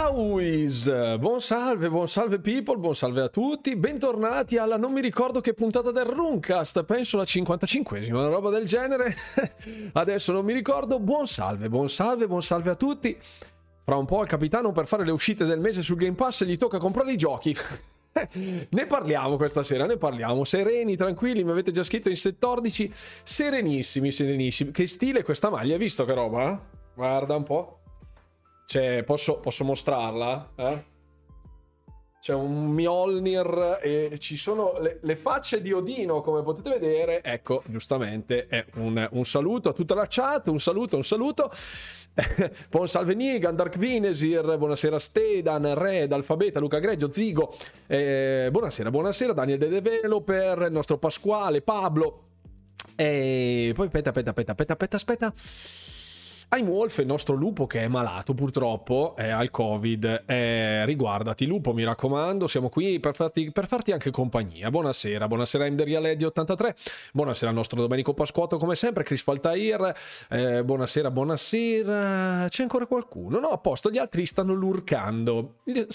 Always! Buon salve people, buon salve a tutti, bentornati alla non mi ricordo che puntata del Runcast, penso la 55esima, una roba del genere. Adesso non mi ricordo, buon salve a tutti. Fra un po' al capitano per fare le uscite del mese sul Game Pass gli tocca comprare i giochi. Ne parliamo questa sera, sereni, tranquilli, mi avete già scritto in 14, serenissimi. Che stile questa maglia, hai visto che roba? Guarda un po'. Cioè, posso mostrarla? C'è un Mjolnir e ci sono le facce di Odino, come potete vedere. Ecco, giustamente, è un saluto a tutta la chat, un saluto. Buon salve Nigan, Dark Vinesir, buonasera Stedan, Red, Alfabeta, Luca Greggio, Zigo, buonasera Daniel The Developer, il nostro Pasquale, Pablo, e poi aspetta. Wolf, il nostro lupo che è malato purtroppo, ha il Covid, riguardati lupo, mi raccomando, siamo qui per farti anche compagnia. Buonasera Mderialedi 83, buonasera al nostro Domenico Pasquotto come sempre, Chris Altair, buonasera, c'è ancora qualcuno? No, a posto, gli altri stanno lurcando.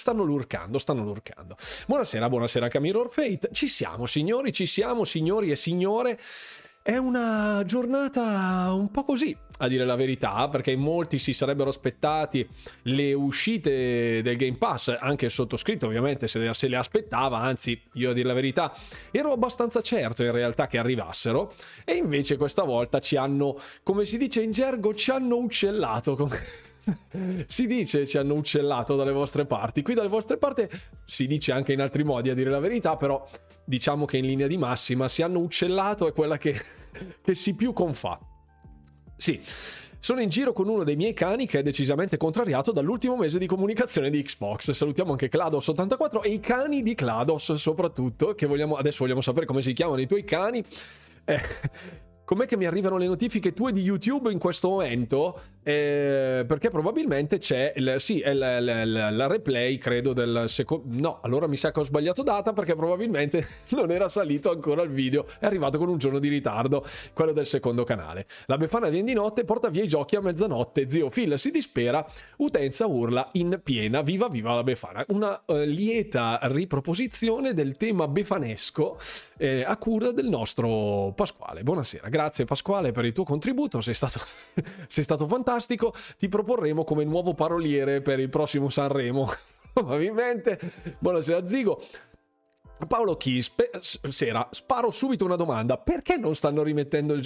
Buonasera Camirror Fate, ci siamo signori e signore. È una giornata un po' così, a dire la verità, perché molti si sarebbero aspettati le uscite del Game Pass, anche il sottoscritto ovviamente se le aspettava, anzi io a dire la verità ero abbastanza certo in realtà che arrivassero, e invece questa volta ci hanno, come si dice in gergo, ci hanno uccellato. Si dice ci hanno uccellato dalle vostre parti, qui dalle vostre parti si dice anche in altri modi a dire la verità, però diciamo che in linea di massima si hanno uccellato è quella che si più confà. Sì, sono in giro con uno dei miei cani che è decisamente contrariato dall'ultimo mese di comunicazione di Xbox. Salutiamo anche Clados84 e i cani di Clados soprattutto, che adesso vogliamo sapere come si chiamano i tuoi cani. Com'è che mi arrivano le notifiche tue di YouTube in questo momento? Perché probabilmente c'è la replay, credo, del secondo... No, allora mi sa che ho sbagliato data, perché probabilmente non era salito ancora il video. È arrivato con un giorno di ritardo, quello del secondo canale. La Befana viene di notte, porta via i giochi a mezzanotte. Zio Phil si dispera, utenza urla in piena. Viva la Befana. Una lieta riproposizione del tema befanesco a cura del nostro Pasquale. Buonasera. Grazie Pasquale per il tuo contributo, sei stato fantastico, ti proporremo come nuovo paroliere per il prossimo Sanremo, probabilmente. Buonasera Zigo. Paolo Chi, sparo subito una domanda: perché stanno rimettendo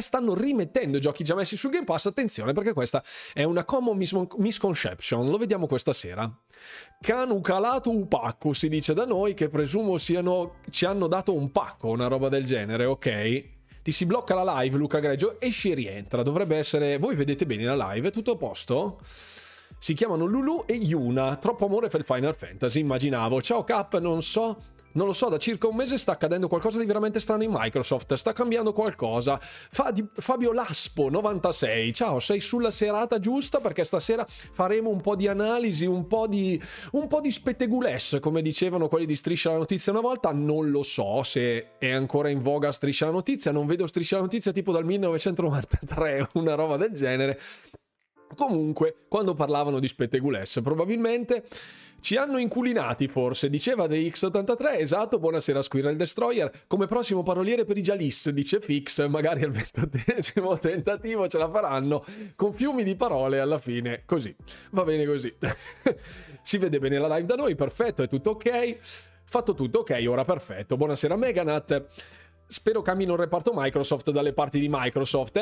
giochi già messi sul Game Pass? Attenzione, perché questa è una common misconception, lo vediamo questa sera. Canu calato un pacco, si dice da noi, che presumo ci hanno dato un pacco, una roba del genere, ok? Ti si blocca la live, Luca Greggio, esci e rientra. Dovrebbe essere... Voi vedete bene la live? È tutto a posto? Si chiamano Lulu e Yuna. Troppo amore per Final Fantasy, immaginavo. Ciao Cap, non lo so, da circa un mese sta accadendo qualcosa di veramente strano in Microsoft, sta cambiando qualcosa. Fabio Laspo 96, ciao, sei sulla serata giusta, perché stasera faremo un po' di analisi, un po' di spettegules, come dicevano quelli di Striscia la Notizia una volta. Non lo so se è ancora in voga Striscia la Notizia, non vedo Striscia la Notizia tipo dal 1993, una roba del genere. Comunque, quando parlavano di spettegules, probabilmente ci hanno inculinati, forse, diceva DX83, esatto. Buonasera Squirrel Destroyer, come prossimo paroliere per i Jalis, dice Fix, magari al 28° tentativo ce la faranno, con fiumi di parole alla fine, così, va bene così. Si vede bene la live da noi, perfetto, è tutto ok, fatto tutto ok, ora perfetto. Buonasera Meganat. Spero cammino il reparto Microsoft dalle parti di Microsoft.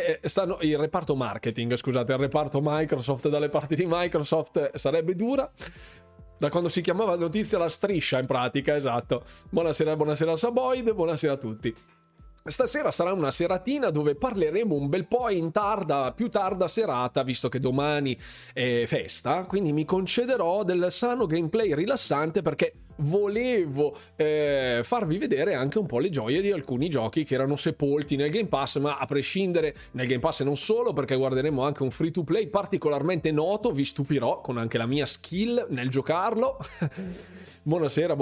Il reparto marketing, scusate, il reparto Microsoft dalle parti di Microsoft sarebbe dura. Da quando si chiamava Notizia la Striscia, in pratica, esatto. Buonasera Saboid, buonasera a tutti. Stasera sarà una seratina dove parleremo un bel po' in più tarda serata, visto che domani è festa, quindi mi concederò del sano gameplay rilassante, perché volevo farvi vedere anche un po' le gioie di alcuni giochi che erano sepolti nel Game Pass, ma a prescindere nel Game Pass e non solo, perché guarderemo anche un free to play particolarmente noto, vi stupirò con anche la mia skill nel giocarlo. Buonasera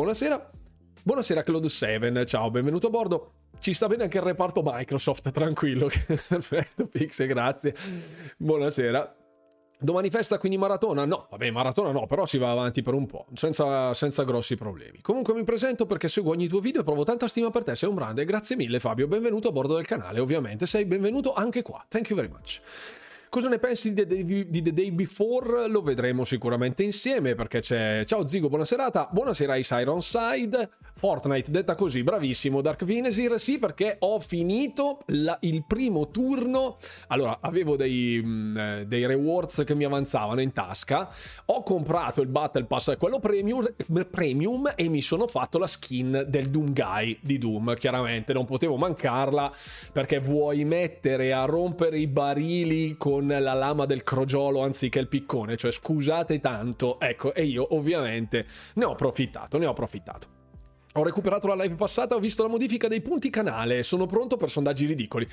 Claude 7, ciao, benvenuto a bordo. Ci sta bene anche il reparto Microsoft, tranquillo. Perfetto, Pix, grazie. Buonasera. Domani festa, quindi maratona? No, vabbè, maratona no, però si va avanti per un po', senza grossi problemi. Comunque mi presento perché seguo ogni tuo video e provo tanta stima per te, sei un grande, grazie mille Fabio, benvenuto a bordo del canale, ovviamente, sei benvenuto anche qua, thank you very much. Cosa ne pensi di The Day Before? Lo vedremo sicuramente insieme perché c'è... Ciao Zigo, buona serata. Buonasera Ice Ironside. Fortnite, detta così, bravissimo Dark Vinesir. Sì, perché ho finito il primo turno. Allora, avevo dei rewards che mi avanzavano in tasca. Ho comprato il Battle Pass, quello premium, e mi sono fatto la skin del Doom Guy di Doom. Chiaramente non potevo mancarla perché vuoi mettere a rompere i barili con la lama del crogiolo anziché il piccone, cioè scusate tanto, ecco, e io ovviamente ne ho approfittato. Ho recuperato la live passata, ho visto la modifica dei punti canale, sono pronto per sondaggi ridicoli.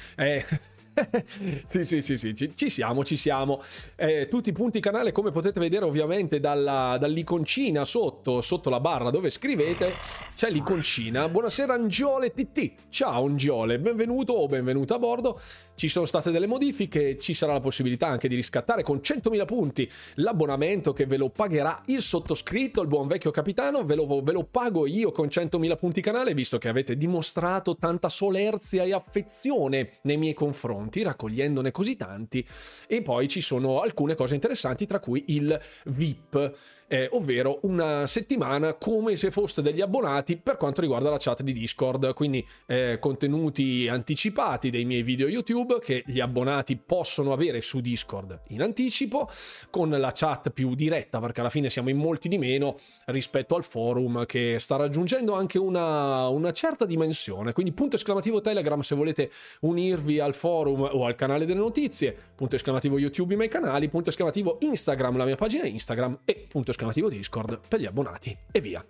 Sì, ci siamo. Tutti i punti canale, come potete vedere ovviamente dall'iconcina sotto la barra dove scrivete, c'è l'iconcina. Buonasera Angiole TT, ciao Angiole, benvenuto o benvenuta a bordo. Ci sono state delle modifiche, ci sarà la possibilità anche di riscattare con 100.000 punti l'abbonamento che ve lo pagherà il sottoscritto, il buon vecchio capitano, ve lo pago io con 100.000 punti canale, visto che avete dimostrato tanta solerzia e affezione nei miei confronti, raccogliendone così tanti. E poi ci sono alcune cose interessanti, tra cui il VIP, ovvero una settimana come se foste degli abbonati per quanto riguarda la chat di Discord, quindi contenuti anticipati dei miei video YouTube che gli abbonati possono avere su Discord in anticipo, con la chat più diretta, perché alla fine siamo in molti di meno rispetto al forum che sta raggiungendo anche una certa dimensione. Quindi punto esclamativo Telegram se volete unirvi al forum o al canale delle notizie, punto esclamativo YouTube i miei canali, punto esclamativo Instagram la mia pagina Instagram e punto esclamativo Discord per gli abbonati e via.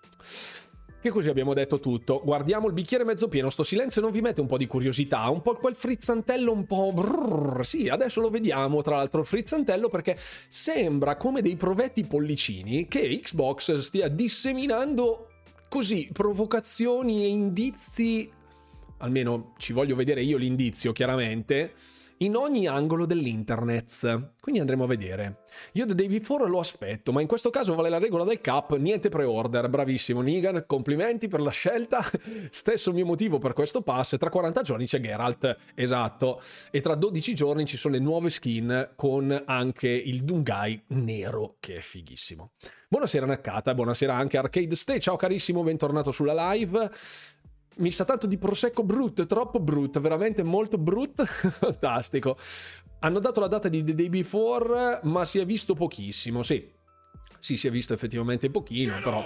Che così abbiamo detto tutto. Guardiamo il bicchiere mezzo pieno. Sto silenzio non vi mette un po' di curiosità? Un po' quel frizzantello un po'... Brrr, sì, adesso lo vediamo tra l'altro il frizzantello, perché sembra come dei provetti pollicini che Xbox stia disseminando così provocazioni e indizi, almeno ci voglio vedere io l'indizio chiaramente, in ogni angolo dell'internet. Quindi andremo a vedere. Io The Day Before lo aspetto, ma in questo caso vale la regola del cap, niente pre-order. Bravissimo Nigan, complimenti per la scelta. Stesso mio motivo per questo pass. Tra 40 giorni c'è Geralt, esatto, e tra 12 giorni ci sono le nuove skin con anche il Dungai nero, che è fighissimo. Buonasera Naccata, buonasera anche Arcade Stay, ciao carissimo, bentornato sulla live. Mi sa tanto di prosecco brut, troppo brut, veramente molto brut. Fantastico. Hanno dato la data di The Day Before, ma si è visto pochissimo. Sì, si è visto effettivamente pochino, però...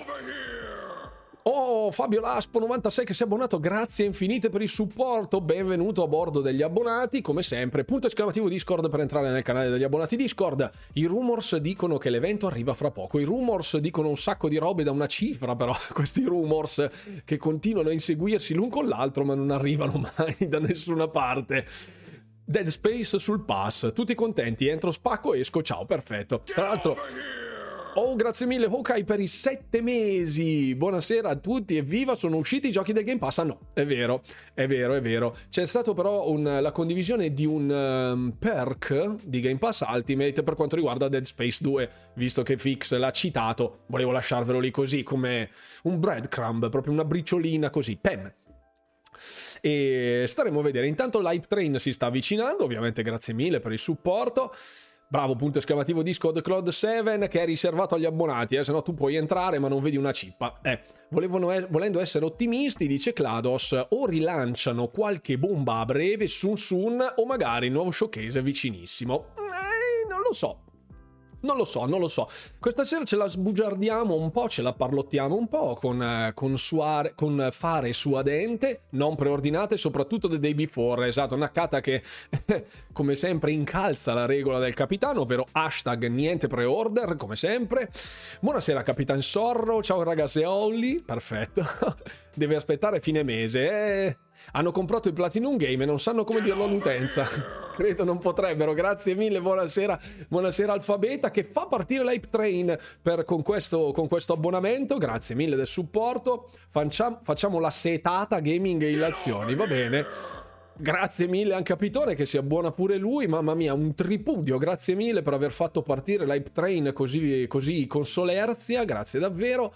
Oh, Fabio Laspo 96 che si è abbonato, grazie infinite per il supporto, benvenuto a bordo degli abbonati, come sempre, punto esclamativo Discord per entrare nel canale degli abbonati Discord. I rumors dicono che l'evento arriva fra poco, i rumors dicono un sacco di robe da una cifra, però questi rumors che continuano a inseguirsi l'un con l'altro ma non arrivano mai da nessuna parte. Dead Space sul pass, tutti contenti, entro, spacco, esco, ciao, perfetto. Tra l'altro... Oh, grazie mille Hawkeye per i 7 mesi. Buonasera a tutti, evviva, sono usciti i giochi del Game Pass. Ah no, è vero. C'è stato però la condivisione di un perk di Game Pass Ultimate per quanto riguarda Dead Space 2, visto che Fix l'ha citato, volevo lasciarvelo lì così come un breadcrumb, proprio una briciolina così, pem. E staremo a vedere. Intanto l'Hype Train si sta avvicinando, ovviamente grazie mille per il supporto. Bravo, punto esclamativo Discord Cloud 7 che è riservato agli abbonati, se no tu puoi entrare ma non vedi una cippa. Volendo essere ottimisti, dice Klados, o rilanciano qualche bomba a breve, Sun Sun, o magari il nuovo showcase vicinissimo. Non lo so. Questa sera ce la sbugiardiamo un po', ce la parlottiamo un po' con fare suadente, non preordinate, soprattutto The Day Before. Esatto, Nakata che come sempre incalza la regola del capitano, ovvero hashtag niente pre-order, come sempre. Buonasera Capitan Sorro, ciao ragazzi Olli, perfetto. Deve aspettare fine mese. Hanno comprato il Platinum Game e non sanno come dirlo all'utenza. Credo non potrebbero. Grazie mille, buonasera Alfabeta che fa partire l'Hype Train con questo abbonamento. Grazie mille del supporto. Facciamo la setata gaming e illazioni, va bene. Grazie mille anche a Pitone, che sia buona pure lui, mamma mia, un tripudio, grazie mille per aver fatto partire l'Hype Train così con solerzia, grazie davvero.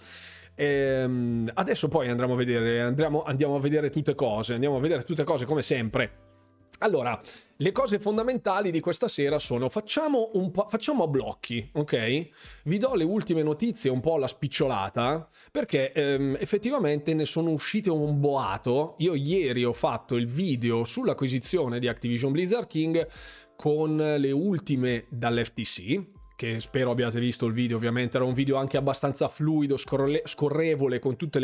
Adesso poi andiamo a vedere tutte cose come sempre. Allora, le cose fondamentali di questa sera sono facciamo a blocchi, ok? Vi do le ultime notizie un po' alla spicciolata, perché effettivamente ne sono uscite un boato. Io ieri ho fatto il video sull'acquisizione di Activision Blizzard King con le ultime dall'FTC, che spero abbiate visto il video. Ovviamente era un video anche abbastanza fluido, scorrevole, con tutte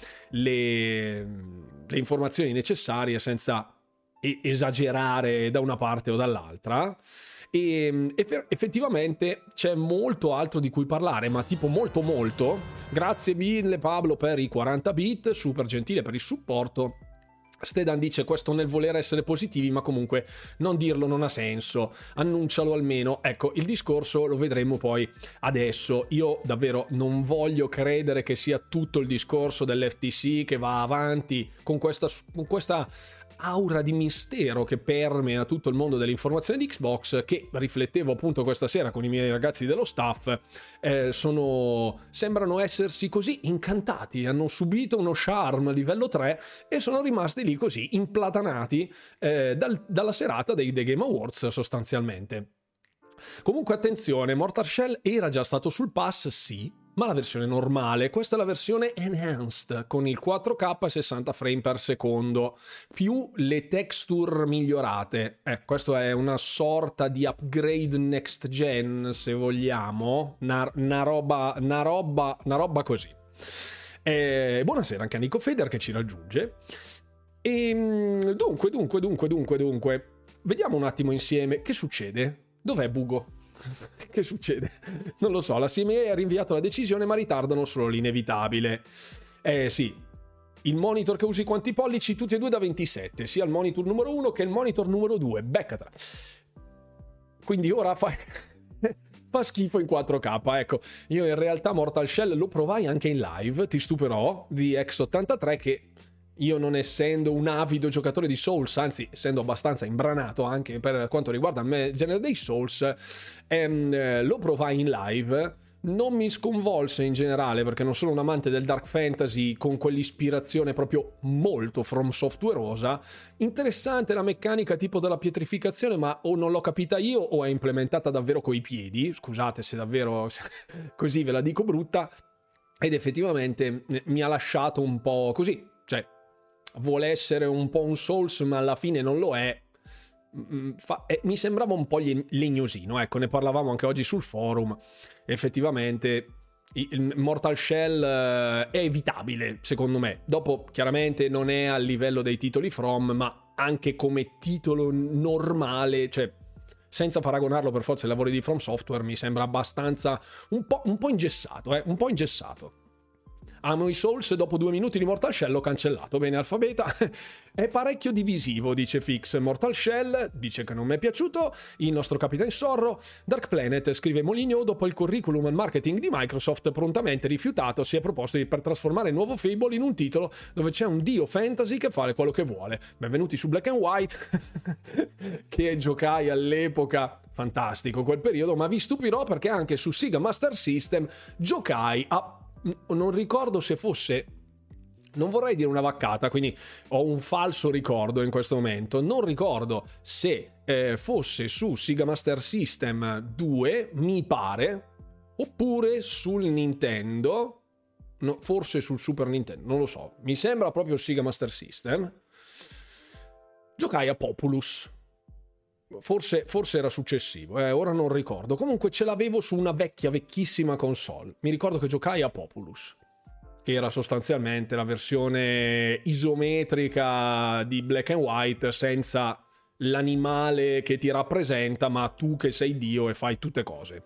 le informazioni necessarie, senza esagerare da una parte o dall'altra. E effettivamente c'è molto altro di cui parlare, ma tipo molto. Grazie mille Pablo per i 40 bit, super gentile per il supporto. Stedan dice: questo nel voler essere positivi, ma comunque non dirlo non ha senso, annuncialo almeno. Ecco, il discorso lo vedremo poi adesso. Io davvero non voglio credere che sia tutto il discorso dell'FTC che va avanti con questa aura di mistero che permea tutto il mondo dell'informazione di Xbox, che riflettevo appunto questa sera con i miei ragazzi dello staff. Sembrano essersi così incantati, hanno subito uno charm livello 3 e sono rimasti lì così implatanati dalla serata dei The Game Awards sostanzialmente. Comunque attenzione, Mortal Shell era già stato sul pass, sì, ma la versione normale. Questa è la versione enhanced con il 4K 60 frame per secondo più le texture migliorate. Questo è una sorta di upgrade next gen, se vogliamo, una roba così. Buonasera anche a Nico Feder che ci raggiunge. E dunque vediamo un attimo insieme che succede. Dov'è Bugo? Che succede? Non lo so, la CMA ha rinviato la decisione, ma ritardano solo l'inevitabile. Sì, il monitor che usi quanti pollici? Tutti e due da 27, sia il monitor numero 1 che il monitor numero 2, beccatela. Quindi ora fa schifo in 4K, ecco. Io in realtà Mortal Shell lo provai anche in live, ti stupirò, di X83, che io, non essendo un avido giocatore di Souls, anzi essendo abbastanza imbranato anche per quanto riguarda il genere dei Souls, lo provai in live. Non mi sconvolse in generale, perché non sono un amante del dark fantasy con quell'ispirazione proprio molto From Softwareosa. Interessante la meccanica tipo della pietrificazione, ma o non l'ho capita io o è implementata davvero coi piedi, scusate se davvero così ve la dico brutta, ed effettivamente mi ha lasciato un po' così, cioè vuole essere un po' un Souls ma alla fine non lo è. Mi sembrava un po' legnosino, ecco, ne parlavamo anche oggi sul forum. Effettivamente il Mortal Shell è evitabile secondo me. Dopo chiaramente non è a livello dei titoli From, ma anche come titolo normale, cioè senza paragonarlo per forza ai lavori di From Software, mi sembra abbastanza un po' ingessato, un po' ingessato. Amo i Souls, dopo 2 minuti di Mortal Shell l'ho cancellato. Bene, Alfabeta. È parecchio divisivo, dice Fix. Mortal Shell dice che non mi è piaciuto. Il nostro Capitan Sorro. Dark Planet scrive: Moligno, dopo il curriculum marketing di Microsoft prontamente rifiutato, si è proposto per trasformare il nuovo Fable in un titolo dove c'è un dio fantasy che fa quello che vuole. Benvenuti su Black and White, che giocai all'epoca. Fantastico quel periodo, ma vi stupirò perché anche su Sega Master System giocai a... non ricordo se fosse, non vorrei dire una vaccata, quindi ho un falso ricordo in questo momento, non ricordo se fosse su Sega Master System 2, mi pare, oppure sul Nintendo, no, forse sul Super Nintendo, non lo so, mi sembra proprio Sega Master System. Giocai a Populous. Forse era successivo, ora non ricordo. Comunque ce l'avevo su una vecchissima console. Mi ricordo che giocai a Populous, che era sostanzialmente la versione isometrica di Black and White, senza l'animale che ti rappresenta, ma tu che sei Dio e fai tutte cose.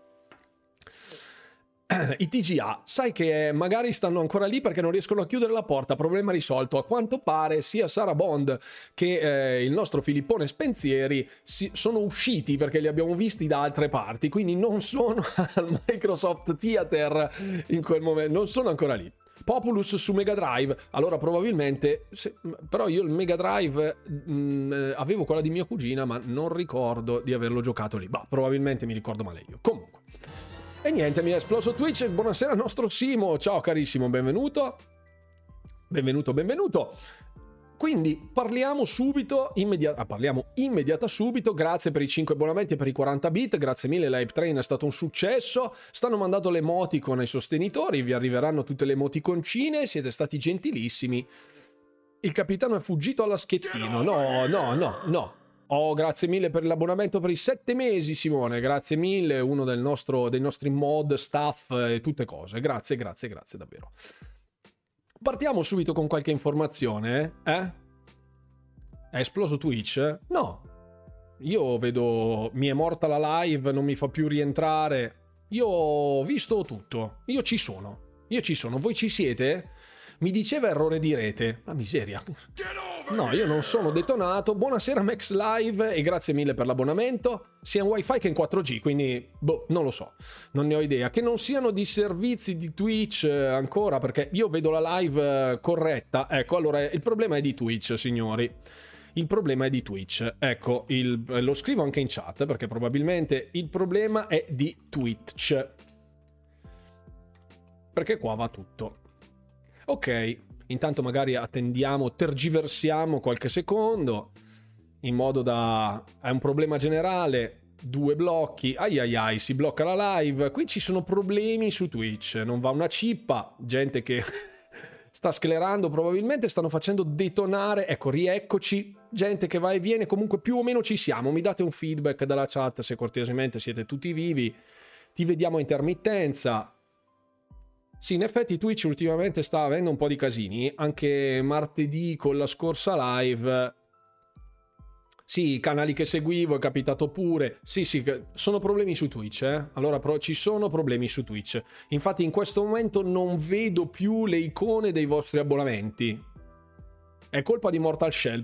I TGA, sai che magari stanno ancora lì perché non riescono a chiudere la porta, problema risolto. A quanto pare sia Sarah Bond che il nostro Filippone Spensieri sono usciti perché li abbiamo visti da altre parti, quindi non sono al Microsoft Theater in quel momento, non sono ancora lì. Populous su Mega Drive. Allora probabilmente però io il Mega Drive avevo quella di mia cugina, ma non ricordo di averlo giocato lì. Bah, probabilmente mi ricordo male io. Comunque, e niente, mi è esploso Twitch. Buonasera al nostro Simo, ciao carissimo, benvenuto. Quindi parliamo immediata subito. Grazie per i 5 abbonamenti e per i 40 bit, grazie mille, Live Train è stato un successo. Stanno mandando le emoticon ai sostenitori, vi arriveranno tutte le emoticoncine, siete stati gentilissimi. Il capitano è fuggito alla schettino. No. Oh, grazie mille per l'abbonamento per i 7 mesi, Simone, grazie mille, uno dei nostri mod, staff e tutte cose. Grazie davvero. Partiamo subito con qualche informazione, eh? È esploso Twitch? No. Io vedo, mi è morta la live, non mi fa più rientrare. Io ho visto tutto. Io ci sono. Voi ci siete? Mi diceva errore di rete. La miseria. No, io non sono detonato. Buonasera Max Live e grazie mille per l'abbonamento. Sia in wifi che in 4G, quindi non lo so, non ne ho idea. Che non siano di servizi di Twitch ancora, perché io vedo la live corretta. Ecco, allora il problema è di Twitch, signori. Il problema è di Twitch. Ecco, lo scrivo anche in chat, perché probabilmente il problema è di Twitch. Perché qua va tutto. Ok, intanto magari attendiamo, tergiversiamo qualche secondo, in modo da... È un problema generale, 2 blocchi, ai, si blocca la live, qui ci sono problemi su Twitch, non va una cippa, gente che sta sclerando, probabilmente stanno facendo detonare, ecco, rieccoci, gente che va e viene, comunque più o meno ci siamo, mi date un feedback dalla chat se cortesemente siete tutti vivi, ti vediamo a intermittenza. Sì, in effetti Twitch ultimamente sta avendo un po' di casini, anche martedì con la scorsa live. Sì, i canali che seguivo è capitato pure. Sì, sono problemi su Twitch, eh? Allora, ci sono problemi su Twitch. Infatti in questo momento non vedo più le icone dei vostri abbonamenti. È colpa di Mortal Shell,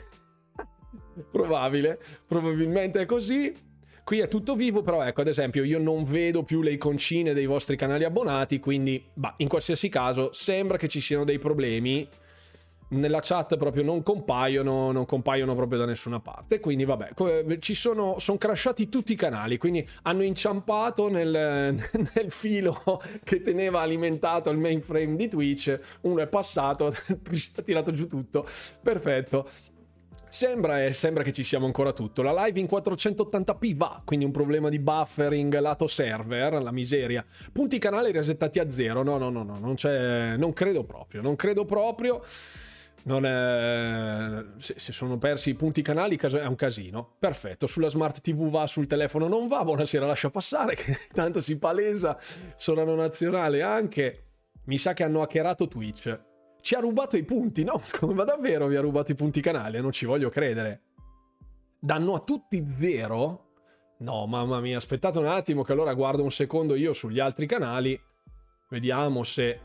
probabilmente è così. Qui è tutto vivo, però ecco, ad esempio, io non vedo più le iconcine dei vostri canali abbonati, quindi, in qualsiasi caso, sembra che ci siano dei problemi. Nella chat proprio non compaiono proprio da nessuna parte, quindi sono crashati tutti i canali, quindi hanno inciampato nel filo che teneva alimentato il mainframe di Twitch, uno è passato, ha tirato giù tutto, perfetto. Sembra che ci siamo ancora tutto. La live in 480p va, quindi un problema di buffering lato server, la miseria. Punti canale resettati a 0. No, non c'è, non credo proprio. Non è... Se sono persi i punti canali è un casino. Perfetto, sulla smart TV va, sul telefono non va. Buonasera, lascia passare che tanto si palesa. Solano nazionale anche. Mi sa che hanno hackerato Twitch. Ci ha rubato i punti, no? Ma davvero vi ha rubato i punti canale? Non ci voglio credere. Danno a tutti 0? No, mamma mia, aspettate un attimo che allora guardo un secondo io sugli altri canali. Vediamo se...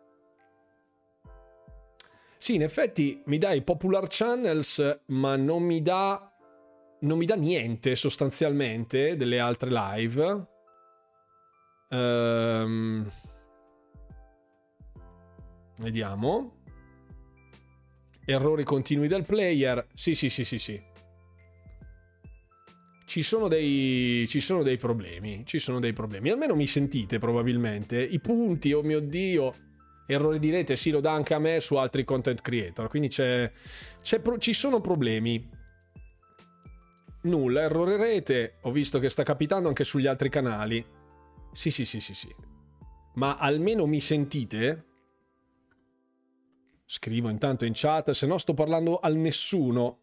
Sì, in effetti mi dà i popular channels, ma non mi dà niente sostanzialmente delle altre live. Vediamo. Errori continui del player. Sì. Ci sono dei problemi. Almeno mi sentite probabilmente. I punti, oh mio Dio. Errori di rete, sì, lo dà anche a me su altri content creator. Quindi ci sono problemi. Nulla, errore rete. Ho visto che sta capitando anche sugli altri canali. Sì. Ma almeno mi sentite? Scrivo intanto in chat, se no sto parlando al nessuno.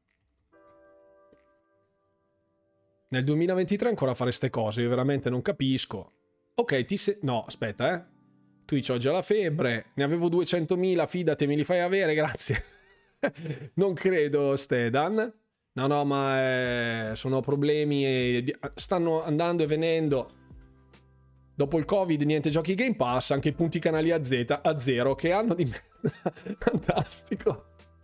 Nel 2023 ancora fare ste cose, io veramente non capisco. Ok, no, aspetta, Twitch oggi ha la febbre, ne avevo 200.000, fidati, me li fai avere, grazie. Non credo, Stedan. No, ma sono problemi e stanno andando e venendo. Dopo il Covid, niente giochi Game Pass, anche i punti canali a 0, che hanno di merda. Fantastico.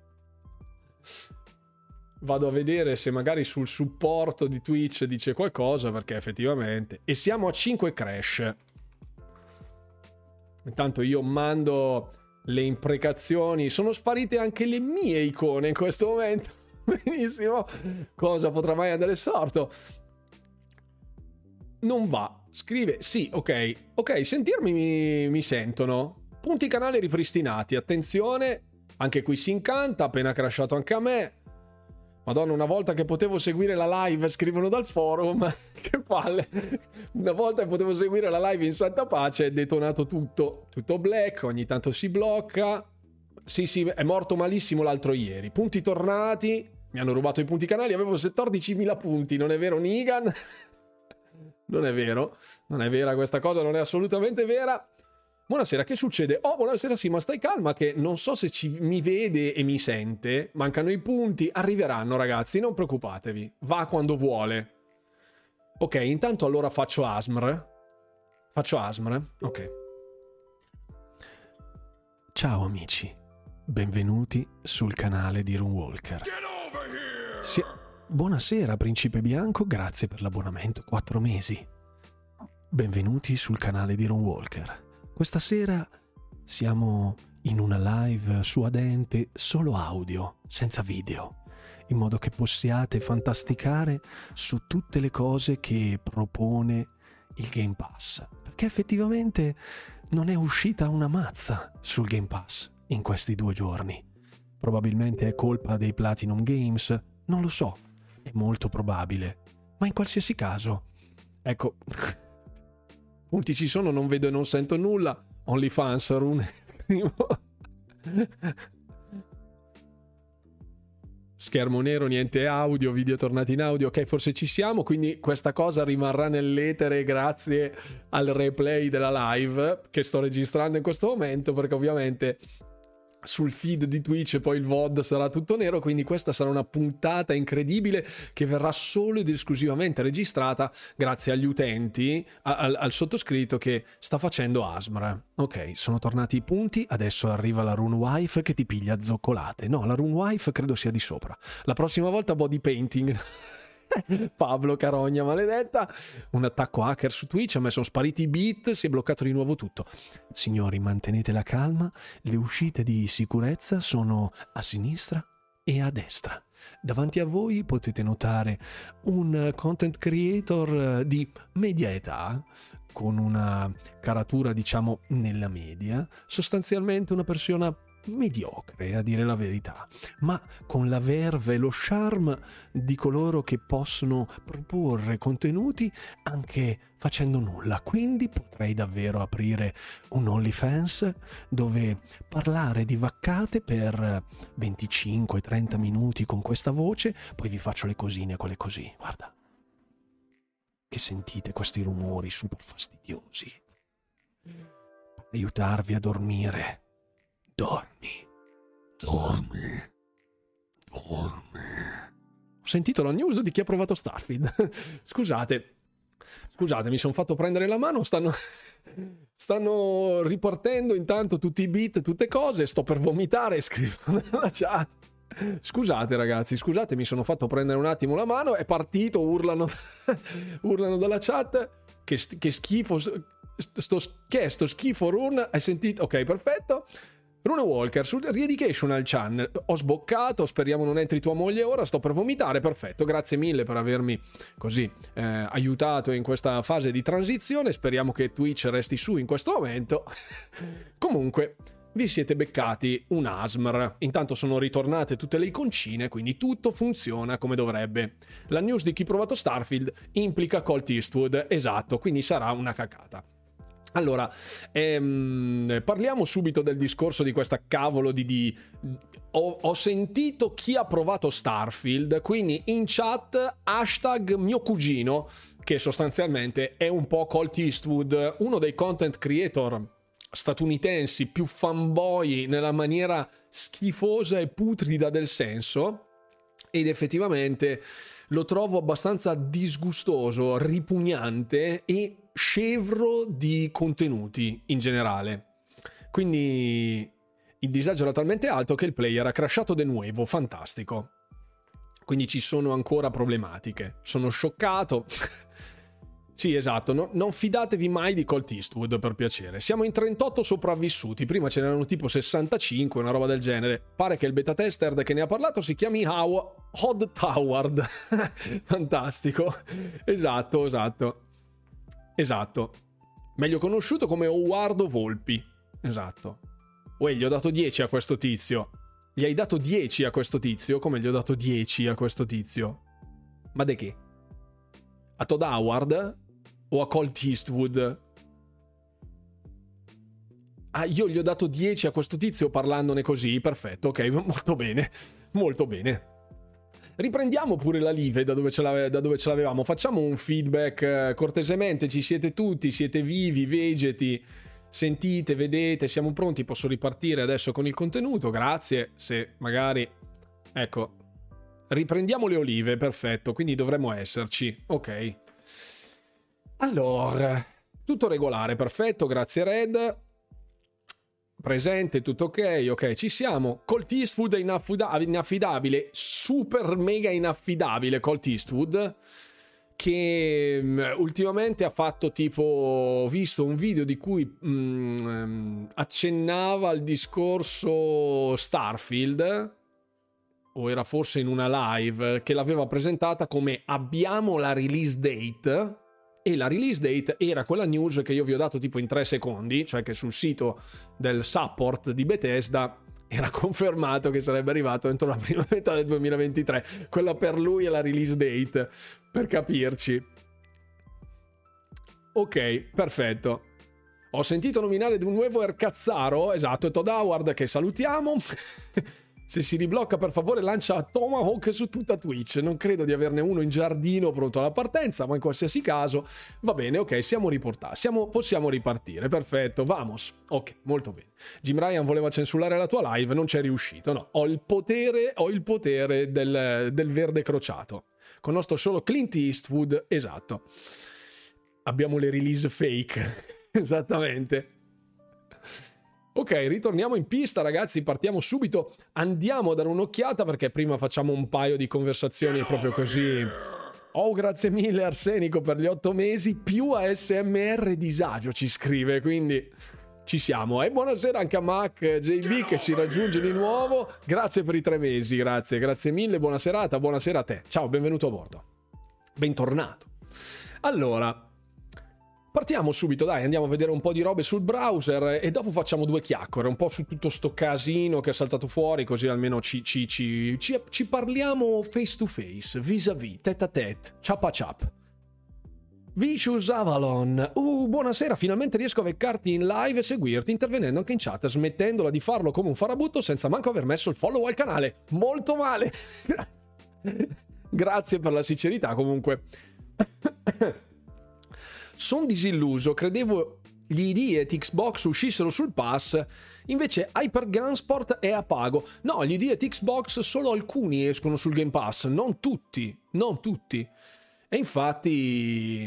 Vado a vedere se magari sul supporto di Twitch dice qualcosa, perché effettivamente... E siamo a 5 crash. Intanto io mando le imprecazioni, sono sparite anche le mie icone in questo momento. Benissimo, cosa potrà mai andare storto? Non va, scrive, sì, ok, sentirmi mi sentono. Punti canale ripristinati, attenzione, anche qui si incanta, appena crashato anche a me. Madonna, una volta che potevo seguire la live, scrivono dal forum, che palle. Una volta che potevo seguire la live in santa pace, è detonato tutto black, ogni tanto si blocca. Sì, è morto malissimo l'altro ieri. Punti tornati, mi hanno rubato i punti canali, avevo 14.000 punti, non è vero Nigan? Non è vero, non è vera questa cosa, non è assolutamente vera. Buonasera, che succede? Oh, buonasera Sima, stai calma che non so se mi vede e mi sente, mancano i punti, arriveranno ragazzi, non preoccupatevi, va quando vuole. Ok, intanto allora faccio ASMR. Ok. Ciao amici, benvenuti sul canale di Runewalker. Buonasera Principe Bianco, grazie per l'abbonamento, 4 mesi. Benvenuti sul canale di Runewalker. Questa sera siamo in una live suadente solo audio, senza video, in modo che possiate fantasticare su tutte le cose che propone il Game Pass, perché effettivamente non è uscita una mazza sul Game Pass in questi 2 giorni. Probabilmente è colpa dei Platinum Games, non lo so, è molto probabile, ma in qualsiasi caso, ecco... Punti ci sono, non vedo e non sento nulla. OnlyFans, Rune. Schermo nero, niente audio, video tornati in audio. Ok, forse ci siamo, quindi questa cosa rimarrà nell'etere grazie al replay della live che sto registrando in questo momento, perché ovviamente sul feed di Twitch poi il VOD sarà tutto nero, quindi questa sarà una puntata incredibile che verrà solo ed esclusivamente registrata grazie agli utenti, al sottoscritto che sta facendo ASMR. Ok, sono tornati i punti, adesso arriva la Rune Wife che ti piglia zoccolate. No, la Rune Wife credo sia di sopra. La prossima volta body painting. Pablo Carogna maledetta, un attacco hacker su Twitch, a me sono spariti i beat, si è bloccato di nuovo tutto. Signori, mantenete la calma, le uscite di sicurezza sono a sinistra e a destra. Davanti a voi potete notare un content creator di media età, con una caratura diciamo nella media, sostanzialmente una persona mediocre a dire la verità, ma con la verve e lo charme di coloro che possono proporre contenuti anche facendo nulla. Quindi potrei davvero aprire un OnlyFans dove parlare di vaccate per 25-30 minuti con questa voce, poi vi faccio le cosine con le così, guarda che sentite questi rumori super fastidiosi per aiutarvi a dormire. Dormi. Ho sentito la news di chi ha provato Starfield. Scusate, mi sono fatto prendere la mano, stanno ripartendo intanto tutti i beat, tutte cose, sto per vomitare, scrivo nella chat. Scusate ragazzi, mi sono fatto prendere un attimo la mano, è partito, urlano dalla chat, che schifo, sto schifo Rune, hai sentito? Ok, perfetto. Runewalker sul Re-Educational Channel, ho sboccato, speriamo non entri tua moglie ora, sto per vomitare, perfetto, grazie mille per avermi così aiutato in questa fase di transizione, speriamo che Twitch resti su in questo momento. Comunque vi siete beccati un ASMR, intanto sono ritornate tutte le iconcine, quindi tutto funziona come dovrebbe. La news di chi ha provato Starfield implica Colt Eastwood, esatto, quindi sarà una cacata. Allora, parliamo subito del discorso di questa cavolo ho sentito chi ha provato Starfield, quindi in chat hashtag mio cugino, che sostanzialmente è un po' Colt Eastwood, uno dei content creator statunitensi più fanboy nella maniera schifosa e putrida del senso, ed effettivamente lo trovo abbastanza disgustoso, ripugnante e scevro di contenuti in generale. Quindi il disagio era talmente alto che il player ha crashato de nuovo, fantastico. Quindi ci sono ancora problematiche. Sono scioccato. Sì, esatto, non fidatevi mai di Colt Eastwood, per piacere. Siamo in 38 sopravvissuti, prima ce n'erano tipo 65, una roba del genere. Pare che il beta tester che ne ha parlato si chiami Hod Toward. Fantastico. Esatto. Meglio conosciuto come Owardo Volpi. Esatto. Uè, gli ho dato 10 a questo tizio. Gli hai dato 10 a questo tizio? Come gli ho dato 10 a questo tizio? Ma de che? A Todd Howard? O a Colt Eastwood? Ah, io gli ho dato 10 a questo tizio parlandone così, perfetto, ok, molto bene. Riprendiamo pure la live da dove ce l'avevamo, facciamo un feedback cortesemente, ci siete tutti, siete vivi, vegeti, sentite, vedete, siamo pronti, posso ripartire adesso con il contenuto, grazie, se magari, ecco, riprendiamo le olive, perfetto, quindi dovremmo esserci, ok. Allora, tutto regolare, perfetto, grazie Red. Presente, tutto ok, ci siamo. Colt Eastwood è inaffidabile, super mega inaffidabile Colt Eastwood, che ultimamente ha fatto tipo, ho visto un video di cui accennava al discorso Starfield, o era forse in una live, che l'aveva presentata come abbiamo la release date. E la release date era quella news che io vi ho dato tipo in 3 secondi, cioè che sul sito del support di Bethesda era confermato che sarebbe arrivato entro la prima metà del 2023. Quella per lui è la release date, per capirci. Ok, perfetto. Ho sentito nominare di un nuovo Ercazzaro, esatto, è Todd Howard, che salutiamo. Se si riblocca, per favore lancia Tomahawk su tutta Twitch. Non credo di averne uno in giardino pronto alla partenza, ma in qualsiasi caso va bene, ok, siamo riportati, possiamo ripartire, perfetto, vamos. Ok, molto bene. Jim Ryan voleva censurare la tua live, non c'è riuscito, no. Ho il potere del verde crociato. Conosco solo Clint Eastwood, esatto. Abbiamo le release fake, esattamente. Ok, ritorniamo in pista ragazzi, partiamo subito, andiamo a dare un'occhiata perché prima facciamo un paio di conversazioni proprio così. Oh, grazie mille Arsenico per gli 8 mesi, più ASMR disagio ci scrive, quindi ci siamo. E buonasera anche a Mac JB che ci raggiunge di nuovo, grazie per i 3 mesi, grazie mille, buona serata, buonasera a te, ciao, benvenuto a bordo, bentornato. Allora, partiamo subito, dai, andiamo a vedere un po' di robe sul browser e dopo facciamo 2 chiacchiere, un po' su tutto sto casino che è saltato fuori, così almeno ci parliamo face to face, vis-à-vis, tête à tête, ciap a ciap. Vicious Avalon, buonasera, finalmente riesco a beccarti in live e seguirti intervenendo anche in chat, smettendola di farlo come un farabutto senza manco aver messo il follow al canale. Molto male! Grazie per la sincerità, comunque. Sono disilluso, credevo gli ID e Xbox uscissero sul pass, invece Hyper Gunsport è a pago. No, gli ID e Xbox solo alcuni escono sul Game Pass, non tutti. E infatti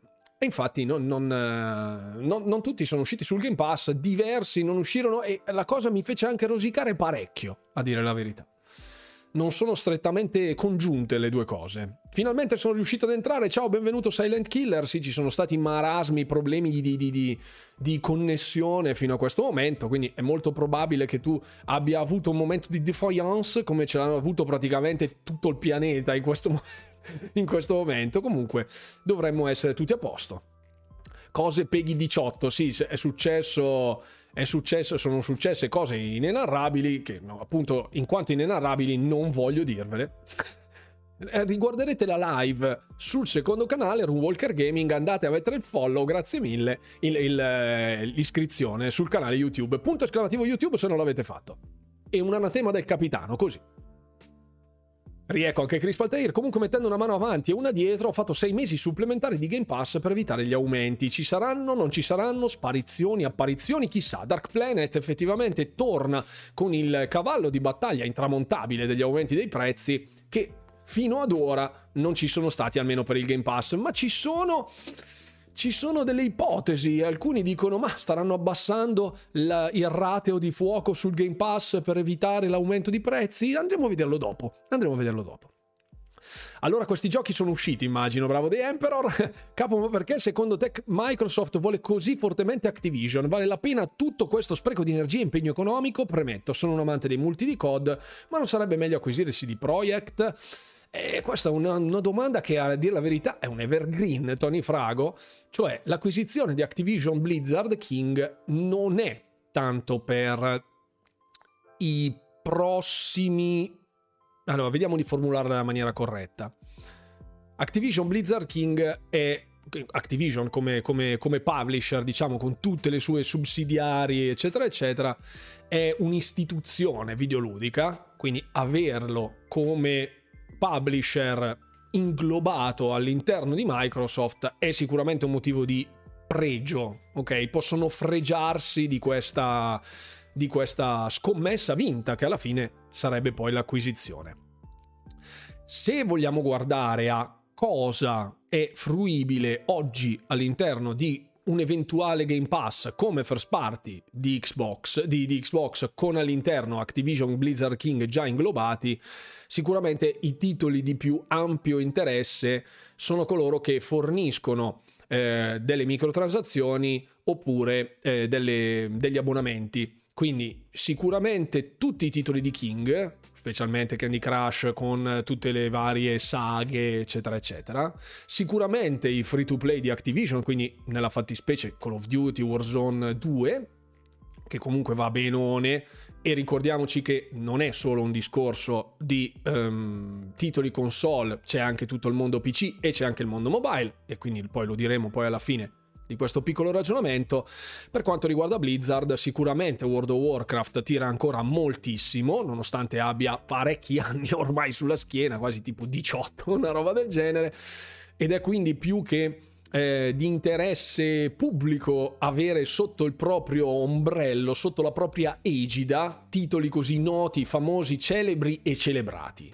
non tutti sono usciti sul Game Pass, diversi non uscirono e la cosa mi fece anche rosicare parecchio, a dire la verità. Non sono strettamente congiunte le due cose. Finalmente sono riuscito ad entrare. Ciao, benvenuto Silent Killer. Sì, ci sono stati marasmi, problemi di connessione fino a questo momento, quindi è molto probabile che tu abbia avuto un momento di defiance come ce l'hanno avuto praticamente tutto il pianeta in questo momento. Comunque dovremmo essere tutti a posto. Cose Peggy 18, sì, sono successe cose inenarrabili che no, appunto in quanto inenarrabili non voglio dirvele. Riguarderete la live sul secondo canale Runewalker Gaming, andate a mettere il follow, grazie mille, l'iscrizione sul canale YouTube, punto esclamativo YouTube se non l'avete fatto, e un anatema del capitano, così. Riecco anche Chris Paltair, comunque mettendo una mano avanti e una dietro, ho fatto 6 mesi supplementari di Game Pass per evitare gli aumenti. Ci saranno, non ci saranno, sparizioni, apparizioni, chissà. Dark Planet effettivamente torna con il cavallo di battaglia intramontabile degli aumenti dei prezzi che fino ad ora non ci sono stati, almeno per il Game Pass, ma ci sono delle ipotesi. Alcuni dicono ma staranno abbassando il rateo di fuoco sul Game Pass per evitare l'aumento di prezzi. Andremo a vederlo dopo. Allora questi giochi sono usciti, immagino, bravo The Emperor. Capo, ma perché secondo te Microsoft vuole così fortemente Activision? Vale la pena tutto questo spreco di energia e impegno economico? Premetto, sono un amante dei multi di COD, ma non sarebbe meglio acquisire CD Projekt? Questa è una domanda che, a dire la verità, è un evergreen, Tony Frago. Cioè, l'acquisizione di Activision Blizzard King non è tanto per i prossimi... Allora, vediamo di formularla nella maniera corretta. Activision Blizzard King è... Activision come publisher, diciamo, con tutte le sue sussidiarie, eccetera, eccetera, è un'istituzione videoludica, quindi averlo come publisher inglobato all'interno di Microsoft è sicuramente un motivo di pregio, ok? Possono fregiarsi di questa scommessa vinta, che alla fine sarebbe poi l'acquisizione. Se vogliamo guardare a cosa è fruibile oggi all'interno di un eventuale Game Pass come first party di Xbox con all'interno Activision Blizzard King già inglobati, sicuramente i titoli di più ampio interesse sono coloro che forniscono delle microtransazioni oppure degli abbonamenti. Quindi sicuramente tutti i titoli di King, specialmente Candy Crush con tutte le varie saghe, eccetera, eccetera. Sicuramente i free to play di Activision, quindi nella fattispecie Call of Duty Warzone 2, che comunque va benone, e ricordiamoci che non è solo un discorso di titoli console, c'è anche tutto il mondo PC e c'è anche il mondo mobile, e quindi poi lo diremo poi alla fine di questo piccolo ragionamento. Per quanto riguarda Blizzard, sicuramente World of Warcraft tira ancora moltissimo, nonostante abbia parecchi anni ormai sulla schiena, quasi tipo 18, una roba del genere, ed è quindi più che di interesse pubblico avere sotto il proprio ombrello, sotto la propria egida, titoli così noti, famosi, celebri e celebrati.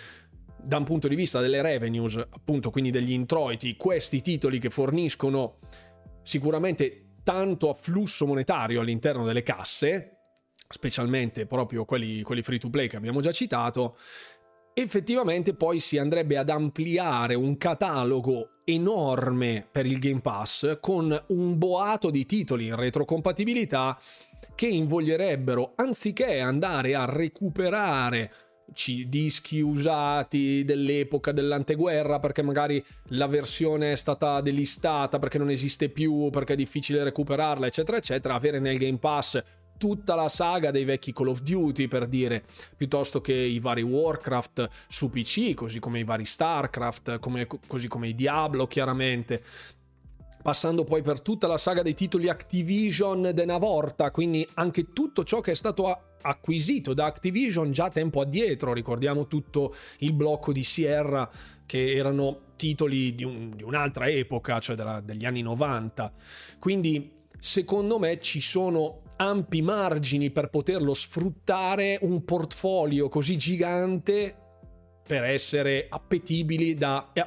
Da un punto di vista delle revenues, appunto, quindi degli introiti, questi titoli che forniscono sicuramente tanto afflusso monetario all'interno delle casse, specialmente proprio quelli free to play che abbiamo già citato, effettivamente poi si andrebbe ad ampliare un catalogo enorme per il Game Pass con un boato di titoli in retrocompatibilità che invoglierebbero, anziché andare a recuperare dischi usati dell'epoca dell'anteguerra perché magari la versione è stata delistata, perché non esiste più, perché è difficile recuperarla, eccetera eccetera, avere nel Game Pass tutta la saga dei vecchi Call of Duty, per dire, piuttosto che i vari Warcraft su PC, così come i vari Starcraft, così come i Diablo, chiaramente, passando poi per tutta la saga dei titoli Activision de una volta, quindi anche tutto ciò che è stato acquisito da Activision già tempo addietro. Ricordiamo tutto il blocco di Sierra, che erano titoli di un'altra epoca, cioè degli anni 90. Quindi secondo me ci sono ampi margini per poterlo sfruttare, un portfolio così gigante per essere appetibile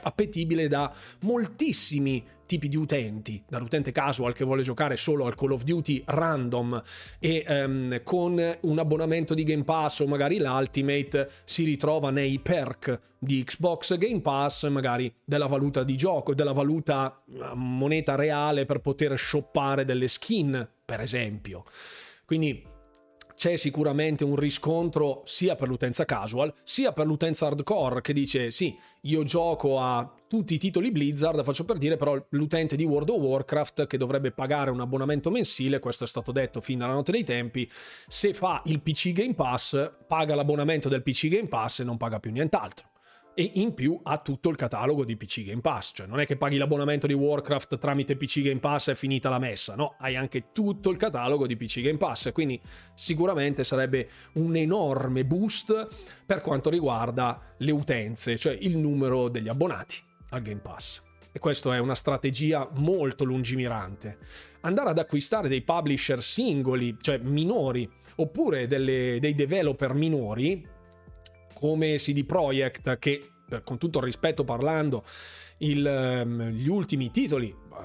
da moltissimi tipi di utenti, dall'utente casual che vuole giocare solo al Call of Duty random e con un abbonamento di Game Pass o magari l'Ultimate si ritrova nei perk di Xbox Game Pass, magari della valuta di gioco, della valuta moneta reale per poter shoppare delle skin, per esempio. Quindi c'è sicuramente un riscontro sia per l'utenza casual sia per l'utenza hardcore che dice sì, io gioco a tutti i titoli Blizzard, faccio per dire, però l'utente di World of Warcraft che dovrebbe pagare un abbonamento mensile, questo è stato detto fin dalla notte dei tempi, se fa il PC Game Pass paga l'abbonamento del PC Game Pass e non paga più nient'altro. E in più ha tutto il catalogo di PC Game Pass, cioè non è che paghi l'abbonamento di Warcraft tramite PC Game Pass e è finita la messa, no, hai anche tutto il catalogo di PC Game Pass, quindi sicuramente sarebbe un enorme boost per quanto riguarda le utenze, cioè il numero degli abbonati al Game Pass. E questa è una strategia molto lungimirante. Andare ad acquistare dei publisher singoli, cioè minori, oppure dei developer minori, come CD Projekt, che con tutto il rispetto parlando gli ultimi titoli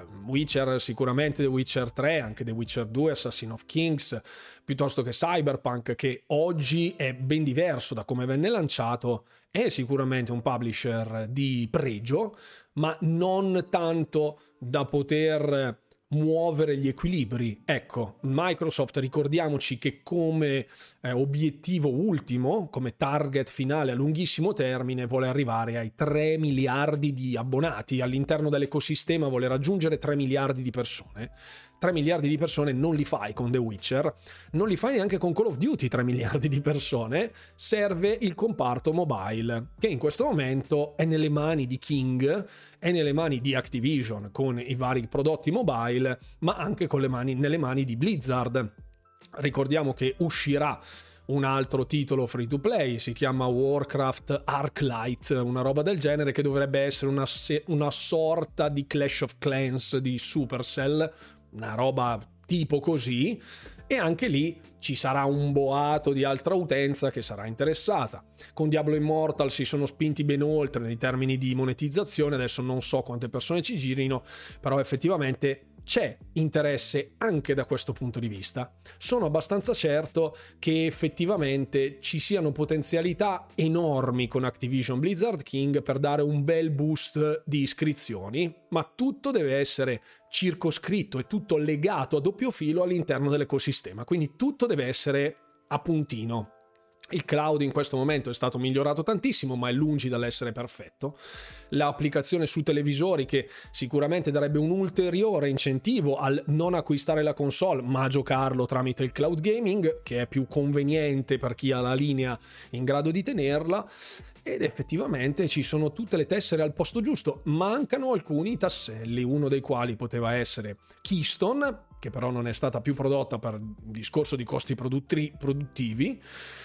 Witcher sicuramente, The Witcher 3, anche The Witcher 2, Assassin of Kings, piuttosto che Cyberpunk, che oggi è ben diverso da come venne lanciato, è sicuramente un publisher di pregio, ma non tanto da poter muovere gli equilibri. Ecco, Microsoft, ricordiamoci che come obiettivo ultimo, come target finale a lunghissimo termine, vuole arrivare ai 3 miliardi di abbonati all'interno dell'ecosistema, vuole raggiungere 3 miliardi di persone. 3 miliardi di persone non li fai con The Witcher, non li fai neanche con Call of Duty. 3 miliardi di persone, serve il comparto mobile, che in questo momento è nelle mani di King, è nelle mani di Activision con i vari prodotti mobile, ma anche nelle mani di Blizzard. Ricordiamo che uscirà un altro titolo free to play, si chiama Warcraft Arclight, una roba del genere, che dovrebbe essere una sorta di Clash of Clans di Supercell, una roba tipo così, e anche lì ci sarà un boato di altra utenza che sarà interessata. Con Diablo Immortal si sono spinti ben oltre nei termini di monetizzazione, adesso non so quante persone ci girino, però effettivamente c'è interesse anche da questo punto di vista. Sono abbastanza certo che effettivamente ci siano potenzialità enormi con Activision Blizzard King per dare un bel boost di iscrizioni, ma tutto deve essere circoscritto e tutto legato a doppio filo all'interno dell'ecosistema, quindi tutto deve essere a puntino. Il cloud in questo momento è stato migliorato tantissimo, ma è lungi dall'essere perfetto. L'applicazione su televisori, che sicuramente darebbe un ulteriore incentivo al non acquistare la console, ma a giocarlo tramite il cloud gaming, che è più conveniente per chi ha la linea in grado di tenerla. Ed effettivamente ci sono tutte le tessere al posto giusto. Mancano alcuni tasselli, uno dei quali poteva essere Keystone, che però non è stata più prodotta per discorso di costi produttivi.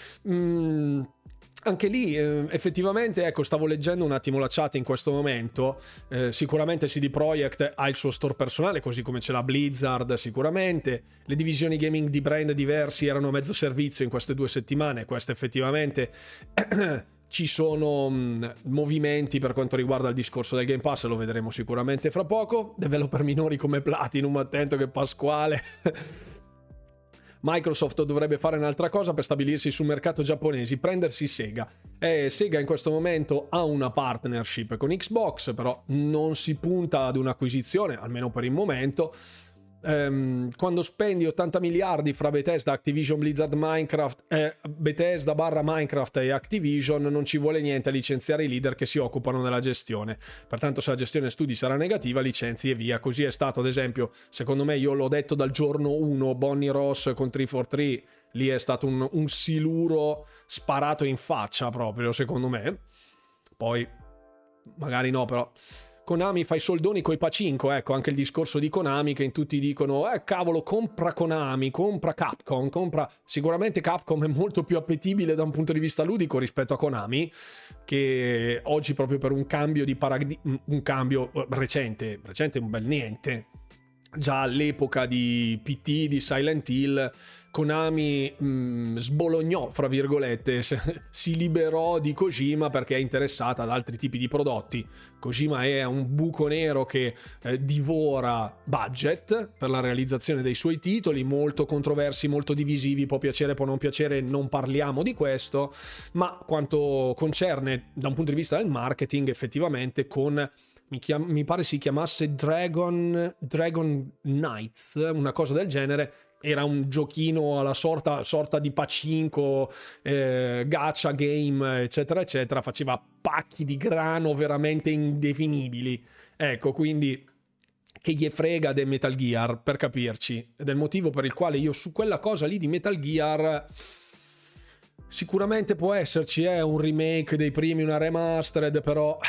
Anche lì effettivamente, ecco, stavo leggendo un attimo la chat in questo momento. Sicuramente CD Projekt ha il suo store personale, così come ce l'ha Blizzard. Sicuramente le divisioni gaming di brand diversi erano a mezzo servizio in queste 2 settimane. Questo effettivamente ci sono movimenti per quanto riguarda il discorso del Game Pass, lo vedremo sicuramente fra poco. Developer minori come Platinum, attento che Pasquale Microsoft dovrebbe fare un'altra cosa per stabilirsi sul mercato giapponese, prendersi Sega. Sega in questo momento ha una partnership con Xbox, però non si punta ad un'acquisizione, almeno per il momento. Quando spendi 80 miliardi fra Bethesda, Activision, Blizzard, Minecraft, Bethesda / Minecraft e Activision, non ci vuole niente a licenziare i leader che si occupano della gestione. Pertanto se la gestione studi sarà negativa, licenzi e via. Così è stato, ad esempio, secondo me, io l'ho detto dal giorno 1, Bonnie Ross con 343, lì è stato un siluro sparato in faccia proprio, secondo me. Poi magari no, però Konami fa i soldoni coi pacinco, ecco, anche il discorso di Konami, che in tutti dicono cavolo, compra Konami, compra Capcom, sicuramente Capcom è molto più appetibile da un punto di vista ludico rispetto a Konami, che oggi, proprio per un cambio di paradigma, un cambio recente un bel niente, già all'epoca di PT, di Silent Hill, Konami sbolognò, fra virgolette, si liberò di Kojima perché è interessata ad altri tipi di prodotti. Kojima è un buco nero che divora budget per la realizzazione dei suoi titoli, molto controversi, molto divisivi, può piacere, può non piacere, non parliamo di questo, ma quanto concerne da un punto di vista del marketing, effettivamente con mi pare si chiamasse Dragon Knights, una cosa del genere. Era un giochino alla sorta di pacinco, gacha game, eccetera eccetera, faceva pacchi di grano veramente indefinibili. Ecco, quindi che gli frega del Metal Gear, per capirci, ed è il motivo per il quale io su quella cosa lì di Metal Gear sicuramente può esserci un remake dei primi, una remastered, però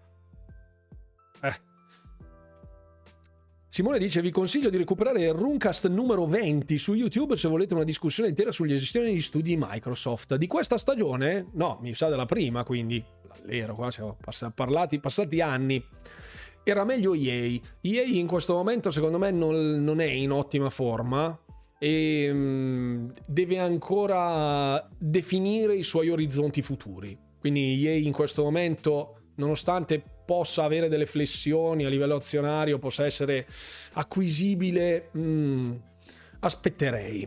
Simone dice: vi consiglio di recuperare il Runcast numero 20 su YouTube se volete una discussione intera sulle gestioni degli studi Microsoft. Di questa stagione? No, mi sa della prima, quindi l'ero qua, siamo passati anni. Era meglio EA. EA in questo momento secondo me non è in ottima forma e deve ancora definire i suoi orizzonti futuri. Quindi EA in questo momento, nonostante possa avere delle flessioni a livello azionario, possa essere acquisibile, aspetterei.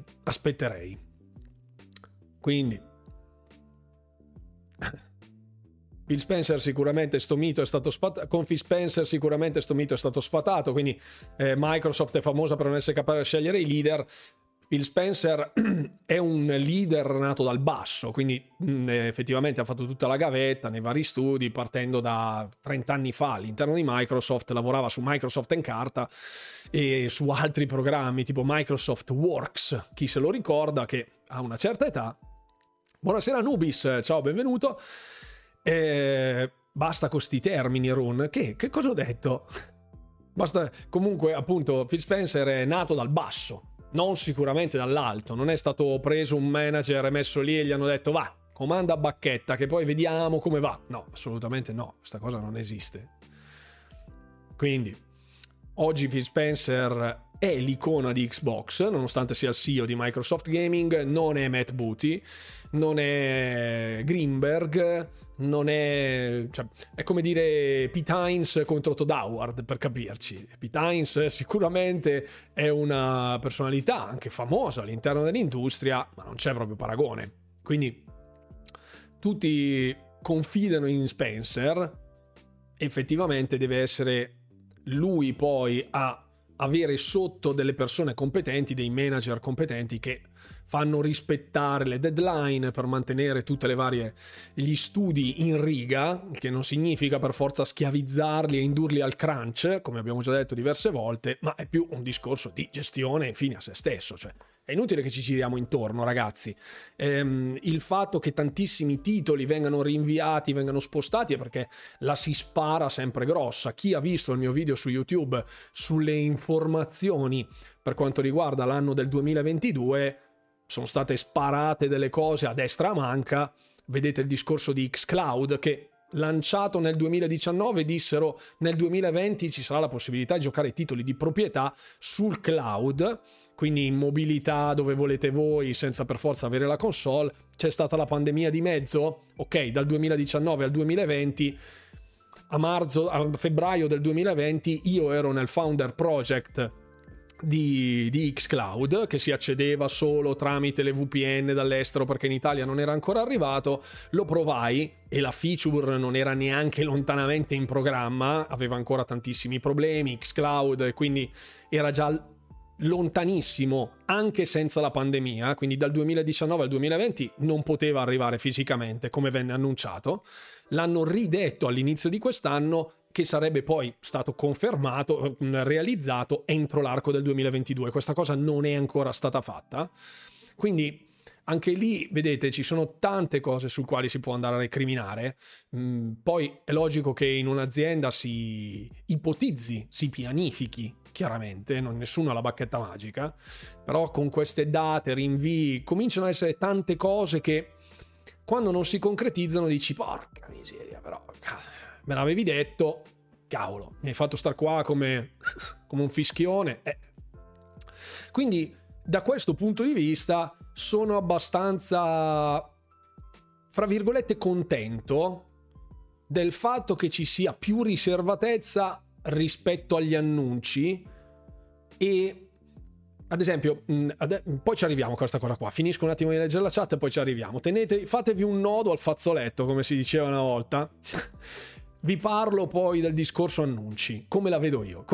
Quindi Phil Spencer sicuramente sto mito è stato sfatato, con Phil Spencer sicuramente sto mito è stato sfatato, quindi Microsoft è famosa per non essere capace di scegliere i leader. Phil Spencer è un leader nato dal basso, quindi effettivamente ha fatto tutta la gavetta nei vari studi, partendo da 30 anni fa all'interno di Microsoft, lavorava su Microsoft Encarta e su altri programmi tipo Microsoft Works, chi se lo ricorda, che ha una certa età. Buonasera Nubis, ciao, benvenuto. Basta con sti termini, Run. Che cosa ho detto? Basta. Comunque, appunto, Phil Spencer è nato dal basso, non sicuramente dall'alto. Non è stato preso un manager e messo lì e gli hanno detto va, comanda a bacchetta che poi vediamo come va. No, assolutamente no, questa cosa non esiste. Quindi oggi Phil Spencer è l'icona di Xbox, nonostante sia il CEO di Microsoft Gaming. Non è Matt Booty, non è Greenberg, non è... cioè, è come dire Pete Hines contro Todd Howard, per capirci. Pete Hines sicuramente è una personalità anche famosa all'interno dell'industria, ma non c'è proprio paragone. Quindi tutti confidano in Spencer, effettivamente deve essere lui poi a avere sotto delle persone competenti, dei manager competenti che fanno rispettare le deadline per mantenere tutte le varie gli studi in riga, che non significa per forza schiavizzarli e indurli al crunch, come abbiamo già detto diverse volte, ma è più un discorso di gestione fine a se stesso. Cioè è inutile che ci giriamo intorno, ragazzi. Il fatto che tantissimi titoli vengano rinviati, vengano spostati, è perché la si spara sempre grossa. Chi ha visto il mio video su YouTube sulle informazioni per quanto riguarda l'anno del 2022, sono state sparate delle cose a destra a manca. Vedete il discorso di xCloud, che lanciato nel 2019 dissero nel 2020 ci sarà la possibilità di giocare titoli di proprietà sul cloud, quindi in mobilità dove volete voi, senza per forza avere la console. C'è stata la pandemia di mezzo, ok, dal 2019 al 2020, a febbraio del 2020 io ero nel founder project di xCloud, che si accedeva solo tramite le VPN dall'estero perché in Italia non era ancora arrivato. Lo provai e la feature non era neanche lontanamente in programma, aveva ancora tantissimi problemi xCloud, e quindi era già lontanissimo anche senza la pandemia. Quindi dal 2019 al 2020 non poteva arrivare fisicamente come venne annunciato. L'hanno ridetto all'inizio di quest'anno, che sarebbe poi stato confermato, realizzato entro l'arco del 2022. Questa cosa non è ancora stata fatta. Quindi anche lì, vedete, ci sono tante cose su quali si può andare a recriminare. Poi è logico che in un'azienda si ipotizzi, si pianifichi, chiaramente, nessuno ha la bacchetta magica, però con queste date, rinvii, cominciano ad essere tante cose che quando non si concretizzano dici porca miseria, però me l'avevi detto, cavolo, mi hai fatto star qua come un fischione. Quindi da questo punto di vista sono abbastanza, fra virgolette, contento del fatto che ci sia più riservatezza rispetto agli annunci. E ad esempio, poi ci arriviamo a questa cosa qua, finisco un attimo di leggere la chat e poi ci arriviamo. Fatevi un nodo al fazzoletto, come si diceva una volta. Vi parlo poi del discorso annunci, come la vedo io.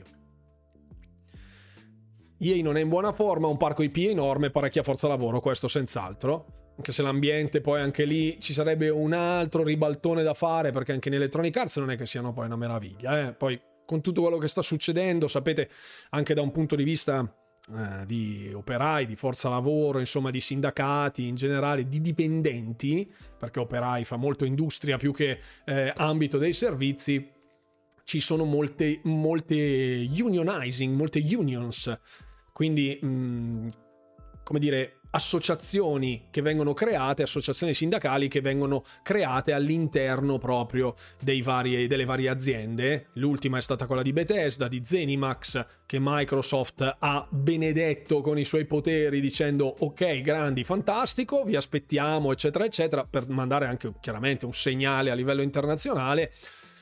EA non è in buona forma, un parco IP enorme, parecchia forza lavoro, questo senz'altro. Anche se l'ambiente poi anche lì ci sarebbe un altro ribaltone da fare, perché anche in Electronic Arts non è che siano poi una meraviglia. Poi con tutto quello che sta succedendo, sapete, anche da un punto di vista di operai, di forza lavoro, insomma di sindacati in generale, di dipendenti, perché operai fa molto industria più che ambito dei servizi, ci sono molte unionizing, molte unions, quindi come dire, associazioni che vengono create, associazioni sindacali che vengono create all'interno proprio delle varie aziende. L'ultima è stata quella di Bethesda, di Zenimax, che Microsoft ha benedetto con i suoi poteri dicendo ok, grandi, fantastico, vi aspettiamo, eccetera eccetera, per mandare anche chiaramente un segnale a livello internazionale.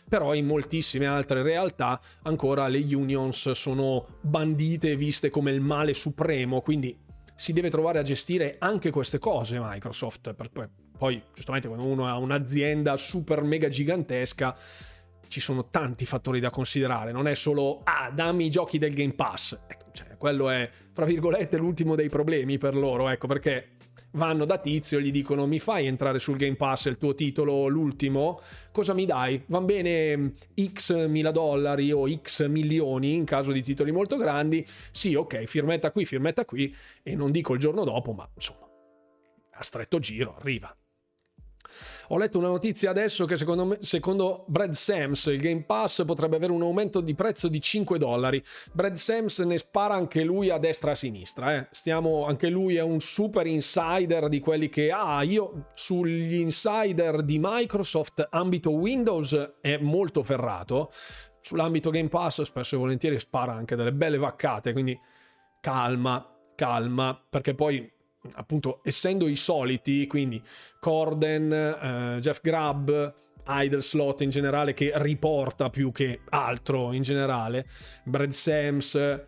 però in moltissime altre realtà ancora le unions sono bandite e viste come il male supremo, quindi si deve trovare a gestire anche queste cose Microsoft. Poi giustamente quando uno ha un'azienda super mega gigantesca ci sono tanti fattori da considerare, non è solo dammi i giochi del Game Pass, cioè, quello è fra virgolette l'ultimo dei problemi per loro, ecco, perché vanno da Tizio e gli dicono mi fai entrare sul Game Pass il tuo titolo, l'ultimo, cosa mi dai? Van bene X mila dollari o X milioni in caso di titoli molto grandi, sì, ok, firmetta qui, e non dico il giorno dopo, ma insomma a stretto giro arriva. Ho letto una notizia adesso che secondo Brad Sams il Game Pass potrebbe avere un aumento di prezzo di $5. Brad Sams ne spara anche lui a destra e a sinistra. Anche lui è un super insider di quelli che io sugli insider di Microsoft ambito Windows è molto ferrato. Sull'ambito Game Pass spesso e volentieri spara anche delle belle vaccate, quindi calma, perché poi appunto essendo i soliti, quindi Corden, Jeff Grubb, Idleslot in generale, che riporta più che altro in generale, Brad Sams,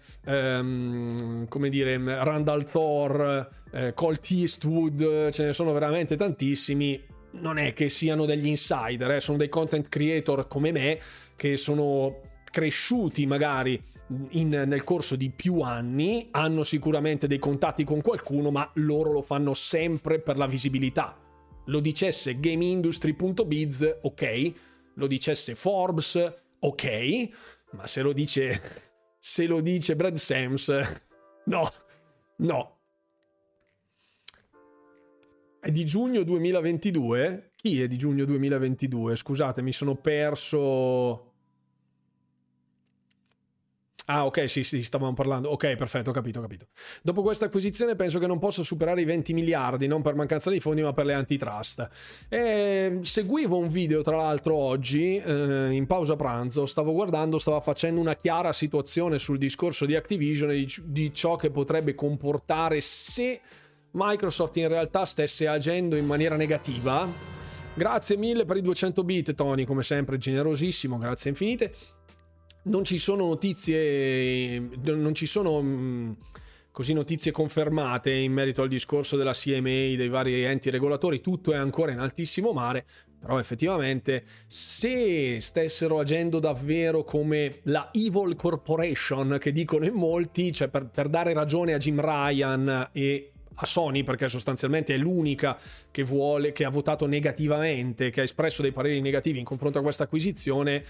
Randall Thor, Colt Eastwood, ce ne sono veramente tantissimi. Non è che siano degli insider, sono dei content creator come me che sono cresciuti magari nel corso di più anni, hanno sicuramente dei contatti con qualcuno, ma loro lo fanno sempre per la visibilità. Lo dicesse GameIndustry.biz, ok, lo dicesse Forbes, ok, ma se lo dice Brad Sams, no. È di giugno 2022? Chi è di giugno 2022? Scusate, mi sono perso. Ok, sì, stavamo parlando. Ok, perfetto, ho capito. Dopo questa acquisizione penso che non possa superare i 20 miliardi, non per mancanza di fondi, ma per le antitrust. Seguivo un video, tra l'altro, oggi, in pausa pranzo, stava facendo una chiara situazione sul discorso di Activision e di ciò che potrebbe comportare se Microsoft in realtà stesse agendo in maniera negativa. Grazie mille per i 200 bit, Tony, come sempre generosissimo, grazie infinite. Non ci sono notizie notizie confermate in merito al discorso della CMA, dei vari enti regolatori, tutto è ancora in altissimo mare, però effettivamente se stessero agendo davvero come la Evil Corporation che dicono in molti, cioè per dare ragione a Jim Ryan e a Sony, perché sostanzialmente è l'unica che ha votato negativamente, che ha espresso dei pareri negativi in confronto a questa acquisizione,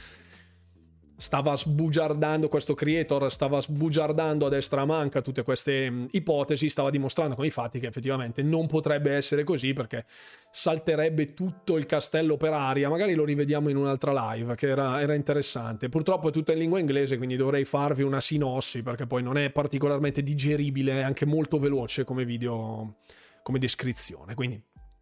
questo creator stava sbugiardando a destra a manca tutte queste ipotesi, stava dimostrando con i fatti che effettivamente non potrebbe essere così, perché salterebbe tutto il castello per aria. Magari lo rivediamo in un'altra live, che era interessante. Purtroppo è tutta in lingua inglese, quindi dovrei farvi una sinossi, perché poi non è particolarmente digeribile, è anche molto veloce come video, come descrizione. Quindi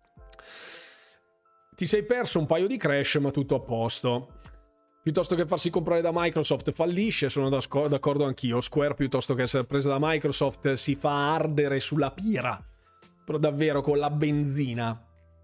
ti sei perso un paio di crash, ma tutto a posto. Piuttosto che farsi comprare da Microsoft fallisce, sono d'accordo anch'io. Square, piuttosto che essere presa da Microsoft, si fa ardere sulla pira, però davvero con la benzina.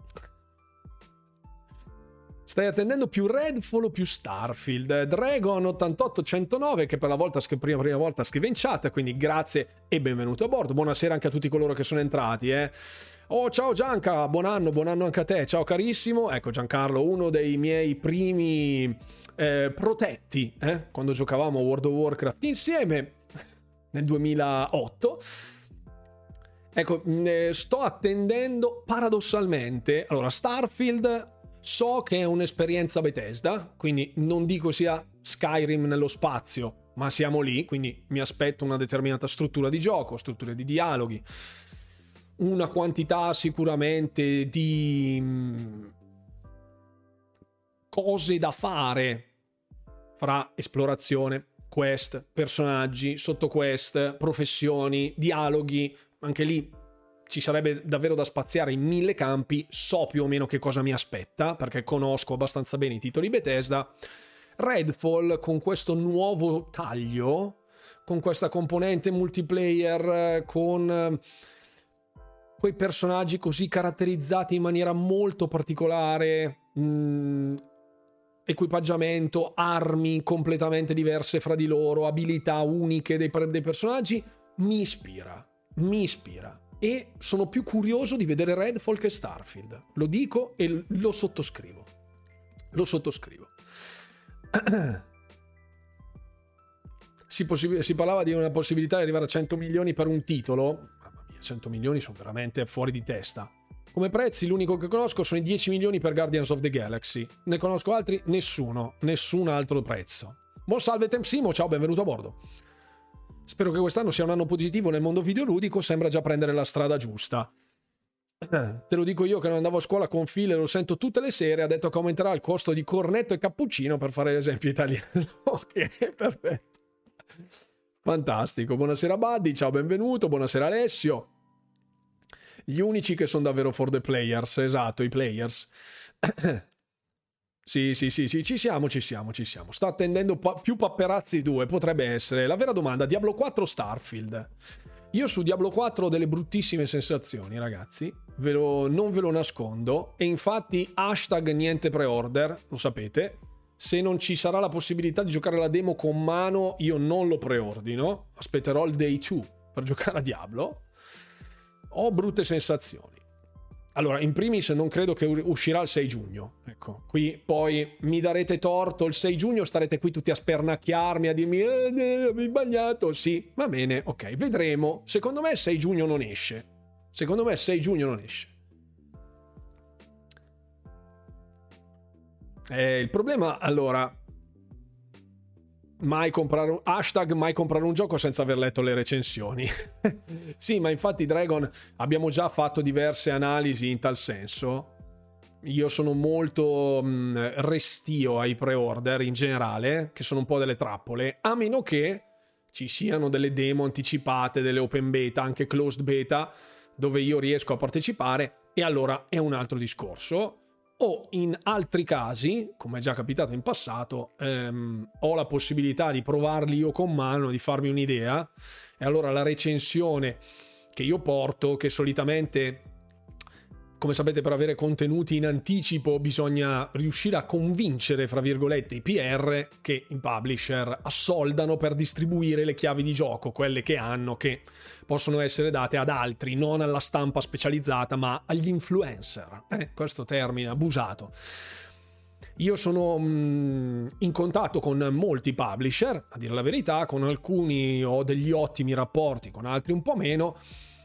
Stai attendendo più Redfall o più Starfield? Dragon 8809, che per la prima volta scrive in chat, quindi grazie e benvenuto a bordo. Buonasera anche a tutti coloro che sono entrati, Oh, ciao Gianca, buon anno anche a te, ciao carissimo. Ecco Giancarlo, uno dei miei primi protetti, quando giocavamo a World of Warcraft insieme nel 2008. Ecco, sto attendendo paradossalmente. Allora, Starfield so che è un'esperienza Bethesda, quindi non dico sia Skyrim nello spazio, ma siamo lì, quindi mi aspetto una determinata struttura di gioco, strutture di dialoghi, una quantità sicuramente di cose da fare fra esplorazione, quest, personaggi, sottoquest, professioni, dialoghi. Anche lì ci sarebbe davvero da spaziare in 1000 campi. So più o meno che cosa mi aspetta, perché conosco abbastanza bene i titoli Bethesda. Redfall, con questo nuovo taglio, con questa componente multiplayer, con quei personaggi così caratterizzati in maniera molto particolare, equipaggiamento, armi completamente diverse fra di loro, abilità uniche dei personaggi, mi ispira. E sono più curioso di vedere Redfall che Starfield. Lo dico e lo sottoscrivo. Si parlava di una possibilità di arrivare a 100 milioni per un titolo. Mamma mia, 100 milioni sono veramente fuori di testa. Come prezzi l'unico che conosco sono i 10 milioni per Guardians of the Galaxy. Ne conosco altri? Nessun altro prezzo. Buon salve Tempsimo, ciao, benvenuto a bordo. Spero che quest'anno sia un anno positivo nel mondo videoludico, sembra già prendere la strada giusta. Te lo dico io che non andavo a scuola con Phil e lo sento tutte le sere, ha detto che aumenterà il costo di cornetto e cappuccino per fare l'esempio italiano. Ok, perfetto. Fantastico, buonasera Buddy, ciao, benvenuto, buonasera Alessio. Gli unici che sono davvero for the players, esatto, i players. Sì, ci siamo. Sta attendendo più papperazzi 2, potrebbe essere. La vera domanda, Diablo 4 o Starfield? Io su Diablo 4 ho delle bruttissime sensazioni, ragazzi, non ve lo nascondo, e infatti hashtag niente pre-order, lo sapete. Se non ci sarà la possibilità di giocare la demo con mano, io non lo preordino, aspetterò il day 2 per giocare a Diablo. Ho brutte sensazioni. Allora, in primis non credo che uscirà il 6 giugno. Ecco, qui poi mi darete torto, il 6 giugno starete qui tutti a spernacchiarmi, a dirmi avevi sbagliato. Sì, va bene, ok, vedremo. Secondo me il 6 giugno non esce. Il problema, allora, mai comprare un gioco senza aver letto le recensioni. Sì, ma infatti Dragon abbiamo già fatto diverse analisi in tal senso. Io sono molto restio ai pre-order in generale, che sono un po' delle trappole, a meno che ci siano delle demo anticipate, delle open beta, anche closed beta, dove io riesco a partecipare, e allora è un altro discorso. O in altri casi, come è già capitato in passato, ho la possibilità di provarli io con mano, di farmi un'idea, e allora la recensione che io porto, che solitamente, come sapete, per avere contenuti in anticipo bisogna riuscire a convincere, fra virgolette, i PR, che i publisher assoldano per distribuire le chiavi di gioco, quelle che hanno, che possono essere date ad altri, non alla stampa specializzata, ma agli influencer. Questo termine abusato. Io sono in contatto con molti publisher, a dire la verità, con alcuni ho degli ottimi rapporti, con altri un po' meno.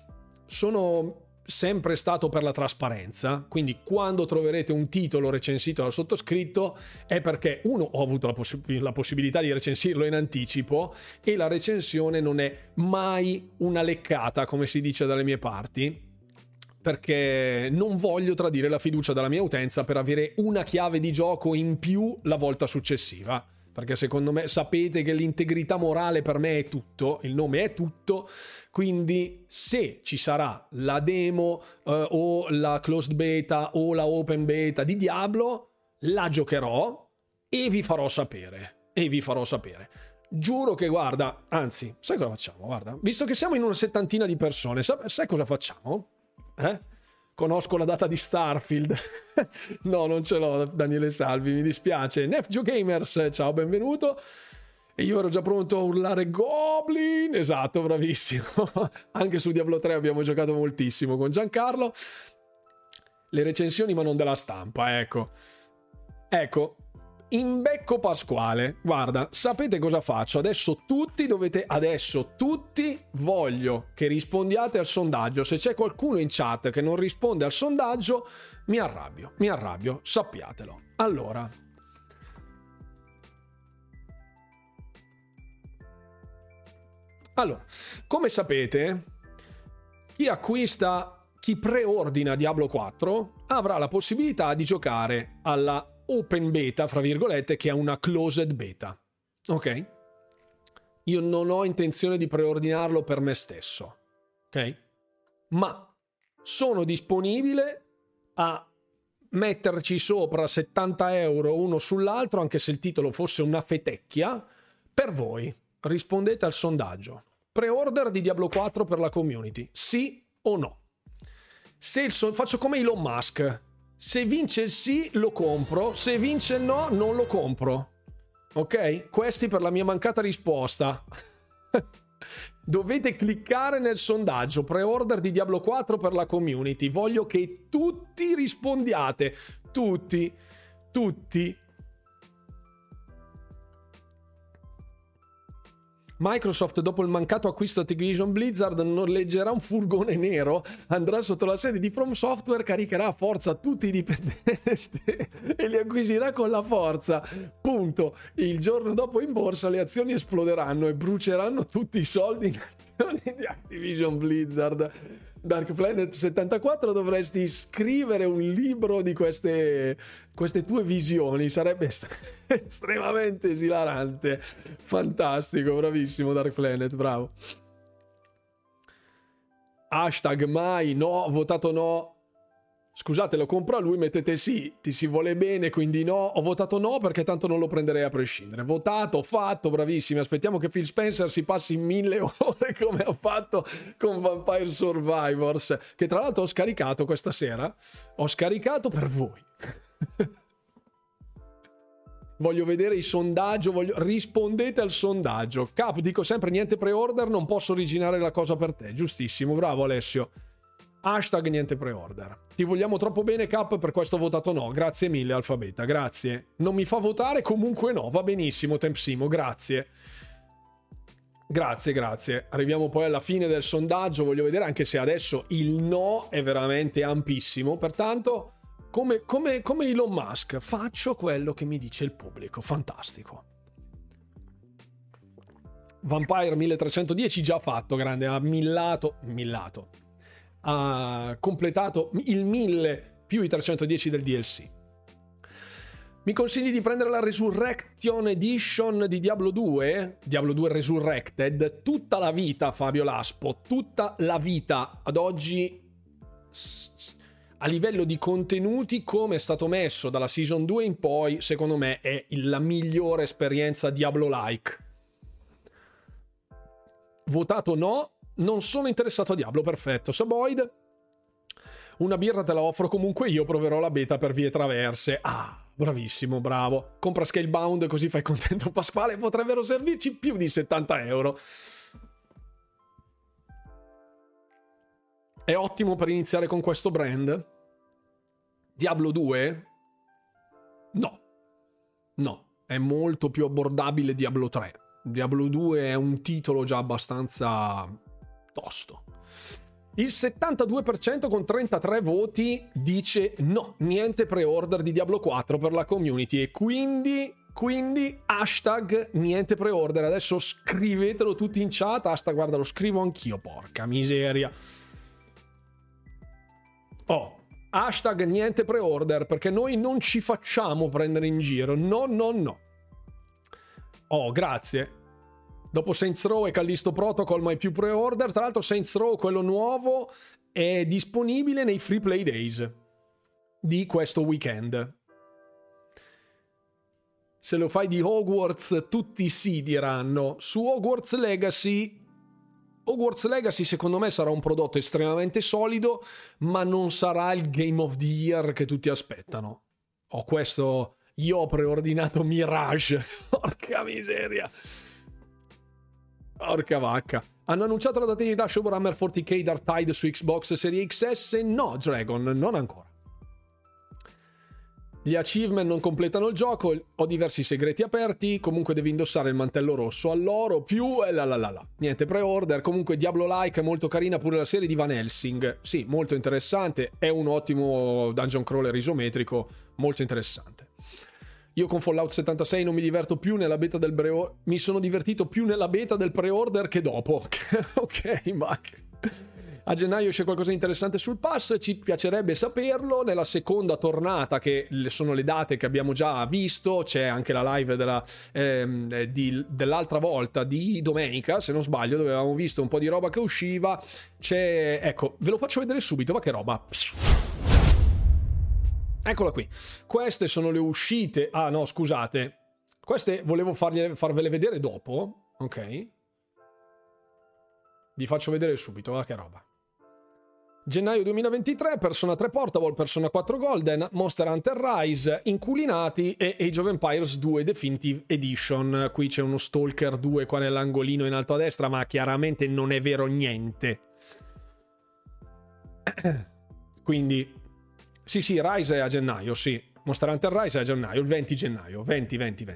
Sono sempre stato per la trasparenza, quindi quando troverete un titolo recensito dal sottoscritto è perché, uno, ho avuto la possibilità di recensirlo in anticipo, e la recensione non è mai una leccata, come si dice dalle mie parti, perché non voglio tradire la fiducia della mia utenza per avere una chiave di gioco in più la volta successiva. Perché secondo me sapete che l'integrità morale per me è tutto, il nome è tutto, quindi se ci sarà la demo o la closed beta o la open beta di Diablo, la giocherò e vi farò sapere. Giuro che, guarda, anzi, sai cosa facciamo? Guarda, visto che siamo in una settantina di persone, sai cosa facciamo? Conosco la data di Starfield. No, non ce l'ho, Daniele Salvi, mi dispiace. Nefgio Gamers, ciao, benvenuto. E io ero già pronto a urlare Goblin. Esatto, bravissimo. Anche su Diablo 3 abbiamo giocato moltissimo con Giancarlo. Le recensioni, ma non della stampa, ecco. Imbecco Pasquale, guarda, sapete cosa faccio? Adesso tutti voglio che rispondiate al sondaggio. Se c'è qualcuno in chat che non risponde al sondaggio, mi arrabbio, sappiatelo. Allora, come sapete, chi preordina Diablo 4 avrà la possibilità di giocare alla open beta, fra virgolette, che è una closed beta. Ok? Io non ho intenzione di preordinarlo per me stesso. Ok? Ma sono disponibile a metterci sopra 70 euro uno sull'altro, anche se il titolo fosse una fetecchia, per voi. Rispondete al sondaggio. Pre-order di Diablo 4 per la community? Sì o no? Faccio come Elon Musk. Se vince il sì, lo compro. Se vince il no, non lo compro. Ok? Questi per la mia mancata risposta. Dovete cliccare nel sondaggio pre-order di Diablo 4 per la community. Voglio che tutti rispondiate. Tutti. Microsoft, dopo il mancato acquisto Activision Blizzard, noleggerà un furgone nero, andrà sotto la sede di From Software, caricherà a forza tutti i dipendenti e li acquisirà con la forza. Punto. Il giorno dopo in borsa le azioni esploderanno e bruceranno tutti i soldi in azioni di Activision Blizzard. Dark Planet 74, dovresti scrivere un libro di queste tue visioni, sarebbe estremamente esilarante. Fantastico, bravissimo Dark Planet, bravo. Hashtag mai, no, ho votato no. Scusate, lo compro a lui, mettete sì, ti si vuole bene, quindi no. Ho votato no perché tanto non lo prenderei a prescindere. Votato, fatto, bravissimi. Aspettiamo che Phil Spencer si passi 1000 ore come ho fatto con Vampire Survivors, che tra l'altro ho scaricato questa sera. Ho scaricato per voi. Voglio vedere i sondaggi, rispondete al sondaggio. Cap, dico sempre niente pre-order, non posso originare la cosa per te. Giustissimo, bravo Alessio. Hashtag niente pre-order. Ti vogliamo troppo bene, Cap, per questo ho votato no. Grazie mille, Alfabeta, grazie. Non mi fa votare, comunque no. Va benissimo, Tempsimo, grazie. Grazie. Arriviamo poi alla fine del sondaggio. Voglio vedere, anche se adesso il no è veramente ampissimo. Pertanto, come Elon Musk, faccio quello che mi dice il pubblico. Fantastico. Vampire 1310 già fatto, grande. Ha millato. Ha completato il 1000 più i 310 del DLC. Mi consigli di prendere la Resurrection Edition di Diablo 2? Diablo 2 Resurrected? Tutta la vita, Fabio Laspo, tutta la vita. Ad oggi, a livello di contenuti, come è stato messo dalla Season 2 in poi, secondo me è la migliore esperienza Diablo-like. Votato no. Non sono interessato a Diablo, perfetto. Saboid, una birra te la offro comunque io, proverò la beta per vie traverse. Ah, bravissimo, bravo. Compra Scalebound così fai contento Pasquale, potrebbero servirci più di 70 euro. È ottimo per iniziare con questo brand. Diablo 2? No, è molto più abbordabile Diablo 3. Diablo 2 è un titolo già abbastanza tosto. Il 72% con 33 voti dice no, niente pre-order di Diablo 4 per la community, e quindi hashtag niente pre-order. Adesso scrivetelo tutti in chat. Hashtag, guarda, lo scrivo anch'io, porca miseria. Hashtag niente pre-order, perché noi non ci facciamo prendere in giro. No. Grazie. Dopo Saints Row e Callisto Protocol, mai più pre-order. Tra l'altro Saints Row, quello nuovo, è disponibile nei Free Play Days di questo weekend. Se lo fai di Hogwarts, tutti sì diranno. Su Hogwarts Legacy secondo me sarà un prodotto estremamente solido, ma non sarà il Game of the Year che tutti aspettano. Io ho preordinato Mirage. Porca miseria. Porca vacca. Hanno annunciato la data di rilascio Warhammer 40k Dark Tide su Xbox Series XS? No, Dragon, non ancora. Gli achievement non completano il gioco, ho diversi segreti aperti, comunque devi indossare il mantello rosso all'oro, più niente pre-order. Comunque Diablo-like, molto carina pure la serie di Van Helsing. Sì, molto interessante, è un ottimo dungeon crawler isometrico, molto interessante. Io con Fallout 76 non mi diverto più nella beta del pre-order. Mi sono divertito più nella beta del pre-order che dopo. Ok, Mac. A gennaio c'è qualcosa di interessante sul pass, ci piacerebbe saperlo. Nella seconda tornata, che sono le date che abbiamo già visto, c'è anche la live dell'altra volta di domenica, se non sbaglio, dove avevamo visto un po' di roba che usciva. Ecco, ve lo faccio vedere subito, va che roba. Eccola qui. Queste sono le uscite. Ah no, scusate. Queste volevo farvele vedere dopo. Ok. Vi faccio vedere subito, va che roba. Gennaio 2023, Persona 3 Portable, Persona 4 Golden, Monster Hunter Rise, Inculinati e Age of Empires 2 Definitive Edition. Qui c'è uno Stalker 2 qua nell'angolino in alto a destra, ma chiaramente non è vero niente. Quindi sì, Rise è a gennaio, sì. Monster Hunter Rise è a gennaio, il 20 gennaio, 20.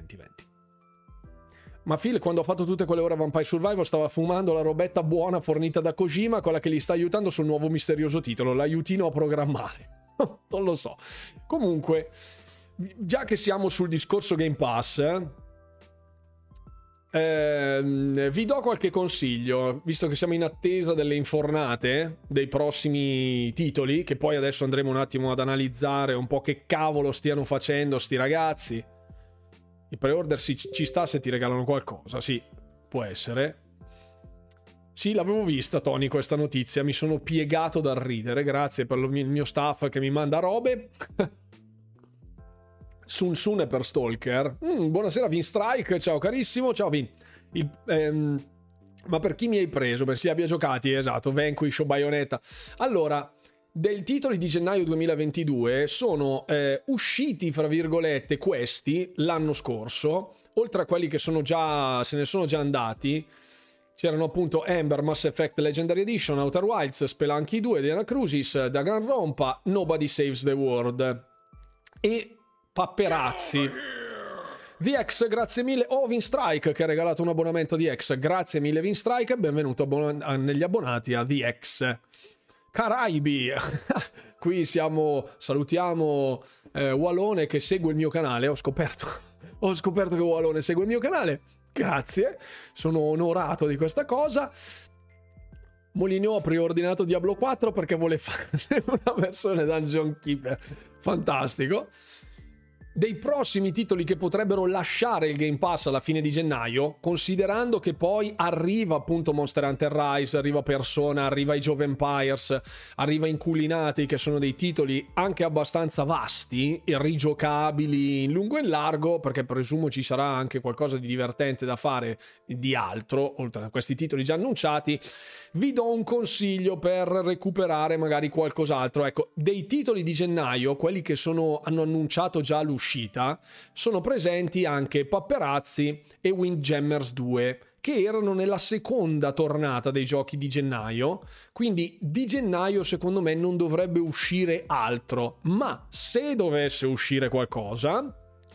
Ma Phil, quando ha fatto tutte quelle ore a Vampire Survivor, stava fumando la robetta buona fornita da Kojima, quella che gli sta aiutando sul nuovo misterioso titolo, l'aiutino a programmare. Non lo so. Comunque, già che siamo sul discorso Game Pass, vi do qualche consiglio, visto che siamo in attesa delle infornate dei prossimi titoli, che poi adesso andremo un attimo ad analizzare un po' che cavolo stiano facendo sti ragazzi. Il pre-order ci sta se ti regalano qualcosa, sì, può essere. Sì, l'avevo vista, Tony, questa notizia, mi sono piegato dal ridere, grazie per il mio staff che mi manda robe. Sun è per Stalker. Buonasera Vin Strike, ciao carissimo, ciao Vin. Ma per chi mi hai preso? Per si abbia giocati, esatto, Vanquish o Bayonetta. Allora, dei titoli di gennaio 2022 sono usciti, fra virgolette, questi l'anno scorso, oltre a quelli che se ne sono già andati. C'erano appunto Ember, Mass Effect Legendary Edition, Outer Wilds, Spelunky 2, Diana Crucis, Danganronpa, Nobody Saves the World e Papperazzi. The X, grazie mille. Vin Strike che ha regalato un abbonamento di X, grazie mille Vin Strike, benvenuto negli abbonati a The X. Caraibi, qui salutiamo Walone che segue il mio canale, ho scoperto che Walone segue il mio canale, grazie, sono onorato di questa cosa. Molinio ha preordinato Diablo 4 perché vuole fare una versione Dungeon Keeper, fantastico. Dei prossimi titoli che potrebbero lasciare il Game Pass alla fine di gennaio, considerando che poi arriva appunto Monster Hunter Rise, arriva Persona, arriva Age of Empires, arriva Inculinati, che sono dei titoli anche abbastanza vasti e rigiocabili in lungo e in largo, perché presumo ci sarà anche qualcosa di divertente da fare di altro, oltre a questi titoli già annunciati. Vi do un consiglio per recuperare magari qualcos'altro. Ecco, dei titoli di gennaio, quelli che hanno annunciato già l'uscita, sono presenti anche Papperazzi e Windjammers 2, che erano nella seconda tornata dei giochi di gennaio, quindi di gennaio secondo me non dovrebbe uscire altro, ma se dovesse uscire qualcosa,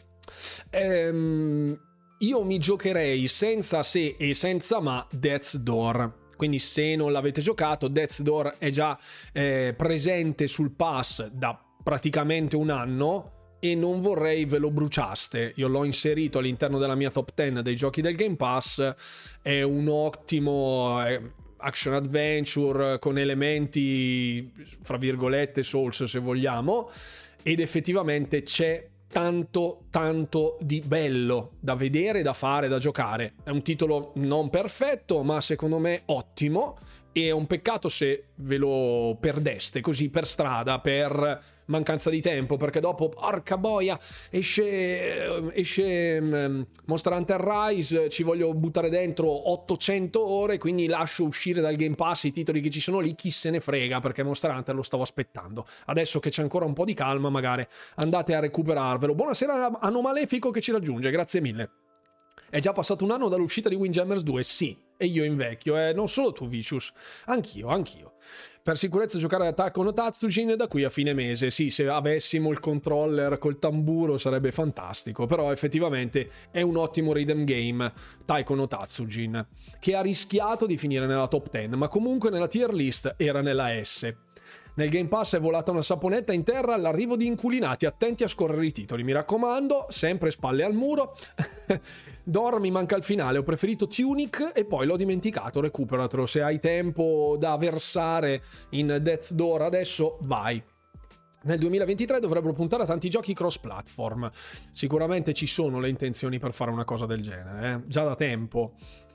io mi giocherei senza se e senza ma Death's Door. Quindi se non l'avete giocato, Death's Door è già presente sul pass da praticamente un anno e non vorrei ve lo bruciaste. Io l'ho inserito all'interno della mia top 10 dei giochi del Game Pass, è un ottimo action adventure con elementi fra virgolette Souls se vogliamo, ed effettivamente c'è tanto di bello da vedere, da fare, da giocare. È un titolo non perfetto, ma secondo me ottimo, e è un peccato se ve lo perdeste così per strada per mancanza di tempo, perché dopo, porca boia, esce Monster Hunter Rise, ci voglio buttare dentro 800 ore, quindi lascio uscire dal Game Pass i titoli che ci sono lì, chi se ne frega, perché Monster Hunter lo stavo aspettando. Adesso che c'è ancora un po' di calma, magari andate a recuperarvelo. Buonasera a Malefico che ci raggiunge, grazie mille. È già passato un anno dall'uscita di Windjammers 2, sì, e io invecchio, non solo tu Vicious, anch'io. Per sicurezza giocare ad Taiko no Tatsujin da qui a fine mese, sì, se avessimo il controller col tamburo sarebbe fantastico, però effettivamente è un ottimo rhythm game, Taiko no Tatsujin, che ha rischiato di finire nella top 10, ma comunque nella tier list era nella S. Nel Game Pass è volata una saponetta in terra all'arrivo di Inculinati, attenti a scorrere i titoli, mi raccomando, sempre spalle al muro. Dor mi manca il finale, ho preferito Tunic e poi l'ho dimenticato, recuperatelo, se hai tempo da versare in Death's Door adesso vai. Nel 2023 dovrebbero puntare a tanti giochi cross-platform, sicuramente ci sono le intenzioni per fare una cosa del genere, già da tempo.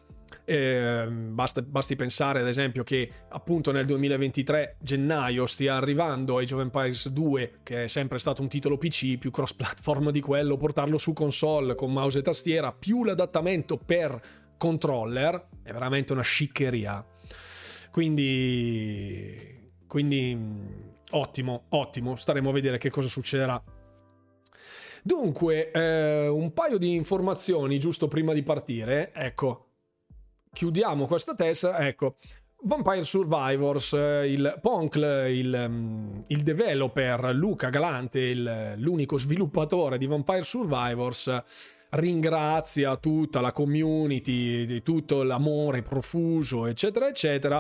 Basti pensare ad esempio che appunto nel 2023 gennaio stia arrivando Age of Empires 2, che è sempre stato un titolo PC, più cross platform di quello, portarlo su console con mouse e tastiera più l'adattamento per controller è veramente una sciccheria, quindi quindi ottimo, staremo a vedere che cosa succederà. Dunque, un paio di informazioni giusto prima di partire, ecco, chiudiamo questa testa, ecco, Vampire Survivors, il Poncle, il developer Luca Galante, l'unico sviluppatore di Vampire Survivors, ringrazia tutta la community di tutto l'amore profuso, eccetera, eccetera,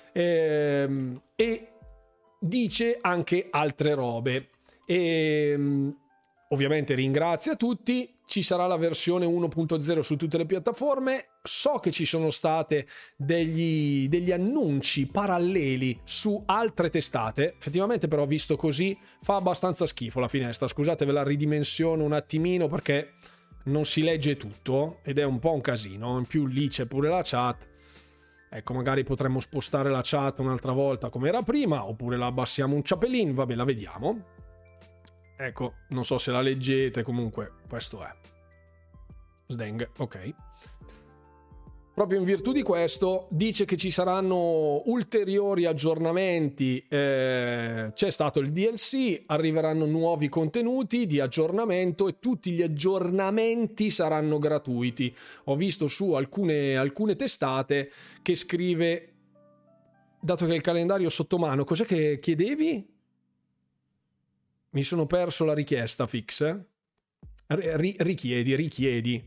e dice anche altre robe. Ovviamente ringrazia tutti. Ci sarà la versione 1.0 su tutte le piattaforme. So che ci sono state degli annunci paralleli su altre testate. Effettivamente però visto così fa abbastanza schifo la finestra. Scusate, ve la ridimensiono un attimino perché non si legge tutto ed è un po' un casino. In più lì c'è pure la chat. Ecco, magari potremmo spostare la chat un'altra volta come era prima, oppure la abbassiamo un ciapelin. Vabbè, la vediamo. Ecco, non so se la leggete, comunque questo è Sdeng, ok. Proprio in virtù di questo dice che ci saranno ulteriori aggiornamenti, c'è stato il DLC, arriveranno nuovi contenuti di aggiornamento e tutti gli aggiornamenti saranno gratuiti. Ho visto su alcune testate che scrive, dato che il calendario è sotto mano, cos'è che chiedevi? Mi sono perso la richiesta, Fix. Richiedi.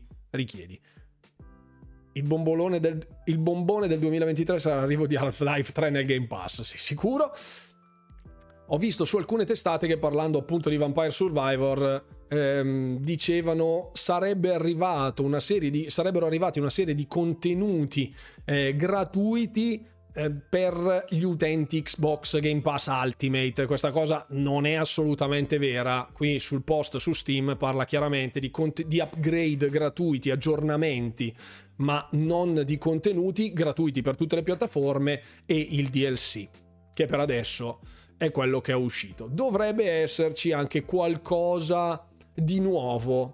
Il bombone del 2023 sarà l'arrivo di Half-Life 3 nel Game Pass, sì, sicuro. Ho visto su alcune testate che, parlando appunto di Vampire Survivor, dicevano sarebbero arrivati una serie di contenuti gratuiti per gli utenti Xbox Game Pass Ultimate. Questa cosa non è assolutamente vera. Qui sul post su Steam parla chiaramente di upgrade gratuiti, aggiornamenti, ma non di contenuti gratuiti per tutte le piattaforme e il DLC, che per adesso è quello che è uscito. Dovrebbe esserci anche qualcosa di nuovo.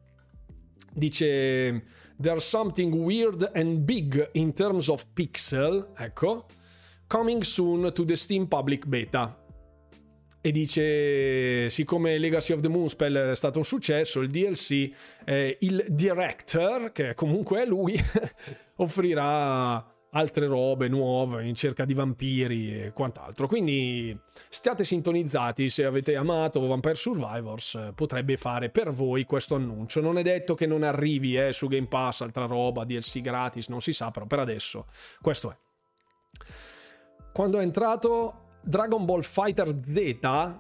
Dice there's something weird and big in terms of pixel, ecco, coming soon to the Steam Public Beta. E dice, siccome Legacy of the Moonspell è stato un successo, il DLC, il director, che comunque è lui, offrirà altre robe nuove in cerca di vampiri e quant'altro. Quindi state sintonizzati, se avete amato Vampire Survivors potrebbe fare per voi questo annuncio. Non è detto che non arrivi su Game Pass altra roba, DLC gratis, non si sa, però per adesso questo è. Quando è entrato Dragon Ball Fighter Z,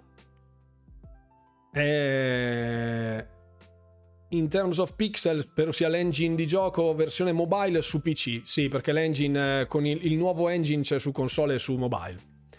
in terms of pixel, spero sia l'engine di gioco versione mobile su PC. Sì, perché l'engine con il nuovo engine c'è su console e su mobile.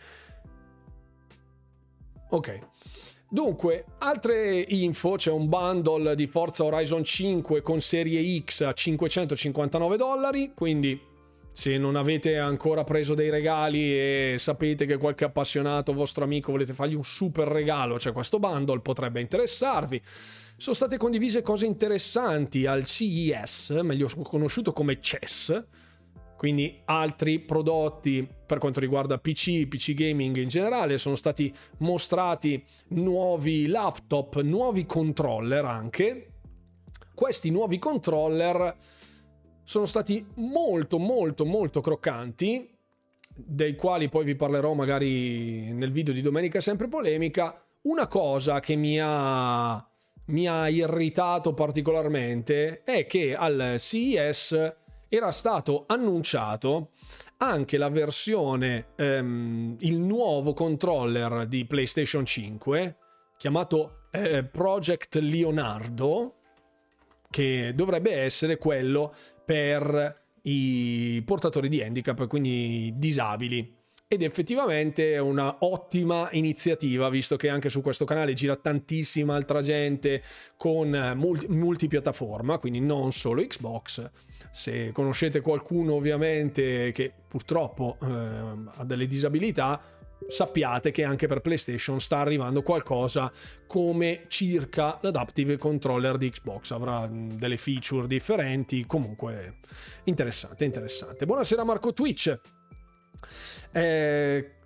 Ok. Dunque, altre info, c'è un bundle di Forza Horizon 5 con serie X a $559, quindi se non avete ancora preso dei regali e sapete che qualche appassionato vostro amico volete fargli un super regalo, c'è questo bundle, potrebbe interessarvi. Sono state condivise cose interessanti al CES, meglio conosciuto come CES, quindi altri prodotti per quanto riguarda PC gaming in generale. Sono stati mostrati nuovi laptop, nuovi controller anche. Questi nuovi controller sono stati molto croccanti, dei quali poi vi parlerò magari nel video di domenica sempre polemica. Una cosa che mi ha irritato particolarmente è che al CES era stato annunciato anche la versione, il nuovo controller di PlayStation 5 chiamato Project Leonardo, che dovrebbe essere quello per i portatori di handicap, quindi disabili. Ed effettivamente è una ottima iniziativa, visto che anche su questo canale gira tantissima altra gente con multipiattaforma, quindi non solo Xbox. Se conoscete qualcuno ovviamente che purtroppo ha delle disabilità, sappiate che anche per PlayStation sta arrivando qualcosa come circa l'Adaptive Controller di Xbox. Avrà delle feature differenti, comunque interessante. Buonasera Marco Twitch.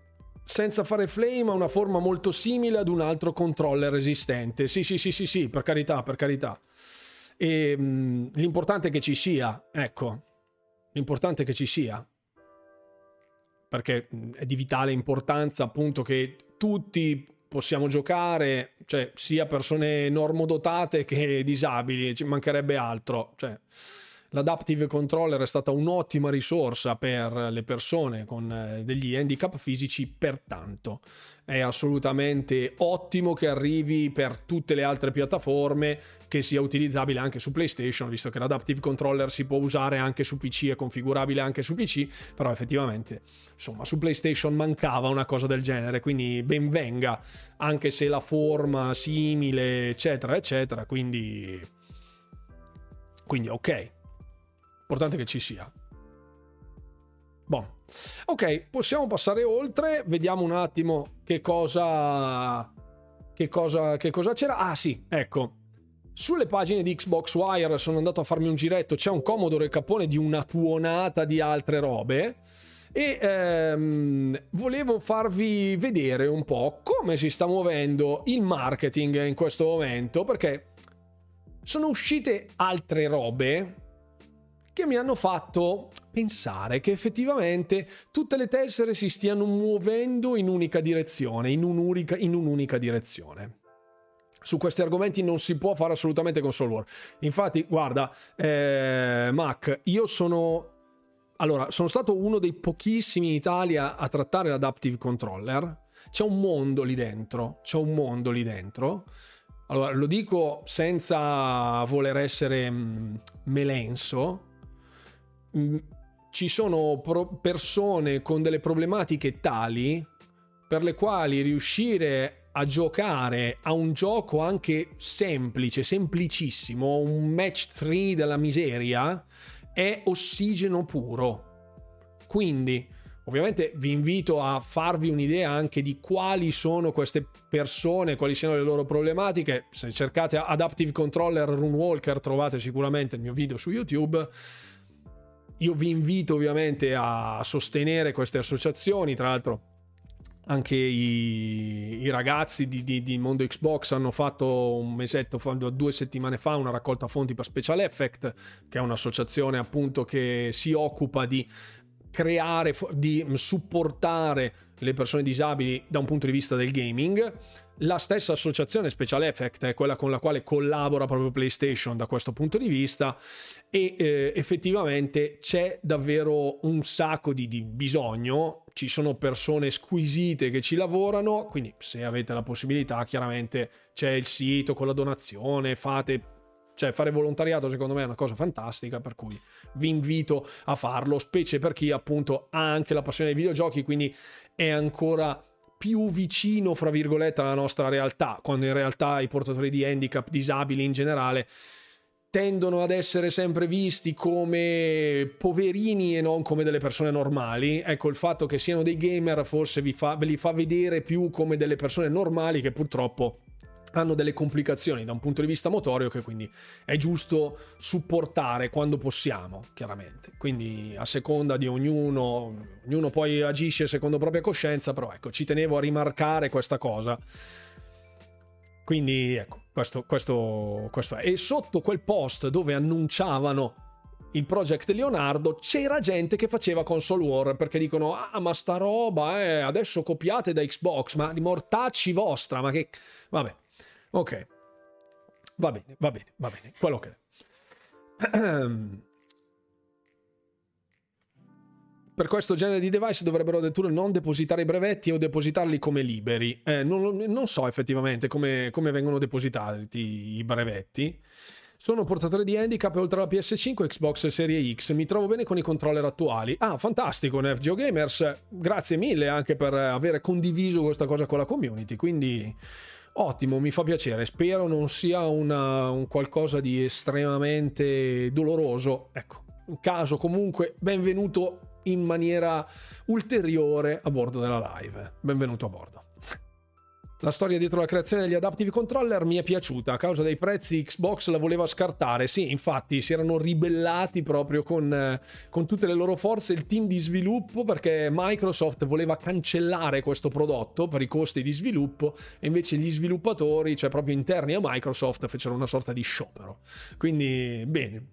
senza fare flame ha una forma molto simile ad un altro controller esistente. Sì, per carità. E l'importante è che ci sia, ecco, l'importante è che ci sia, perché è di vitale importanza appunto che tutti possiamo giocare, cioè sia persone normodotate che disabili, ci mancherebbe altro, cioè l'Adaptive Controller è stata un'ottima risorsa per le persone con degli handicap fisici, pertanto è assolutamente ottimo che arrivi per tutte le altre piattaforme, che sia utilizzabile anche su PlayStation, visto che l'Adaptive Controller si può usare anche su PC, è configurabile anche su PC, però effettivamente insomma su PlayStation mancava una cosa del genere, quindi ben venga, anche se la forma simile eccetera, quindi ok. Importante che ci sia. Bon. Ok, possiamo passare oltre. Vediamo un attimo che cosa c'era. Ah sì, ecco. Sulle pagine di Xbox Wire sono andato a farmi un giretto. C'è un comodo recapone di una tuonata di altre robe. E volevo farvi vedere un po' come si sta muovendo il marketing in questo momento, perché sono uscite altre robe che mi hanno fatto pensare che effettivamente tutte le tessere si stiano muovendo in un'unica direzione. Su questi argomenti non si può fare assolutamente console war. Infatti, guarda, Mac, io sono stato uno dei pochissimi in Italia a trattare l'Adaptive Controller. C'è un mondo lì dentro. Allora, lo dico senza voler essere melenso. Ci sono persone con delle problematiche tali per le quali riuscire a giocare a un gioco anche semplice, semplicissimo, un match 3 della miseria, è ossigeno puro. Quindi ovviamente vi invito a farvi un'idea anche di quali sono queste persone, quali siano le loro problematiche. Se cercate Adaptive Controller Runewalker trovate sicuramente il mio video su YouTube. Io vi invito ovviamente a sostenere queste associazioni. Tra l'altro anche i ragazzi di Mondo Xbox hanno fatto un mesetto, 2 settimane fa, una raccolta fondi per Special Effect, che è un'associazione appunto che si occupa di creare, di supportare le persone disabili da un punto di vista del gaming. La stessa associazione Special Effect è quella con la quale collabora proprio PlayStation da questo punto di vista, e effettivamente c'è davvero un sacco di bisogno. Ci sono persone squisite che ci lavorano, quindi se avete la possibilità chiaramente c'è il sito con la donazione, fare volontariato secondo me è una cosa fantastica, per cui vi invito a farlo, specie per chi appunto ha anche la passione dei videogiochi, quindi è ancora più vicino fra virgolette alla nostra realtà, quando in realtà i portatori di handicap, disabili in generale, tendono ad essere sempre visti come poverini e non come delle persone normali. Ecco, il fatto che siano dei gamer forse ve li fa vedere più come delle persone normali che purtroppo hanno delle complicazioni da un punto di vista motorio, che quindi è giusto supportare quando possiamo, chiaramente. Quindi a seconda di ognuno poi agisce secondo propria coscienza, però ecco, ci tenevo a rimarcare questa cosa. Quindi ecco, questo è. E sotto quel post dove annunciavano il Project Leonardo c'era gente che faceva console war, perché dicono ma sta roba adesso copiate da Xbox, ma di mortacci vostra, ma che... Vabbè, ok, va bene, quello che è. Per questo genere di device dovrebbero addirittura non depositare i brevetti o depositarli come liberi. Non so effettivamente come vengono depositati i brevetti. Sono portatore di handicap e oltre alla PS5 Xbox Serie X. Mi trovo bene con i controller attuali. Ah, fantastico, Nef Gamers. Grazie mille anche per aver condiviso questa cosa con la community. Quindi ottimo, mi fa piacere. Spero non sia un qualcosa di estremamente doloroso. Ecco, in caso comunque, benvenuto in maniera ulteriore a bordo della live. Benvenuto a bordo. La storia dietro la creazione degli adaptive controller mi è piaciuta. A causa dei prezzi Xbox la voleva scartare. Sì, infatti si erano ribellati proprio con tutte le loro forze il team di sviluppo, perché Microsoft voleva cancellare questo prodotto per i costi di sviluppo, e invece gli sviluppatori, cioè proprio interni a Microsoft, fecero una sorta di sciopero. Quindi bene.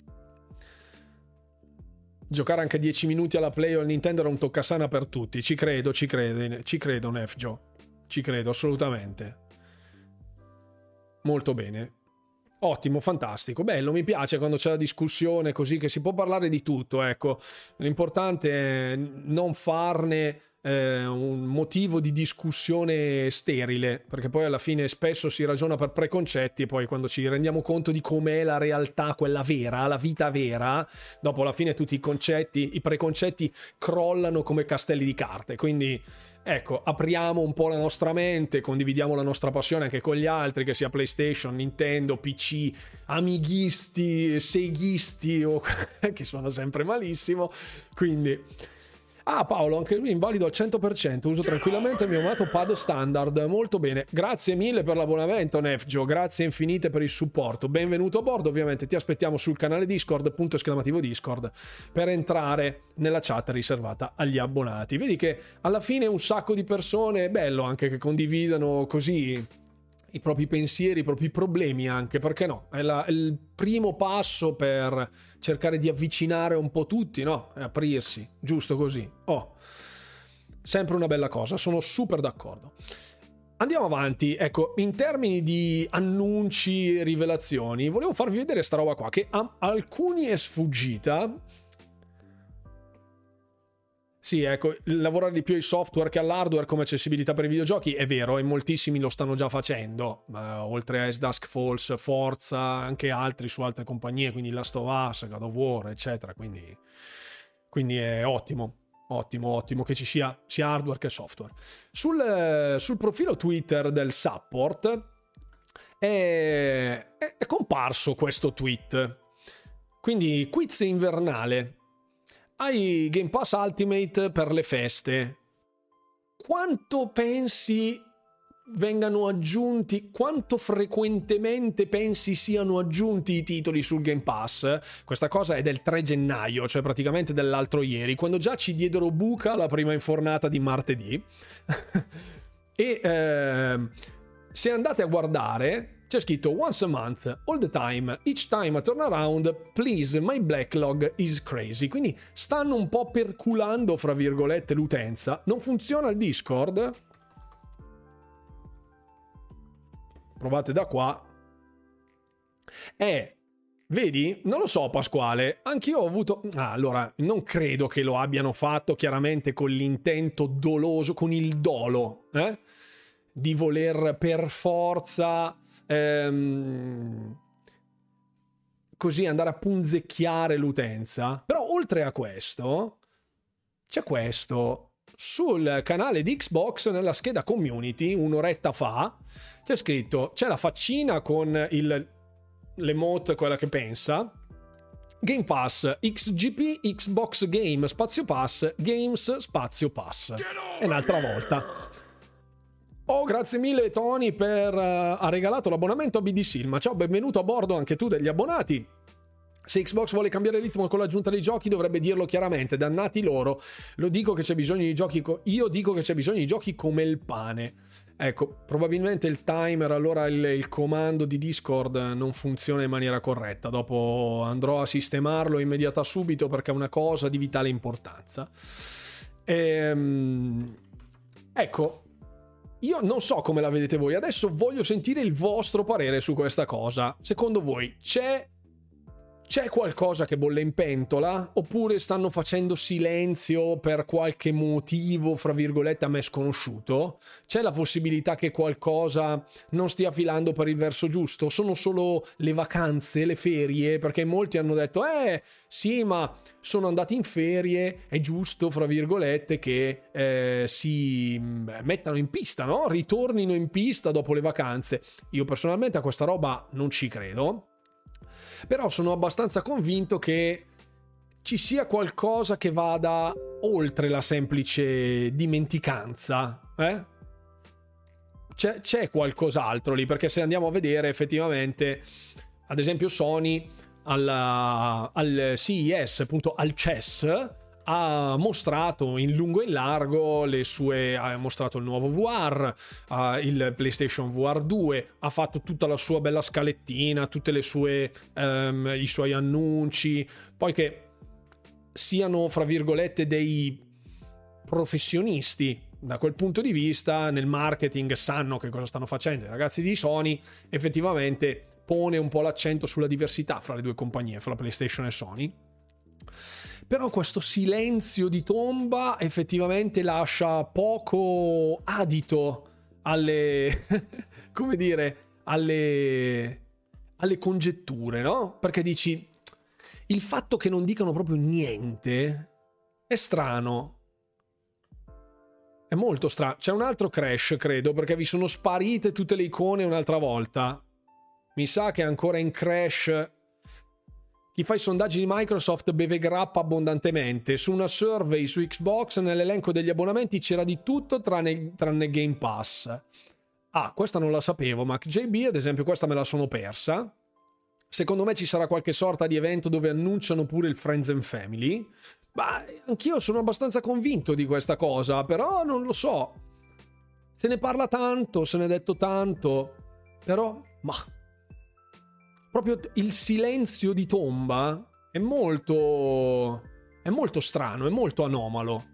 Giocare anche 10 minuti alla Play o al Nintendo era un toccasana per tutti. Ci credo Nefgio. Ci credo assolutamente. Molto bene. Ottimo, fantastico, bello, mi piace quando c'è la discussione così, che si può parlare di tutto, ecco. L'importante è non farne un motivo di discussione sterile, perché poi alla fine spesso si ragiona per preconcetti e poi quando ci rendiamo conto di com'è la realtà, quella vera, la vita vera, dopo alla fine tutti i preconcetti crollano come castelli di carte. Quindi ecco, apriamo un po' la nostra mente, condividiamo la nostra passione anche con gli altri, che sia PlayStation, Nintendo, PC, amighisti, seghisti o che suona sempre malissimo. Quindi Paolo, anche lui invalido al 100%, uso tranquillamente il mio amato pad standard. Molto bene, grazie mille per l'abbonamento Nefgio, grazie infinite per il supporto, benvenuto a bordo. Ovviamente ti aspettiamo sul canale Discord, !Discord, per entrare nella chat riservata agli abbonati. Vedi che alla fine un sacco di persone, è bello anche che condividano così i propri pensieri, i propri problemi anche, perché no? È il primo passo per cercare di avvicinare un po' tutti, no? E aprirsi, giusto così. Sempre una bella cosa, sono super d'accordo. Andiamo avanti, ecco, in termini di annunci, rivelazioni, volevo farvi vedere sta roba qua, che a alcuni è sfuggita. Sì, ecco, lavorare di più ai software che all'hardware come accessibilità per i videogiochi è vero, e moltissimi lo stanno già facendo, oltre a Dusk Falls, Forza, anche altri su altre compagnie, quindi Last of Us, God of War, eccetera, quindi è ottimo che ci sia hardware che software. Sul profilo Twitter del support è comparso questo tweet, quindi quiz invernale. Hai Game Pass Ultimate per le feste. Quanto pensi vengano aggiunti? Quanto frequentemente pensi siano aggiunti i titoli sul Game Pass? Questa cosa è del 3 gennaio, cioè praticamente dell'altro ieri, quando già ci diedero buca la prima infornata di martedì. E se andate a guardare, c'è scritto once a month, all the time, each time a turnaround, please, my backlog is crazy. Quindi stanno un po' perculando, fra virgolette, l'utenza. Non funziona il Discord? Provate da qua. Vedi? Non lo so, Pasquale. Anch'io ho avuto... allora, non credo che lo abbiano fatto chiaramente con l'intento doloso, con il dolo, di voler per forza... così andare a punzecchiare l'utenza. Però oltre a questo c'è questo sul canale di Xbox, nella scheda community, un'oretta fa c'è scritto, c'è la faccina con l'emote, quella che pensa, Game Pass XGP Xbox Game spazio Pass Games spazio Pass, e un'altra volta. Grazie mille Tony per ha regalato l'abbonamento a BD Silma. Ciao, benvenuto a bordo anche tu degli abbonati. Se Xbox vuole cambiare ritmo con l'aggiunta dei giochi dovrebbe dirlo chiaramente, dannati loro. Io dico che c'è bisogno di giochi come il pane. Ecco, probabilmente il timer, allora il comando di Discord non funziona in maniera corretta. Dopo andrò a sistemarlo immediata subito, perché è una cosa di vitale importanza. Ecco, io non so come la vedete voi, adesso voglio sentire il vostro parere su questa cosa. Secondo voi c'è qualcosa che bolle in pentola, oppure stanno facendo silenzio per qualche motivo, fra virgolette, a me sconosciuto? C'è la possibilità che qualcosa non stia filando per il verso giusto? Sono solo le vacanze, le ferie? Perché molti hanno detto sì, ma sono andati in ferie, è giusto, fra virgolette, che si mettano in pista, no? Ritornino in pista dopo le vacanze. Io personalmente a questa roba non ci credo, però sono abbastanza convinto che ci sia qualcosa che vada oltre la semplice dimenticanza, c'è qualcos'altro lì, perché se andiamo a vedere effettivamente, ad esempio Sony al CES, appunto al CES, ha mostrato in lungo e in largo ha mostrato il nuovo VR, il PlayStation VR 2, ha fatto tutta la sua bella scalettina, tutte le sue i suoi annunci, poi che siano fra virgolette dei professionisti da quel punto di vista nel marketing, sanno che cosa stanno facendo. I ragazzi di Sony effettivamente pone un po' l'accento sulla diversità fra le due compagnie, fra PlayStation e Sony. Però questo silenzio di tomba effettivamente lascia poco adito alle come dire, alle congetture, no? Perché dici, il fatto che non dicano proprio niente è strano. È molto strano. C'è un altro crash, credo, perché vi sono sparite tutte le icone un'altra volta. Mi sa che è ancora in crash. Chi fa i sondaggi di Microsoft beve grappa abbondantemente. Su una survey su Xbox, nell'elenco degli abbonamenti c'era di tutto tranne Game Pass. Ah, questa non la sapevo, MacJB, ad esempio, questa me la sono persa. Secondo me ci sarà qualche sorta di evento dove annunciano pure il Friends and Family. Ma anch'io sono abbastanza convinto di questa cosa, però non lo so. Se ne parla tanto, se ne è detto tanto, però, proprio il silenzio di tomba è molto strano, è molto anomalo.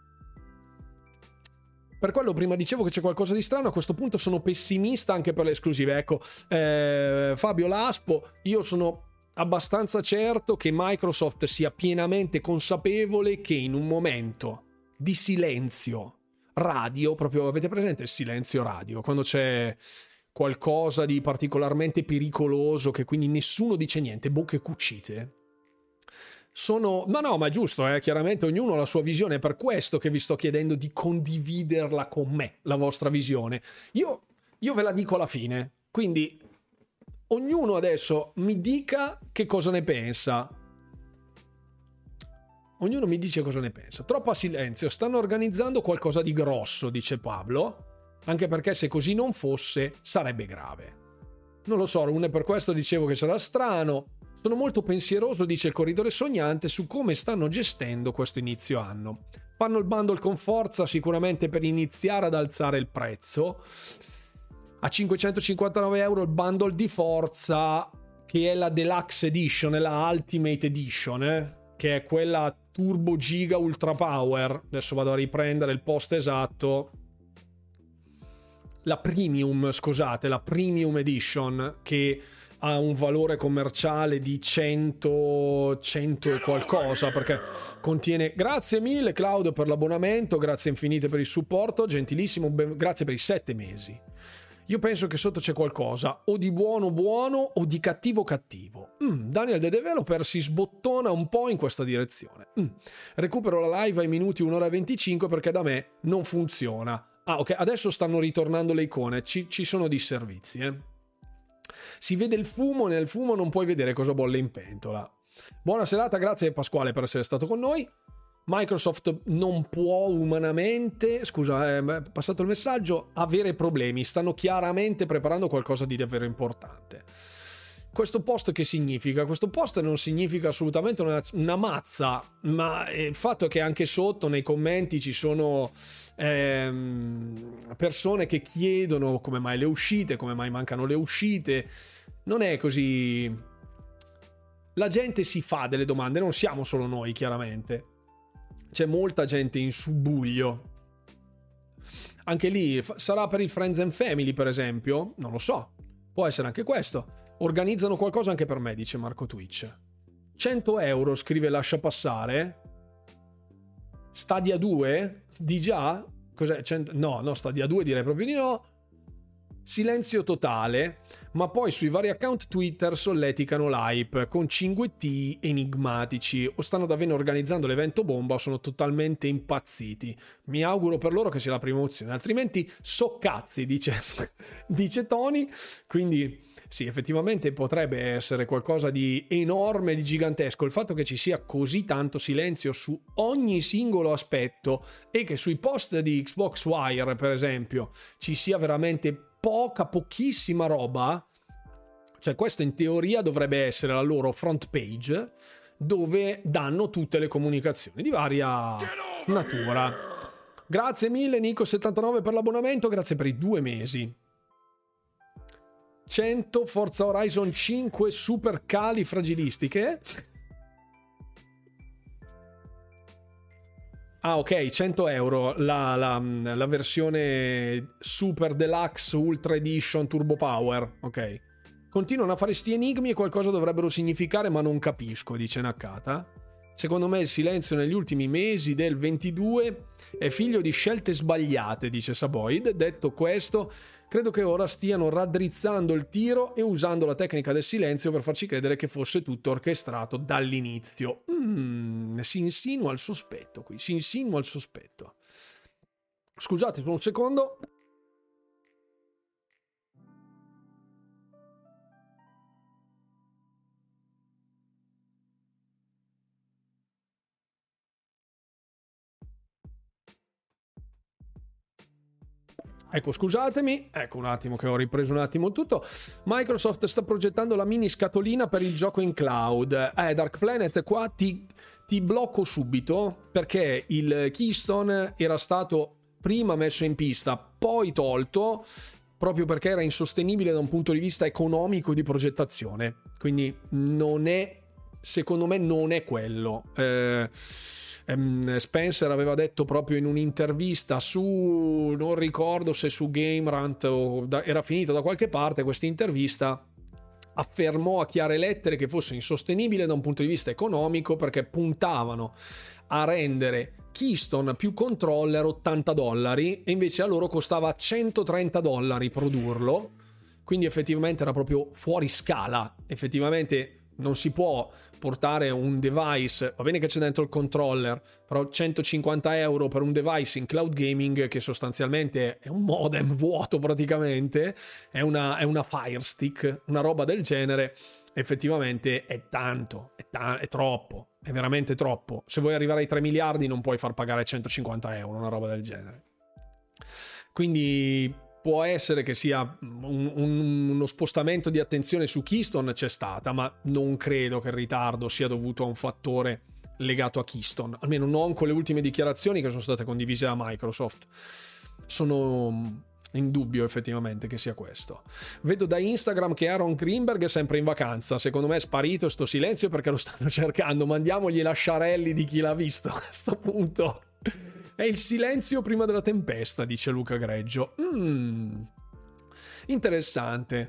Per quello prima dicevo che c'è qualcosa di strano, a questo punto sono pessimista anche per le esclusive. Ecco, Fabio Laspo, io sono abbastanza certo che Microsoft sia pienamente consapevole che in un momento di silenzio radio, proprio avete presente il silenzio radio, quando c'è qualcosa di particolarmente pericoloso che quindi nessuno dice niente, bocche cucite. Ma è giusto, chiaramente ognuno ha la sua visione, è per questo che vi sto chiedendo di condividerla con me, la vostra visione. Io ve la dico alla fine, quindi ognuno adesso mi dica che cosa ne pensa. Ognuno mi dice cosa ne pensa. Troppo silenzio, stanno organizzando qualcosa di grosso, dice Pablo, anche perché se così non fosse sarebbe grave. Non lo so, Rune, per questo dicevo che sarà strano. Sono molto pensieroso, dice il corridore sognante, su come stanno gestendo questo inizio anno. Fanno il bundle con forza sicuramente per iniziare ad alzare il prezzo. A 559 euro il bundle di forza, che è la Deluxe Edition, è la Ultimate Edition, che è quella Turbo Giga Ultra Power. Adesso vado a riprendere il post esatto. La Premium Edition, che ha un valore commerciale di 100 e qualcosa, perché contiene... Grazie mille Claudio per l'abbonamento, grazie infinite per il supporto, gentilissimo, grazie per i 7 mesi. Io penso che sotto c'è qualcosa, o di buono o di cattivo. Daniel The Developer si sbottona un po' in questa direzione. Recupero la live ai minuti 1 ora e 25 perché da me non funziona. Ah, ok, adesso stanno ritornando le icone, ci sono disservizi, Si vede il fumo, nel fumo non puoi vedere cosa bolle in pentola. Buona serata, grazie Pasquale per essere stato con noi. Microsoft non può umanamente, scusa, è passato il messaggio, avere problemi, stanno chiaramente preparando qualcosa di davvero importante. Questo post che significa? Questo post non significa assolutamente una mazza, ma il fatto è che anche sotto nei commenti ci sono persone che chiedono come mai le uscite, come mai mancano le uscite. Non è così. La gente si fa delle domande, non siamo solo noi chiaramente. C'è molta gente in subbuglio. Anche lì sarà per il Friends and Family, per esempio? Non lo so. Può essere anche questo. Organizzano qualcosa anche per me, dice Marco Twitch. 100 euro, scrive lascia passare. Stadia 2? Di già? Cos'è? No, Stadia 2 direi proprio di no. Silenzio totale, ma poi sui vari account Twitter solleticano l'hype con cinguetti enigmatici, o stanno davvero organizzando l'evento bomba o sono totalmente impazziti. Mi auguro per loro che sia la prima opzione, altrimenti so cazzi, dice Tony. Quindi sì, effettivamente potrebbe essere qualcosa di enorme, di gigantesco. Il fatto che ci sia così tanto silenzio su ogni singolo aspetto e che sui post di Xbox Wire, per esempio, ci sia veramente pochissima roba, cioè questo in teoria dovrebbe essere la loro front page dove danno tutte le comunicazioni di varia natura. Grazie mille Nico79 per l'abbonamento, grazie per i 2 mesi. 100 Forza Horizon 5 super cali fragilistiche. Ah, ok, 100 euro la versione Super Deluxe Ultra Edition Turbo Power. Ok. Continuano a fare sti enigmi e qualcosa dovrebbero significare, ma non capisco, dice Nakata. Secondo me il silenzio negli ultimi mesi del 22 è figlio di scelte sbagliate, dice Saboid. Detto questo, credo che ora stiano raddrizzando il tiro e usando la tecnica del silenzio per farci credere che fosse tutto orchestrato dall'inizio. Si insinua il sospetto qui, si insinua il sospetto. Scusate un secondo. Ecco, scusatemi, ecco un attimo che ho ripreso un attimo tutto. Microsoft sta progettando la mini scatolina per il gioco in cloud. Dark Planet, qua ti blocco subito perché il Keystone era stato prima messo in pista, poi tolto, proprio perché era insostenibile da un punto di vista economico e di progettazione. Quindi non è, secondo me non è quello. Spencer aveva detto proprio in un'intervista su, non ricordo se su GameRant o era finito da qualche parte questa intervista, affermò a chiare lettere che fosse insostenibile da un punto di vista economico perché puntavano a rendere Keystone più controller $80 e invece a loro costava $130 produrlo, quindi effettivamente era proprio fuori scala. Effettivamente non si può portare un device, va bene che c'è dentro il controller, però 150 euro per un device in cloud gaming che sostanzialmente è un modem vuoto praticamente, è una Fire Stick, una roba del genere, effettivamente è tanto, è troppo, è veramente troppo. Se vuoi arrivare ai 3 miliardi non puoi far pagare 150 euro una roba del genere. Quindi può essere che sia uno spostamento di attenzione su Keystone, c'è stata, ma non credo che il ritardo sia dovuto a un fattore legato a Keystone, almeno non con le ultime dichiarazioni che sono state condivise da Microsoft. Sono in dubbio effettivamente che sia questo. Vedo da Instagram che Aaron Greenberg è sempre in vacanza, secondo me è sparito sto silenzio perché lo stanno cercando, mandiamogli la sciarelli di chi l'ha visto a sto punto. È il silenzio prima della tempesta, dice Luca Greggio. Interessante.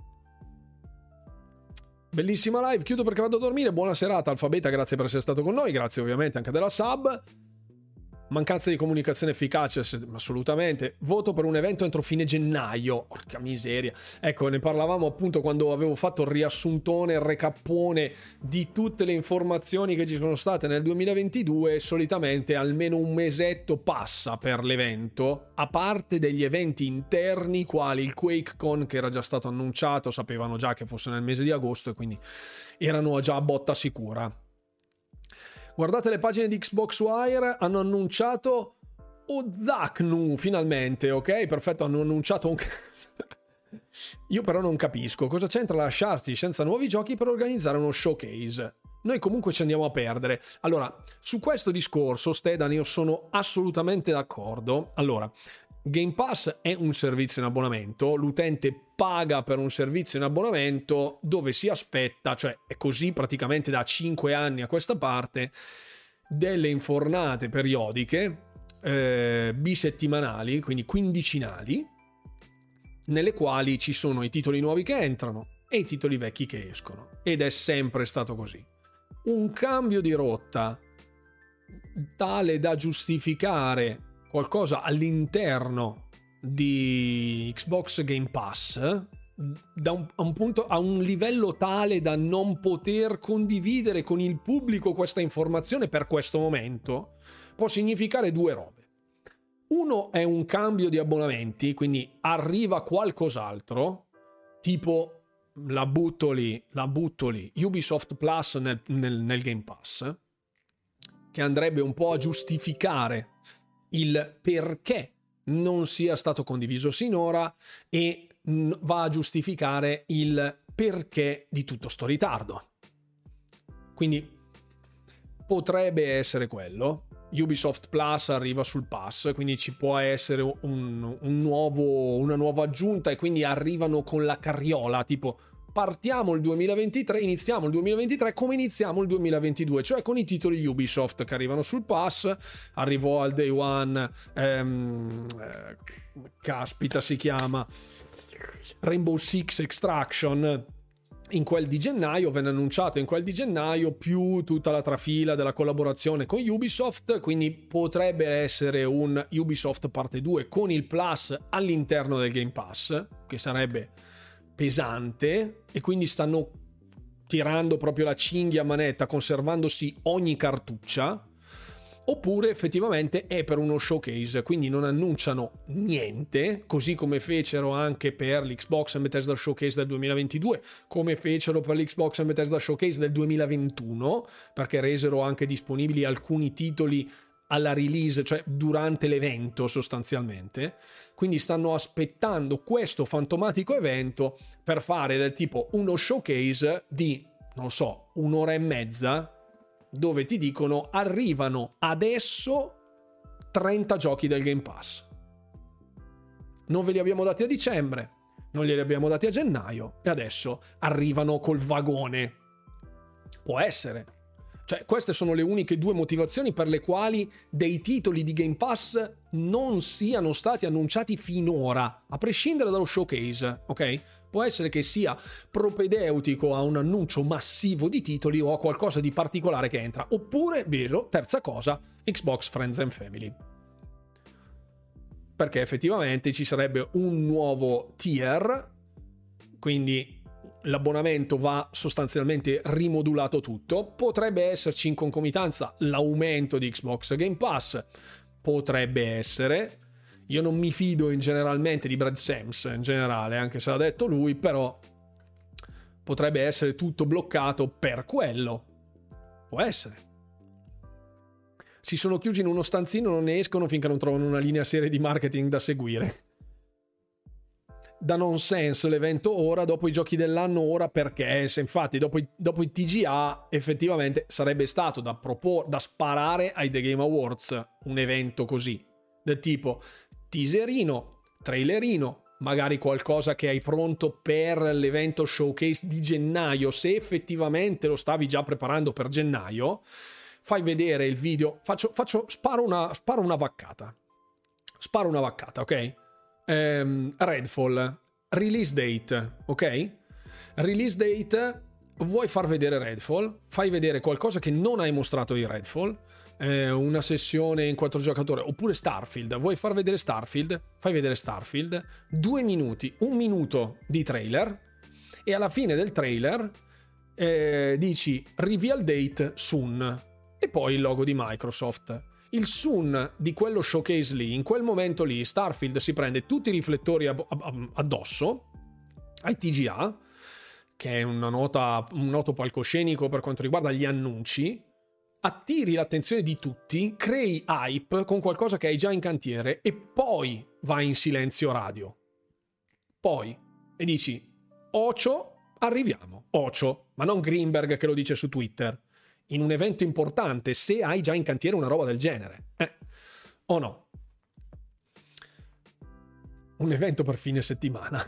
Bellissima live, chiudo perché vado a dormire. Buona serata Alfabeta, grazie per essere stato con noi, grazie ovviamente anche della sub. Mancanza di comunicazione efficace, assolutamente. Voto per un evento entro fine gennaio. Porca miseria. Ecco, ne parlavamo appunto quando avevo fatto il riassuntone, il recappone di tutte le informazioni che ci sono state nel 2022. Solitamente almeno un mesetto passa per l'evento, a parte degli eventi interni quali il QuakeCon che era già stato annunciato, sapevano già che fosse nel mese di agosto e quindi erano già a botta sicura. Guardate le pagine di Xbox Wire, hanno annunciato Ozaknu finalmente, ok? Perfetto, hanno annunciato un... Io però non capisco cosa c'entra lasciarsi senza nuovi giochi per organizzare uno showcase. Noi comunque ci andiamo a perdere. Allora, su questo discorso, Stedan, io sono assolutamente d'accordo. Allora, Game Pass è un servizio in abbonamento, l'utente paga per un servizio in abbonamento dove si aspetta, cioè è così praticamente da 5 anni a questa parte, delle infornate periodiche, bisettimanali, quindi quindicinali, nelle quali ci sono i titoli nuovi che entrano e i titoli vecchi che escono. Ed è sempre stato così. Un cambio di rotta tale da giustificare qualcosa all'interno di Xbox Game Pass a un livello tale da non poter condividere con il pubblico questa informazione per questo momento può significare due robe. Uno è un cambio di abbonamenti, quindi arriva qualcos'altro, tipo la butto lì, Ubisoft Plus nel Game Pass, che andrebbe un po' a giustificare il perché non sia stato condiviso sinora e va a giustificare il perché di tutto sto ritardo. Quindi potrebbe essere quello. Ubisoft Plus arriva sul pass, quindi ci può essere una nuova aggiunta, e quindi arrivano con la carriola, tipo partiamo il 2023, iniziamo il 2023 come iniziamo il 2022, cioè con i titoli Ubisoft che arrivano sul pass. Arrivò al day one, caspita, si chiama Rainbow Six Extraction, in quel di gennaio, venne annunciato in quel di gennaio, più tutta la trafila della collaborazione con Ubisoft, quindi potrebbe essere un Ubisoft parte 2 con il Plus all'interno del Game Pass, che sarebbe pesante, e quindi stanno tirando proprio la cinghia a manetta, conservandosi ogni cartuccia. Oppure effettivamente è per uno showcase, quindi non annunciano niente, così come fecero anche per l'Xbox and Bethesda Showcase del 2022, come fecero per l'Xbox and Bethesda Showcase del 2021, perché resero anche disponibili alcuni titoli alla release, cioè durante l'evento sostanzialmente. Quindi stanno aspettando questo fantomatico evento per fare del tipo uno showcase di, non so, un'ora e mezza, dove ti dicono arrivano adesso 30 giochi del Game Pass. Non ve li abbiamo dati a dicembre, non glieli abbiamo dati a gennaio, e adesso arrivano col vagone. Può essere. Cioè, queste sono le uniche due motivazioni per le quali dei titoli di Game Pass non siano stati annunciati finora, a prescindere dallo showcase, ok? Può essere che sia propedeutico a un annuncio massivo di titoli o a qualcosa di particolare che entra. Oppure, vero, terza cosa, Xbox Friends and Family. Perché effettivamente ci sarebbe un nuovo tier, quindi l'abbonamento va sostanzialmente rimodulato tutto. Potrebbe esserci in concomitanza l'aumento di Xbox Game Pass. Potrebbe essere... Io non mi fido generalmente di Brad Sams, in generale, anche se l'ha detto lui, però potrebbe essere tutto bloccato per quello. Può essere. Si sono chiusi in uno stanzino, non ne escono finché non trovano una linea seria di marketing da seguire. Da nonsense l'evento ora, dopo i giochi dell'anno ora, perché se infatti dopo i TGA effettivamente sarebbe stato da sparare ai The Game Awards un evento così, del tipo teaserino, trailerino, magari qualcosa che hai pronto per l'evento showcase di gennaio, se effettivamente lo stavi già preparando per gennaio. Fai vedere il video, sparo una vaccata, ok? Redfall, release date, ok? Release date, vuoi far vedere Redfall? Fai vedere qualcosa che non hai mostrato di Redfall, una sessione in 4 giocatori, oppure Starfield, vuoi far vedere Starfield? Fai vedere Starfield, 2 minuti, 1 minuto di trailer, e alla fine del trailer dici reveal date soon, e poi il logo di Microsoft. Il soon di quello showcase lì, in quel momento lì, Starfield si prende tutti i riflettori addosso ai TGA, che è un noto palcoscenico per quanto riguarda gli annunci, attiri l'attenzione di tutti, crei hype con qualcosa che hai già in cantiere, e poi vai in silenzio radio. Poi, e dici, Ocio, arriviamo, Ocio, ma non Greenberg che lo dice su Twitter. In un evento importante, se hai già in cantiere una roba del genere. O no? Un evento per fine settimana.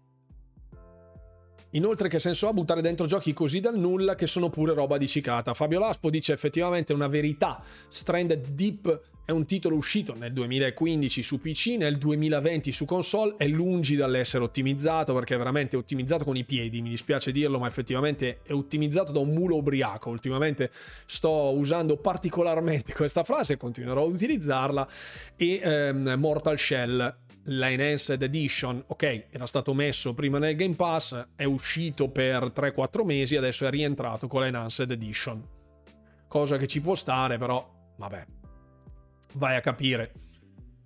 Inoltre, che senso ha buttare dentro giochi così dal nulla che sono pure roba di cicata? Fabio Laspo dice effettivamente una verità. Stranded Deep è un titolo uscito nel 2015 su PC, nel 2020 su console, è lungi dall'essere ottimizzato, perché è veramente ottimizzato con i piedi, mi dispiace dirlo, ma effettivamente è ottimizzato da un mulo ubriaco. Ultimamente sto usando particolarmente questa frase, continuerò a utilizzarla. E Mortal Shell, la Enhanced Edition, ok, era stato messo prima nel Game Pass, è uscito per 3-4 mesi, adesso è rientrato con la Enhanced Edition, cosa che ci può stare, però vabbè, vai a capire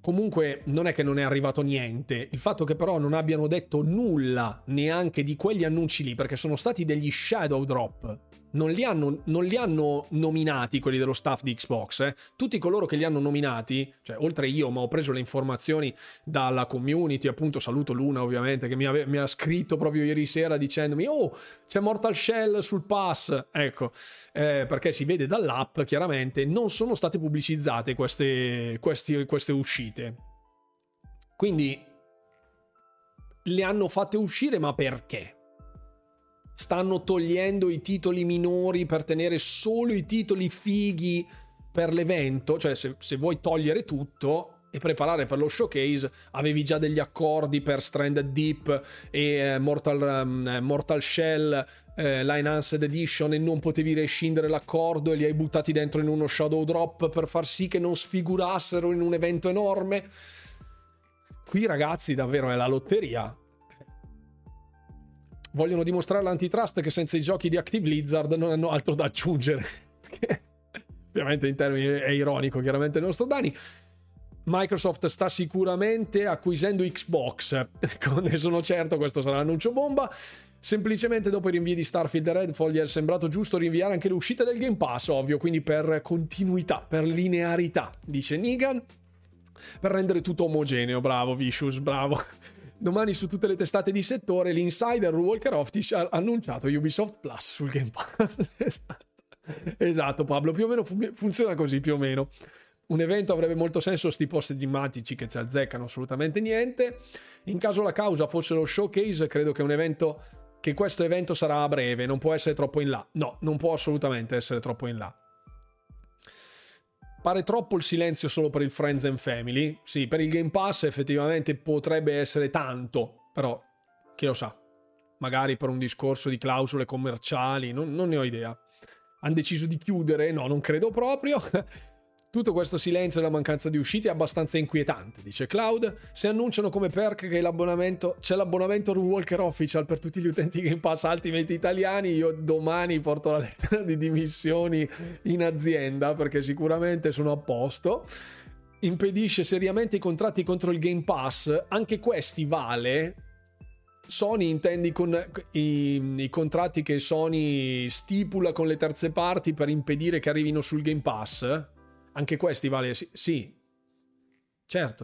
comunque non è che non è arrivato niente. Il fatto che però non abbiano detto nulla neanche di quegli annunci lì, perché sono stati degli shadow drop, non li hanno nominati quelli dello staff di Xbox. Tutti coloro che li hanno nominati, cioè oltre io, ma ho preso le informazioni dalla community, appunto saluto Luna ovviamente, che mi ha scritto proprio ieri sera dicendomi oh, c'è Mortal Shell sul pass, ecco, perché si vede dall'app chiaramente, non sono state pubblicizzate queste uscite. Quindi le hanno fatte uscire, ma perché? Stanno togliendo i titoli minori per tenere solo i titoli fighi per l'evento? Cioè, se vuoi togliere tutto e preparare per lo showcase, avevi già degli accordi per Stranded Deep e Mortal Shell, l'Enhanced Edition, e non potevi rescindere l'accordo e li hai buttati dentro in uno shadow drop per far sì che non sfigurassero in un evento enorme. Qui, ragazzi, davvero è la lotteria. Vogliono dimostrare all'antitrust che senza i giochi di Active Blizzard non hanno altro da aggiungere. Ovviamente in termini è ironico, chiaramente il nostro Dani. Microsoft sta sicuramente acquisendo Xbox, ne sono certo, questo sarà l'annuncio bomba. Semplicemente dopo i rinvii di Starfield e Redfall gli è sembrato giusto rinviare anche le uscite del Game Pass, ovvio, quindi per continuità, per linearità, dice Negan, per rendere tutto omogeneo. Bravo Vicious, bravo. Domani su tutte le testate di settore l'insider Walker Office ha annunciato Ubisoft Plus sul Game Pass. Esatto Pablo, più o meno funziona così, più o meno. Un evento avrebbe molto senso sti post enigmatici che ci azzeccano assolutamente niente. In caso la causa fosse lo showcase, credo che questo evento sarà a breve, non può essere troppo in là. No, non può assolutamente essere troppo in là. Pare troppo il silenzio solo per il Friends and Family. Sì, per il Game Pass effettivamente potrebbe essere tanto, però chi lo sa, magari per un discorso di clausole commerciali, non ne ho idea. Hanno deciso di chiudere? No, non credo proprio. Tutto questo silenzio e la mancanza di uscite è abbastanza inquietante, dice Cloud. Se annunciano come perk che c'è l'abbonamento Walker Official per tutti gli utenti Game Pass Ultimate italiani, io domani porto la lettera di dimissioni in azienda, perché sicuramente sono a posto. Impedisce seriamente i contratti contro il Game Pass, anche questi vale. Sony intendi con i contratti che Sony stipula con le terze parti per impedire che arrivino sul Game Pass? Anche questi vale? Sì. Certo.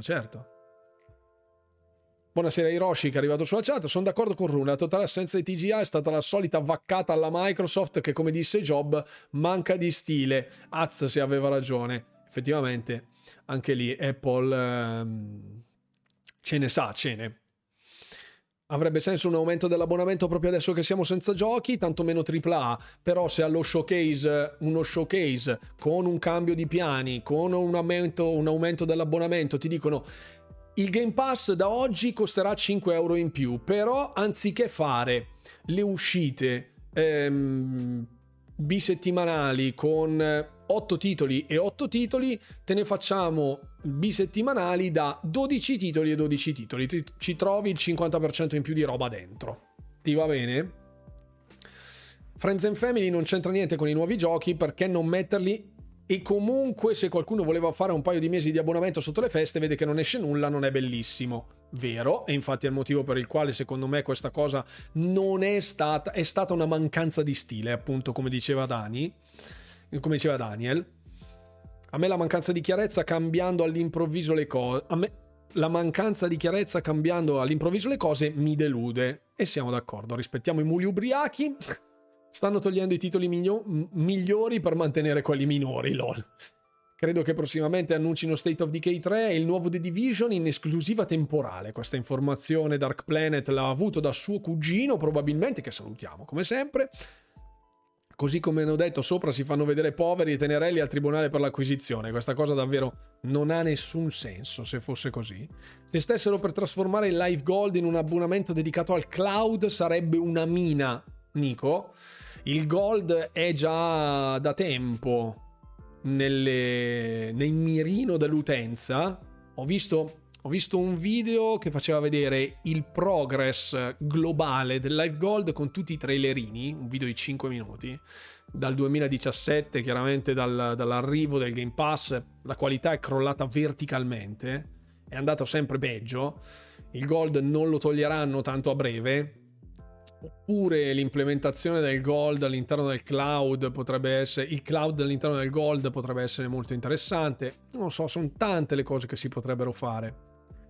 Buonasera Hiroshi che è arrivato sulla chat. Sono d'accordo con Rune. La totale assenza di TGA è stata la solita vaccata alla Microsoft che, come disse Job, manca di stile. Az se aveva ragione. Effettivamente, anche lì Apple ce ne sa. Avrebbe senso un aumento dell'abbonamento proprio adesso che siamo senza giochi, tanto meno AAA, però se allo showcase, uno showcase con un cambio di piani, con un aumento dell'abbonamento, ti dicono il Game Pass da oggi costerà 5 euro in più, però anziché fare le uscite bisettimanali con 8 titoli e 8 titoli, te ne facciamo bisettimanali da 12 titoli e 12 titoli. Ci trovi il 50% in più di roba dentro. Ti va bene? Friends and Family non c'entra niente con i nuovi giochi, perché non metterli? E comunque se qualcuno voleva fare un paio di mesi di abbonamento sotto le feste, vede che non esce nulla, non è bellissimo. Vero, e infatti è il motivo per il quale secondo me questa cosa non è stata una mancanza di stile, appunto, come diceva Daniel. A me la mancanza di chiarezza cambiando all'improvviso le cose mi delude, e siamo d'accordo. Rispettiamo i muli ubriachi. Stanno togliendo i titoli migliori per mantenere quelli minori, lol. Credo che prossimamente annuncino State of Decay 3 e il nuovo The Division in esclusiva temporale. Questa informazione Dark Planet l'ha avuto da suo cugino, probabilmente, che salutiamo come sempre. Così come hanno detto sopra, si fanno vedere poveri e tenerelli al tribunale per l'acquisizione. Questa cosa davvero non ha nessun senso, se fosse così. Se stessero per trasformare il Live Gold in un abbonamento dedicato al cloud, sarebbe una mina, Nico. Il Gold è già da tempo nel mirino dell'utenza. Ho visto un video che faceva vedere il progress globale del Live Gold con tutti i trailerini, un video di 5 minuti, dal 2017, chiaramente dall'arrivo del Game Pass. La qualità è crollata verticalmente è andato sempre peggio, il gold non lo toglieranno tanto a breve, oppure l'implementazione del gold all'interno del cloud potrebbe essere, il cloud all'interno del gold potrebbe essere molto interessante, non so, sono tante le cose che si potrebbero fare.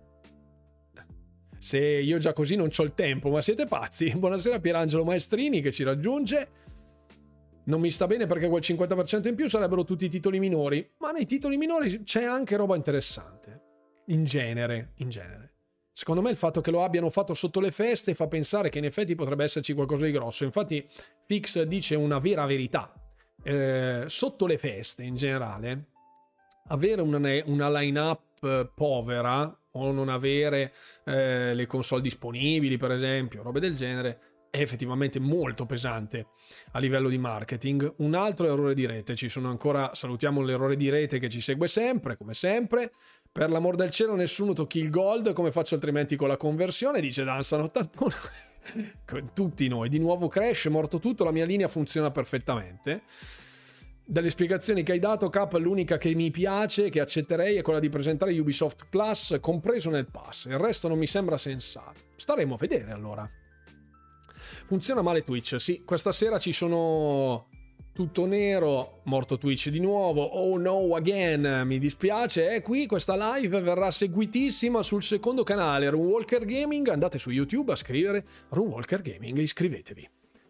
Se io già così non c'ho il tempo, ma siete pazzi? Buonasera Pierangelo Maestrini che ci raggiunge. Non mi sta bene perché quel 50% in più sarebbero tutti i titoli minori, ma nei titoli minori c'è anche roba interessante. In genere. Secondo me il fatto che lo abbiano fatto sotto le feste fa pensare che in effetti potrebbe esserci qualcosa di grosso. Infatti Fix dice una vera verità. Sotto le feste in generale, avere una line-up povera o non avere le console disponibili, per esempio, robe del genere, è effettivamente molto pesante a livello di marketing. Un altro errore di rete, ci sono ancora, salutiamo l'errore di rete che ci segue sempre, come sempre. Per l'amor del cielo nessuno tocchi il gold, come faccio altrimenti con la conversione, dice Dansan81. Tutti noi, di nuovo crash, è morto tutto, la mia linea funziona perfettamente. Dalle spiegazioni che hai dato, Cap, l'unica che mi piace, che accetterei, è quella di presentare Ubisoft Plus compreso nel pass. Il resto non mi sembra sensato. Staremo a vedere allora. Funziona male Twitch, sì. Questa sera ci sono tutto nero, morto Twitch di nuovo. Oh no, again, mi dispiace. Qui questa live verrà seguitissima sul secondo canale, Runewalker Gaming. Andate su YouTube a scrivere Runewalker Gaming e iscrivetevi.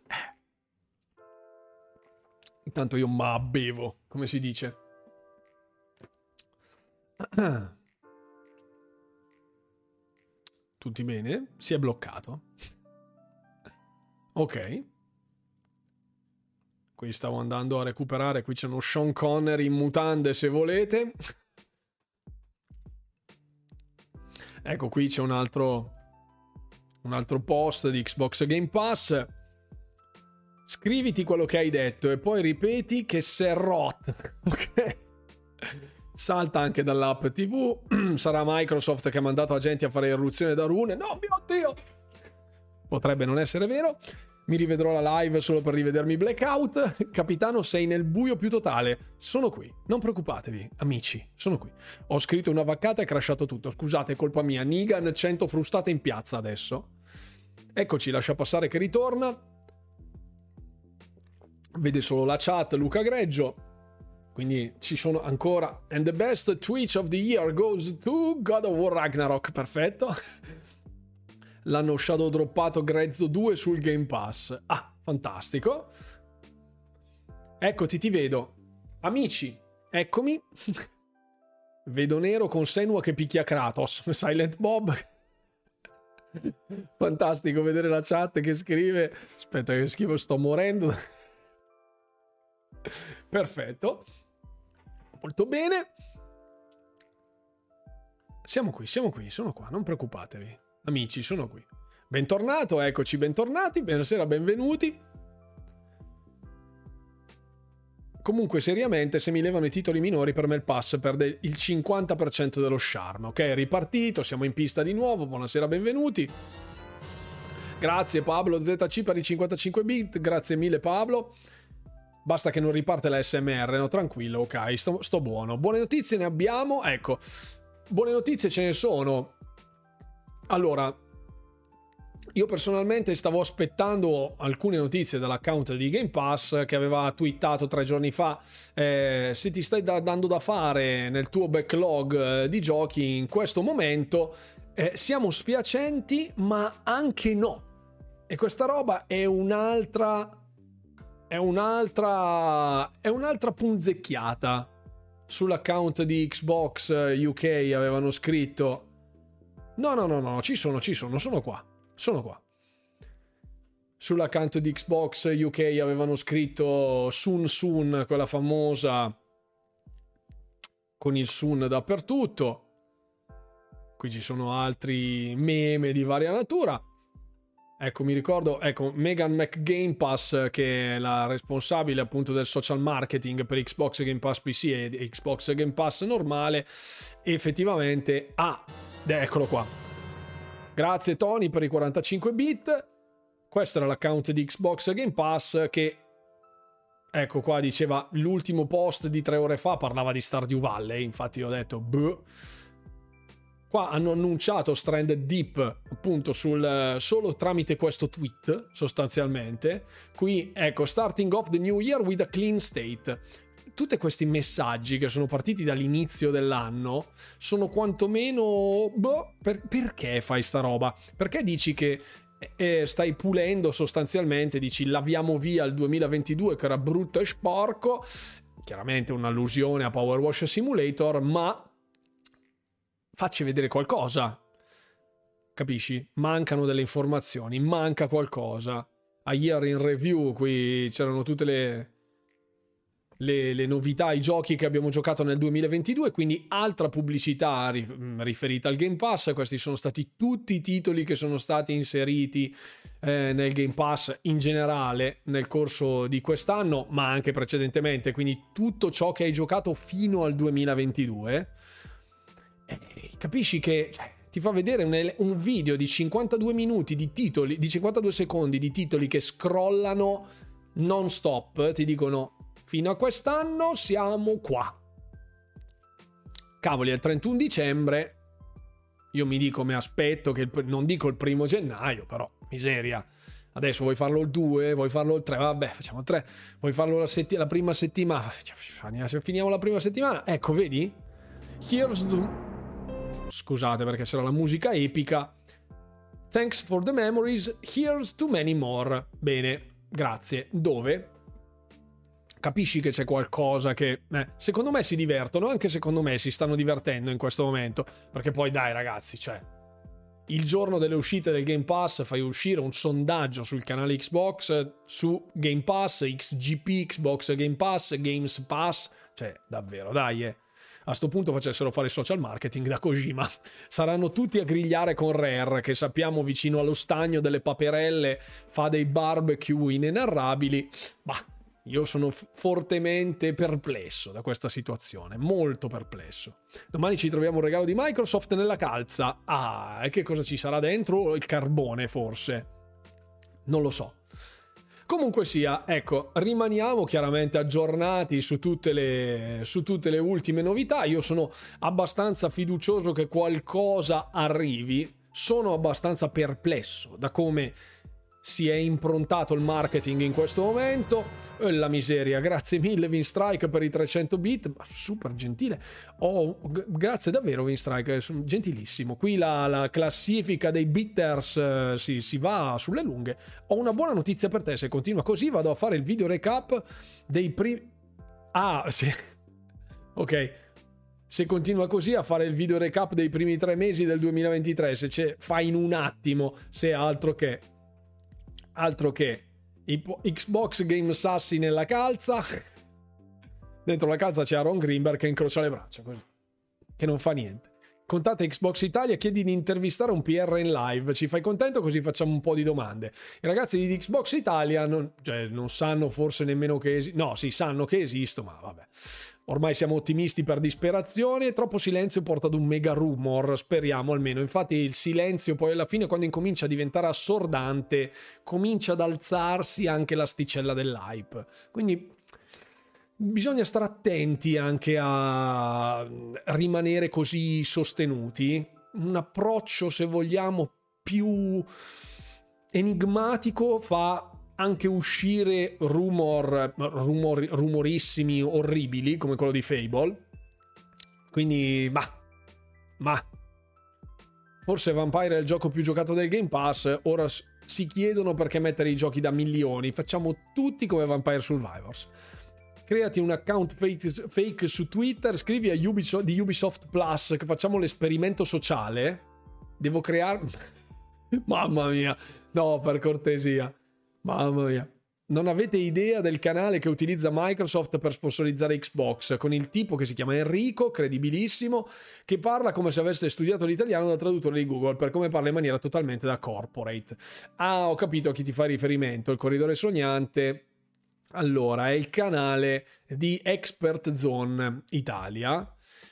Intanto io bevo, come si dice. Tutti bene? Si è bloccato. Ok. Qui stavo andando a recuperare. Qui c'è uno Sean Connery in mutande, se volete. Ecco, qui c'è un altro post di Xbox Game Pass. Scriviti quello che hai detto e poi ripeti che sei rot. Ok? Salta anche dall'app TV. Sarà Microsoft che ha mandato agenti a fare irruzione da Rune. No, mio Dio! Potrebbe non essere vero. Mi rivedrò la live solo per rivedermi Blackout. Capitano, sei nel buio più totale. Sono qui, non preoccupatevi, amici, sono qui. Ho scritto una vaccata e crashato tutto. Scusate, è colpa mia. Nigan 100 frustate in piazza adesso. Eccoci, lascia passare che ritorna. Vede solo la chat, Luca Greggio. Quindi ci sono ancora. And the best Twitch of the year goes to God of War Ragnarok. Perfetto. L'hanno shadow droppato Grezzo 2 sul Game Pass. Ah, fantastico. Eccoti, ti vedo. Amici, eccomi. Vedo nero con Senua che picchia Kratos. Silent Bob. Fantastico vedere la chat che scrive. Aspetta che scrivo, sto morendo. Perfetto. Molto bene. Siamo qui, sono qua, non preoccupatevi. Amici, sono qui. Bentornato, eccoci, bentornati. Buonasera, benvenuti. Comunque, seriamente, se mi levano i titoli minori, per me il pass perde il 50% dello charme. Ok, è ripartito, siamo in pista di nuovo. Buonasera, benvenuti. Grazie Pablo ZC per i 55 bit. Grazie mille Pablo. Basta che non riparte la SMR, no? Tranquillo, ok, sto buono. Buone notizie ne abbiamo, ecco. Buone notizie ce ne sono. Allora, io personalmente stavo aspettando alcune notizie dall'account di Game Pass che aveva twittato 3 giorni fa. Se ti stai dando da fare nel tuo backlog di giochi in questo momento, siamo spiacenti, ma anche no. E questa roba è un'altra punzecchiata. Sull'account di Xbox UK avevano scritto no, ci sono qua. Sull'account di Xbox UK avevano scritto Sun, quella famosa con il Sun dappertutto. Qui ci sono altri meme di varia natura. Ecco, mi ricordo, Megan McGamepass, che è la responsabile appunto del social marketing per Xbox Game Pass PC e Xbox Game Pass normale, effettivamente eccolo qua. Grazie Tony per i 45 bit. Questo era l'account di Xbox Game Pass che, ecco qua, diceva, l'ultimo post di 3 ore fa parlava di Stardew Valley, infatti ho detto Qua hanno annunciato Stranded Deep appunto solo tramite questo tweet, sostanzialmente. Qui, ecco, starting off the new year with a clean state. Tutti questi messaggi che sono partiti dall'inizio dell'anno sono quantomeno... perché fai sta roba? Perché dici che stai pulendo sostanzialmente, dici laviamo via il 2022 che era brutto e sporco, chiaramente un'allusione a Power Wash Simulator, ma facci vedere qualcosa, capisci? Mancano delle informazioni, manca qualcosa. A Year in Review qui c'erano tutte le novità, i giochi che abbiamo giocato nel 2022, quindi altra pubblicità riferita al Game Pass. Questi sono stati tutti i titoli che sono stati inseriti nel Game Pass in generale nel corso di quest'anno, ma anche precedentemente, quindi tutto ciò che hai giocato fino al 2022. Capisci che ti fa vedere un video di 52 minuti di titoli, di 52 secondi di titoli che scrollano non stop, ti dicono fino a quest'anno siamo qua. Cavoli, è il 31 dicembre, io mi dico, mi aspetto che non dico il 1 gennaio, però miseria. Adesso vuoi farlo il 2, vuoi farlo il 3, vabbè, facciamo il 3. Vuoi farlo la prima settimana, finiamo la prima settimana. Ecco, vedi? Scusate perché c'era la musica epica. Thanks for the memories, here's to many more. Bene, grazie. Dove? Capisci che c'è qualcosa che secondo me si divertono, anche secondo me si stanno divertendo in questo momento, perché poi dai ragazzi, cioè il giorno delle uscite del Game Pass fai uscire un sondaggio sul canale Xbox su Game Pass, XGP, Xbox Game Pass, Games Pass, cioè davvero dai. A sto punto facessero fare social marketing da Kojima. Saranno tutti a grigliare con Rare, che sappiamo vicino allo stagno delle paperelle fa dei barbecue inenarrabili. Bah, io sono fortemente perplesso da questa situazione, molto perplesso. Domani ci troviamo un regalo di Microsoft nella calza. Ah, e che cosa ci sarà dentro? Il carbone forse? Non lo so. Comunque sia, ecco, rimaniamo chiaramente aggiornati su tutte le ultime novità. Io sono abbastanza fiducioso che qualcosa arrivi. Sono abbastanza perplesso da come si è improntato il marketing in questo momento. La miseria, grazie mille Winstrike per i 300 bit, super gentile. Grazie davvero Winstrike, sono gentilissimo. Qui la classifica dei bitters si va sulle lunghe. Ho una buona notizia per te, se continua così vado a fare il video recap dei primi... Ah, sì. Ok. Se continua così a fare il video recap dei primi 3 mesi del 2023, se fai in un attimo, se altro che Xbox Game Sassi nella calza. Dentro la calza c'è Aaron Greenberg che incrocia le braccia così, che non fa niente. Contatta Xbox Italia, chiedi di intervistare un PR in live, ci fai contento così facciamo un po' di domande. I ragazzi di Xbox Italia non sanno forse nemmeno che no, sì, sanno che esisto, ma vabbè. Ormai siamo ottimisti per disperazione, troppo silenzio porta ad un mega rumor, speriamo almeno. Infatti il silenzio poi alla fine, quando incomincia a diventare assordante, comincia ad alzarsi anche l'asticella dell'hype. Quindi bisogna stare attenti anche a rimanere così sostenuti. Un approccio, se vogliamo, più enigmatico fa anche uscire rumorissimi orribili come quello di Fable. Quindi ma forse Vampire è il gioco più giocato del Game Pass. Ora si chiedono perché mettere i giochi da milioni. Facciamo tutti come Vampire Survivors. Creati un account fake su Twitter, scrivi a di Ubisoft Plus che facciamo l'esperimento sociale. Devo creare... Mamma mia, no, per cortesia. Mamma mia. Non avete idea del canale che utilizza Microsoft per sponsorizzare Xbox, con il tipo che si chiama Enrico, credibilissimo, che parla come se avesse studiato l'italiano da traduttore di Google, per come parla in maniera totalmente da corporate. Ah, ho capito a chi ti fai riferimento, il corridore sognante. Allora, è il canale di Expert Zone Italia.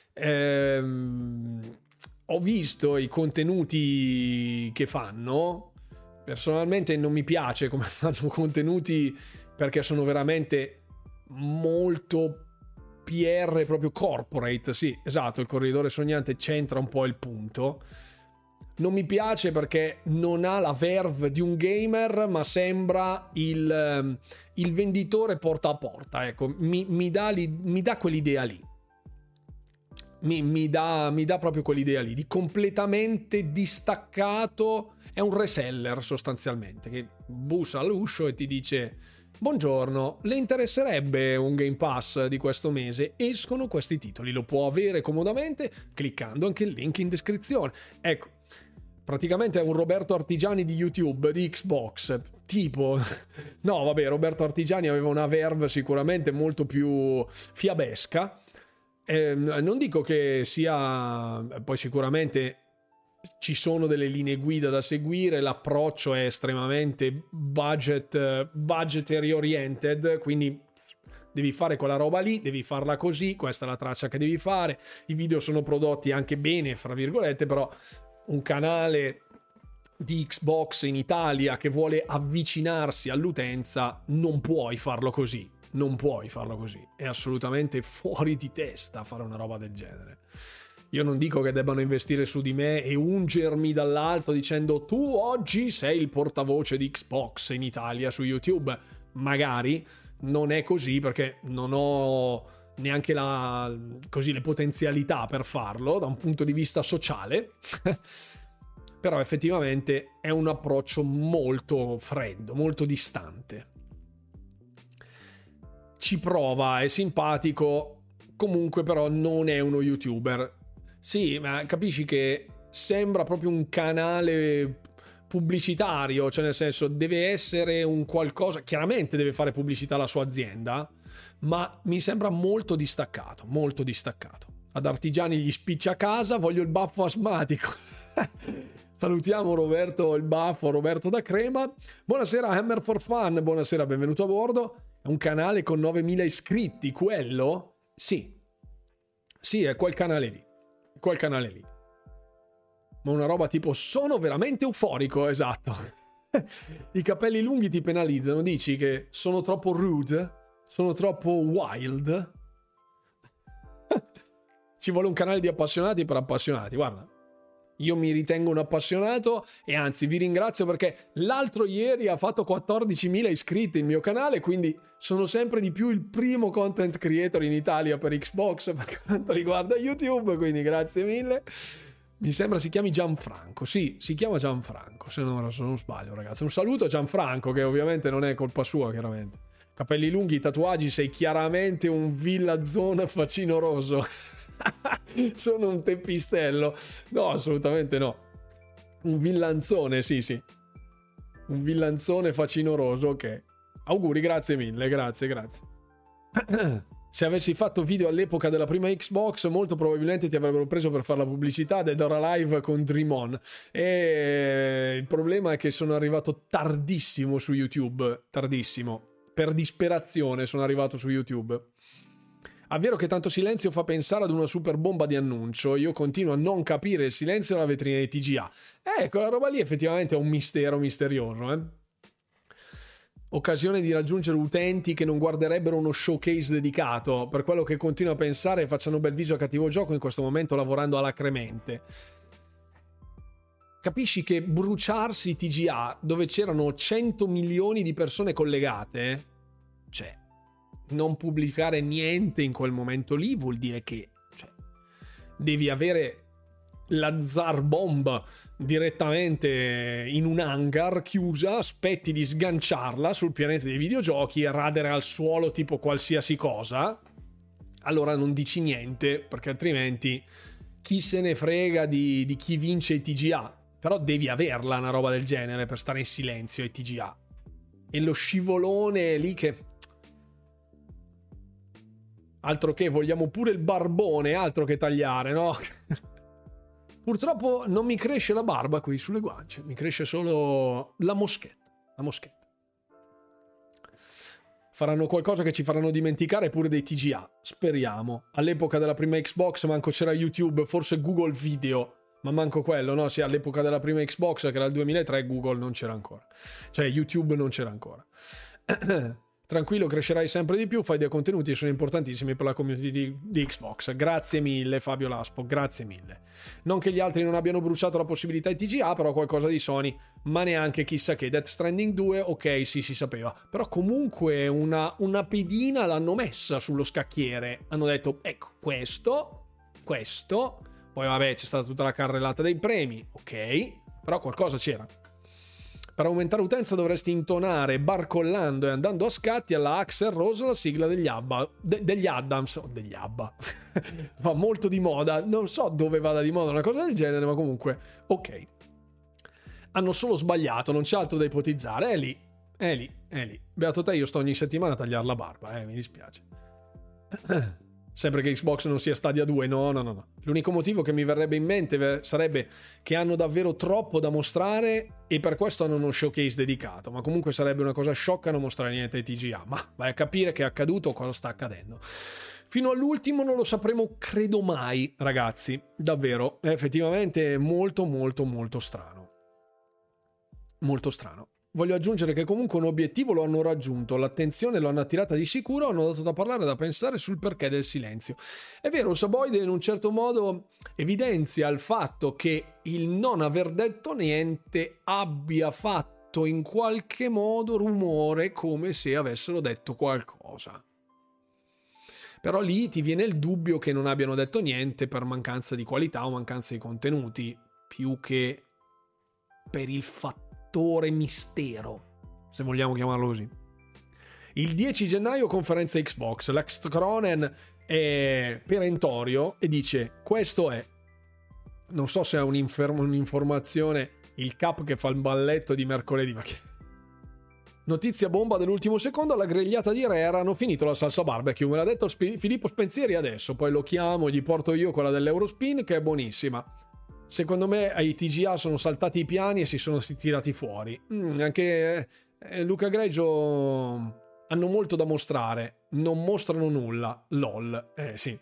Ho visto i contenuti che fanno. Personalmente non mi piace come fanno contenuti, perché sono veramente molto PR proprio corporate, sì, esatto, il corridore sognante c'entra un po' il punto. Non mi piace perché non ha la verve di un gamer, ma sembra il venditore porta a porta, ecco, mi dà quell'idea lì. Mi dà proprio quell'idea lì di completamente distaccato. È un reseller sostanzialmente che bussa all'uscio e ti dice: buongiorno, le interesserebbe un Game Pass di questo mese? Escono questi titoli, lo può avere comodamente cliccando anche il link in descrizione. Ecco, praticamente è un Roberto Artigiani di YouTube, di Xbox, tipo. No, vabbè, Roberto Artigiani aveva una verve sicuramente molto più fiabesca. Non dico che sia, poi sicuramente ci sono delle linee guida da seguire, l'approccio è estremamente budgetary oriented, quindi devi fare quella roba lì, devi farla così, questa è la traccia che devi fare, i video sono prodotti anche bene, fra virgolette, però un canale di Xbox in Italia che vuole avvicinarsi all'utenza non puoi farlo così. Non puoi farlo così, è assolutamente fuori di testa fare una roba del genere. Io non dico che debbano investire su di me e ungermi dall'alto dicendo tu oggi sei il portavoce di Xbox in Italia su YouTube. Magari non è così perché non ho neanche le potenzialità per farlo da un punto di vista sociale. Però effettivamente è un approccio molto freddo, molto distante. Ci prova, è simpatico, comunque però non è uno YouTuber. Sì, ma capisci che sembra proprio un canale pubblicitario, cioè nel senso deve essere un qualcosa, chiaramente deve fare pubblicità alla sua azienda, ma mi sembra molto distaccato, molto distaccato. Ad Artigiani gli spiccia a casa, voglio il baffo asmatico. Salutiamo Roberto il baffo, Roberto da Crema. Buonasera Hammer for Fun, buonasera, benvenuto a bordo. È un canale con 9.000 iscritti, quello? Sì, è quel canale lì. Quel canale lì. Ma una roba tipo sono veramente euforico, esatto. I capelli lunghi ti penalizzano, dici che sono troppo rude? Sono troppo wild? Ci vuole un canale di appassionati per appassionati, guarda. Io mi ritengo un appassionato e anzi vi ringrazio perché l'altro ieri ha fatto 14.000 iscritti il mio canale, quindi sono sempre di più il primo content creator in Italia per Xbox per quanto riguarda YouTube, quindi grazie mille. Mi sembra si chiami Gianfranco, sì, si chiama Gianfranco, se non sbaglio ragazzi. Un saluto a Gianfranco che ovviamente non è colpa sua chiaramente. Capelli lunghi, tatuaggi, sei chiaramente un villazzone facinoroso. Sono un teppistello. No, assolutamente no. Un villanzone, sì. Un villanzone facinoroso, ok. Auguri, grazie mille, grazie. Se avessi fatto video all'epoca della prima Xbox, molto probabilmente ti avrebbero preso per fare la pubblicità Dead or Alive con Dream On. E il problema è che sono arrivato tardissimo su YouTube. Tardissimo. Per disperazione sono arrivato su YouTube. È vero che tanto silenzio fa pensare ad una super bomba di annuncio. Io continuo a non capire il silenzio della vetrina di TGA. Quella roba lì effettivamente è un mistero misterioso, Occasione di raggiungere utenti che non guarderebbero uno showcase dedicato. Per quello che continuo a pensare, facciano bel viso a cattivo gioco in questo momento lavorando alacremente. Capisci che bruciarsi TGA, dove c'erano 100 milioni di persone collegate, cioè non pubblicare niente in quel momento lì vuol dire che devi avere la Tsar Bomb direttamente in un hangar chiusa, aspetti di sganciarla sul pianeta dei videogiochi e radere al suolo tipo qualsiasi cosa, allora non dici niente perché altrimenti chi se ne frega di chi vince i TGA. Però devi averla una roba del genere per stare in silenzio ai TGA. E lo scivolone lì che altro che vogliamo pure il barbone, altro che tagliare, no? Purtroppo non mi cresce la barba qui sulle guance, mi cresce solo la moschetta. Faranno qualcosa che ci faranno dimenticare pure dei TGA, speriamo. All'epoca della prima Xbox manco c'era YouTube, forse Google Video, ma manco quello, no? Sì, all'epoca della prima Xbox, che era il 2003, Google non c'era ancora. Cioè YouTube non c'era ancora. Tranquillo, crescerai sempre di più, fai dei contenuti che sono importantissimi per la community di Xbox. Grazie mille Fabio Laspo, grazie mille. Non che gli altri non abbiano bruciato la possibilità di TGA, però qualcosa di Sony, ma neanche chissà che. Death Stranding 2, ok, sì, si sapeva, però comunque una pedina l'hanno messa sullo scacchiere, hanno detto ecco questo, poi vabbè c'è stata tutta la carrellata dei premi, ok, però qualcosa c'era. Per aumentare utenza dovresti intonare barcollando e andando a scatti alla Axl Rose la sigla degli Abba, degli Addams, degli Abba. Va molto di moda, non so dove vada di moda una cosa del genere, ma comunque, ok. Hanno solo sbagliato, non c'è altro da ipotizzare, è lì. Beato te, io sto ogni settimana a tagliare la barba, mi dispiace. Sempre che Xbox non sia Stadia 2, no. L'unico motivo che mi verrebbe in mente sarebbe che hanno davvero troppo da mostrare e per questo hanno uno showcase dedicato, ma comunque sarebbe una cosa sciocca non mostrare niente ai TGA, ma vai a capire che è accaduto o cosa sta accadendo. Fino all'ultimo non lo sapremo, credo mai, ragazzi, davvero, è effettivamente molto strano. Molto strano. Voglio aggiungere che comunque un obiettivo lo hanno raggiunto, l'attenzione lo hanno attirata di sicuro, hanno dato da parlare, da pensare sul perché del silenzio. È vero, Saboide in un certo modo evidenzia il fatto che il non aver detto niente abbia fatto in qualche modo rumore come se avessero detto qualcosa. Però lì ti viene il dubbio che non abbiano detto niente per mancanza di qualità o mancanza di contenuti, più che per il fattore mistero, se vogliamo chiamarlo così. Il 10 gennaio conferenza Xbox, Lex Cronen è perentorio e dice questo è, non so se è un'informazione, il cap che fa il balletto di mercoledì, ma che notizia bomba dell'ultimo secondo, alla grigliata di Rare hanno finito la salsa barbecue, me l'ha detto Filippo Spensieri adesso, poi lo chiamo, gli porto io quella dell'Eurospin che è buonissima. Secondo me ai TGA sono saltati i piani e si sono tirati fuori. Anche Luca Greggio hanno molto da mostrare, non mostrano nulla, lol, sì.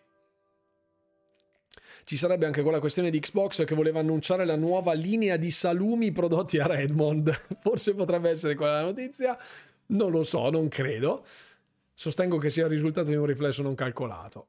Ci sarebbe anche quella questione di Xbox che voleva annunciare la nuova linea di salumi prodotti a Redmond. Forse potrebbe essere quella la notizia, non lo so, non credo. Sostengo che sia il risultato di un riflesso non calcolato.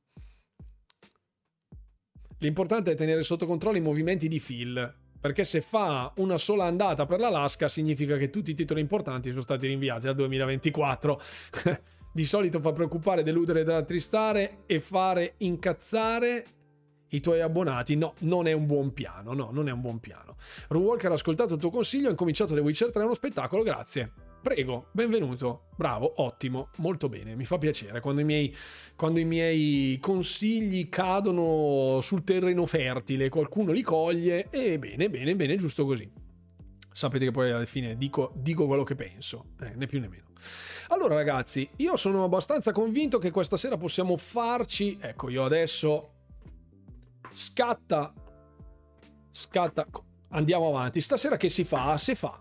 L'importante è tenere sotto controllo i movimenti di Phil, perché se fa una sola andata per l'Alaska significa che tutti i titoli importanti sono stati rinviati al 2024. Di solito fa preoccupare, deludere, rattristare e fare incazzare i tuoi abbonati. No, non è un buon piano, non è un buon piano. Ron Walker ha ascoltato il tuo consiglio, ha incominciato The Witcher 3, è uno spettacolo, grazie. Prego, benvenuto, bravo, ottimo, molto bene, mi fa piacere quando i miei consigli cadono sul terreno fertile, qualcuno li coglie e bene, giusto così. Sapete che poi alla fine dico quello che penso, né più né meno. Allora ragazzi, io sono abbastanza convinto che questa sera possiamo farci, ecco io adesso scatta, andiamo avanti, stasera che si fa.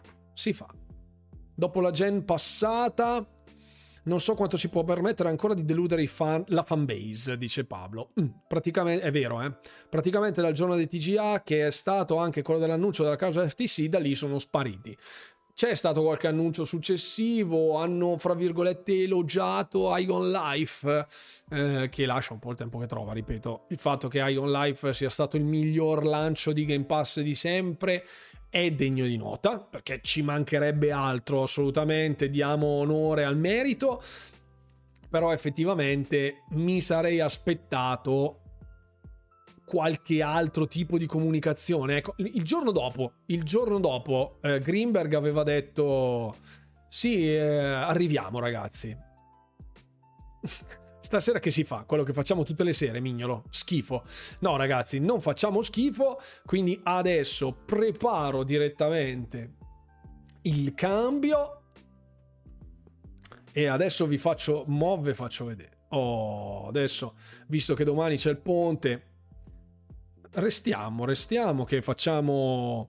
Dopo la gen passata, non so quanto si può permettere ancora di deludere la fanbase, dice Pablo. Praticamente, è vero, praticamente dal giorno dei TGA, che è stato anche quello dell'annuncio della causa FTC, da lì sono spariti. C'è stato qualche annuncio successivo, hanno, fra virgolette, elogiato Ion Life, che lascia un po' il tempo che trova, ripeto. Il fatto che Ion Life sia stato il miglior lancio di Game Pass di sempre è degno di nota, perché ci mancherebbe altro, assolutamente, diamo onore al merito, però effettivamente mi sarei aspettato qualche altro tipo di comunicazione. Ecco, il giorno dopo Greenberg aveva detto sì, arriviamo ragazzi. Stasera che si fa? Quello che facciamo tutte le sere, mignolo. Schifo. No ragazzi, non facciamo schifo, quindi adesso preparo direttamente il cambio e adesso vi faccio vedere. Adesso, visto che domani c'è il ponte, restiamo che facciamo.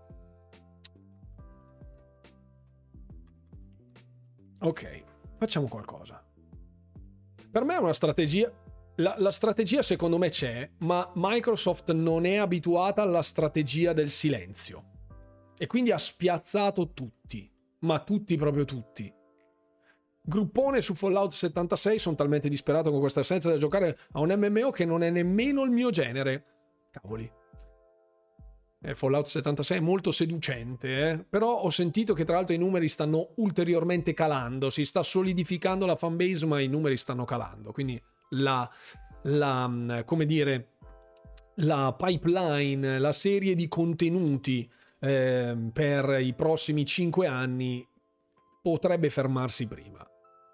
Ok, facciamo qualcosa. Per me è una strategia. La strategia secondo me c'è, ma Microsoft non è abituata alla strategia del silenzio e quindi ha spiazzato tutti, ma tutti, proprio tutti. Gruppone su Fallout 76, sono talmente disperato con questa assenza da giocare a un MMO che non è nemmeno il mio genere. Cavoli. Fallout 76 è molto seducente, però ho sentito che tra l'altro i numeri stanno ulteriormente calando, si sta solidificando la fanbase, ma i numeri stanno calando, quindi come dire, la pipeline, la serie di contenuti per i prossimi 5 anni potrebbe fermarsi prima.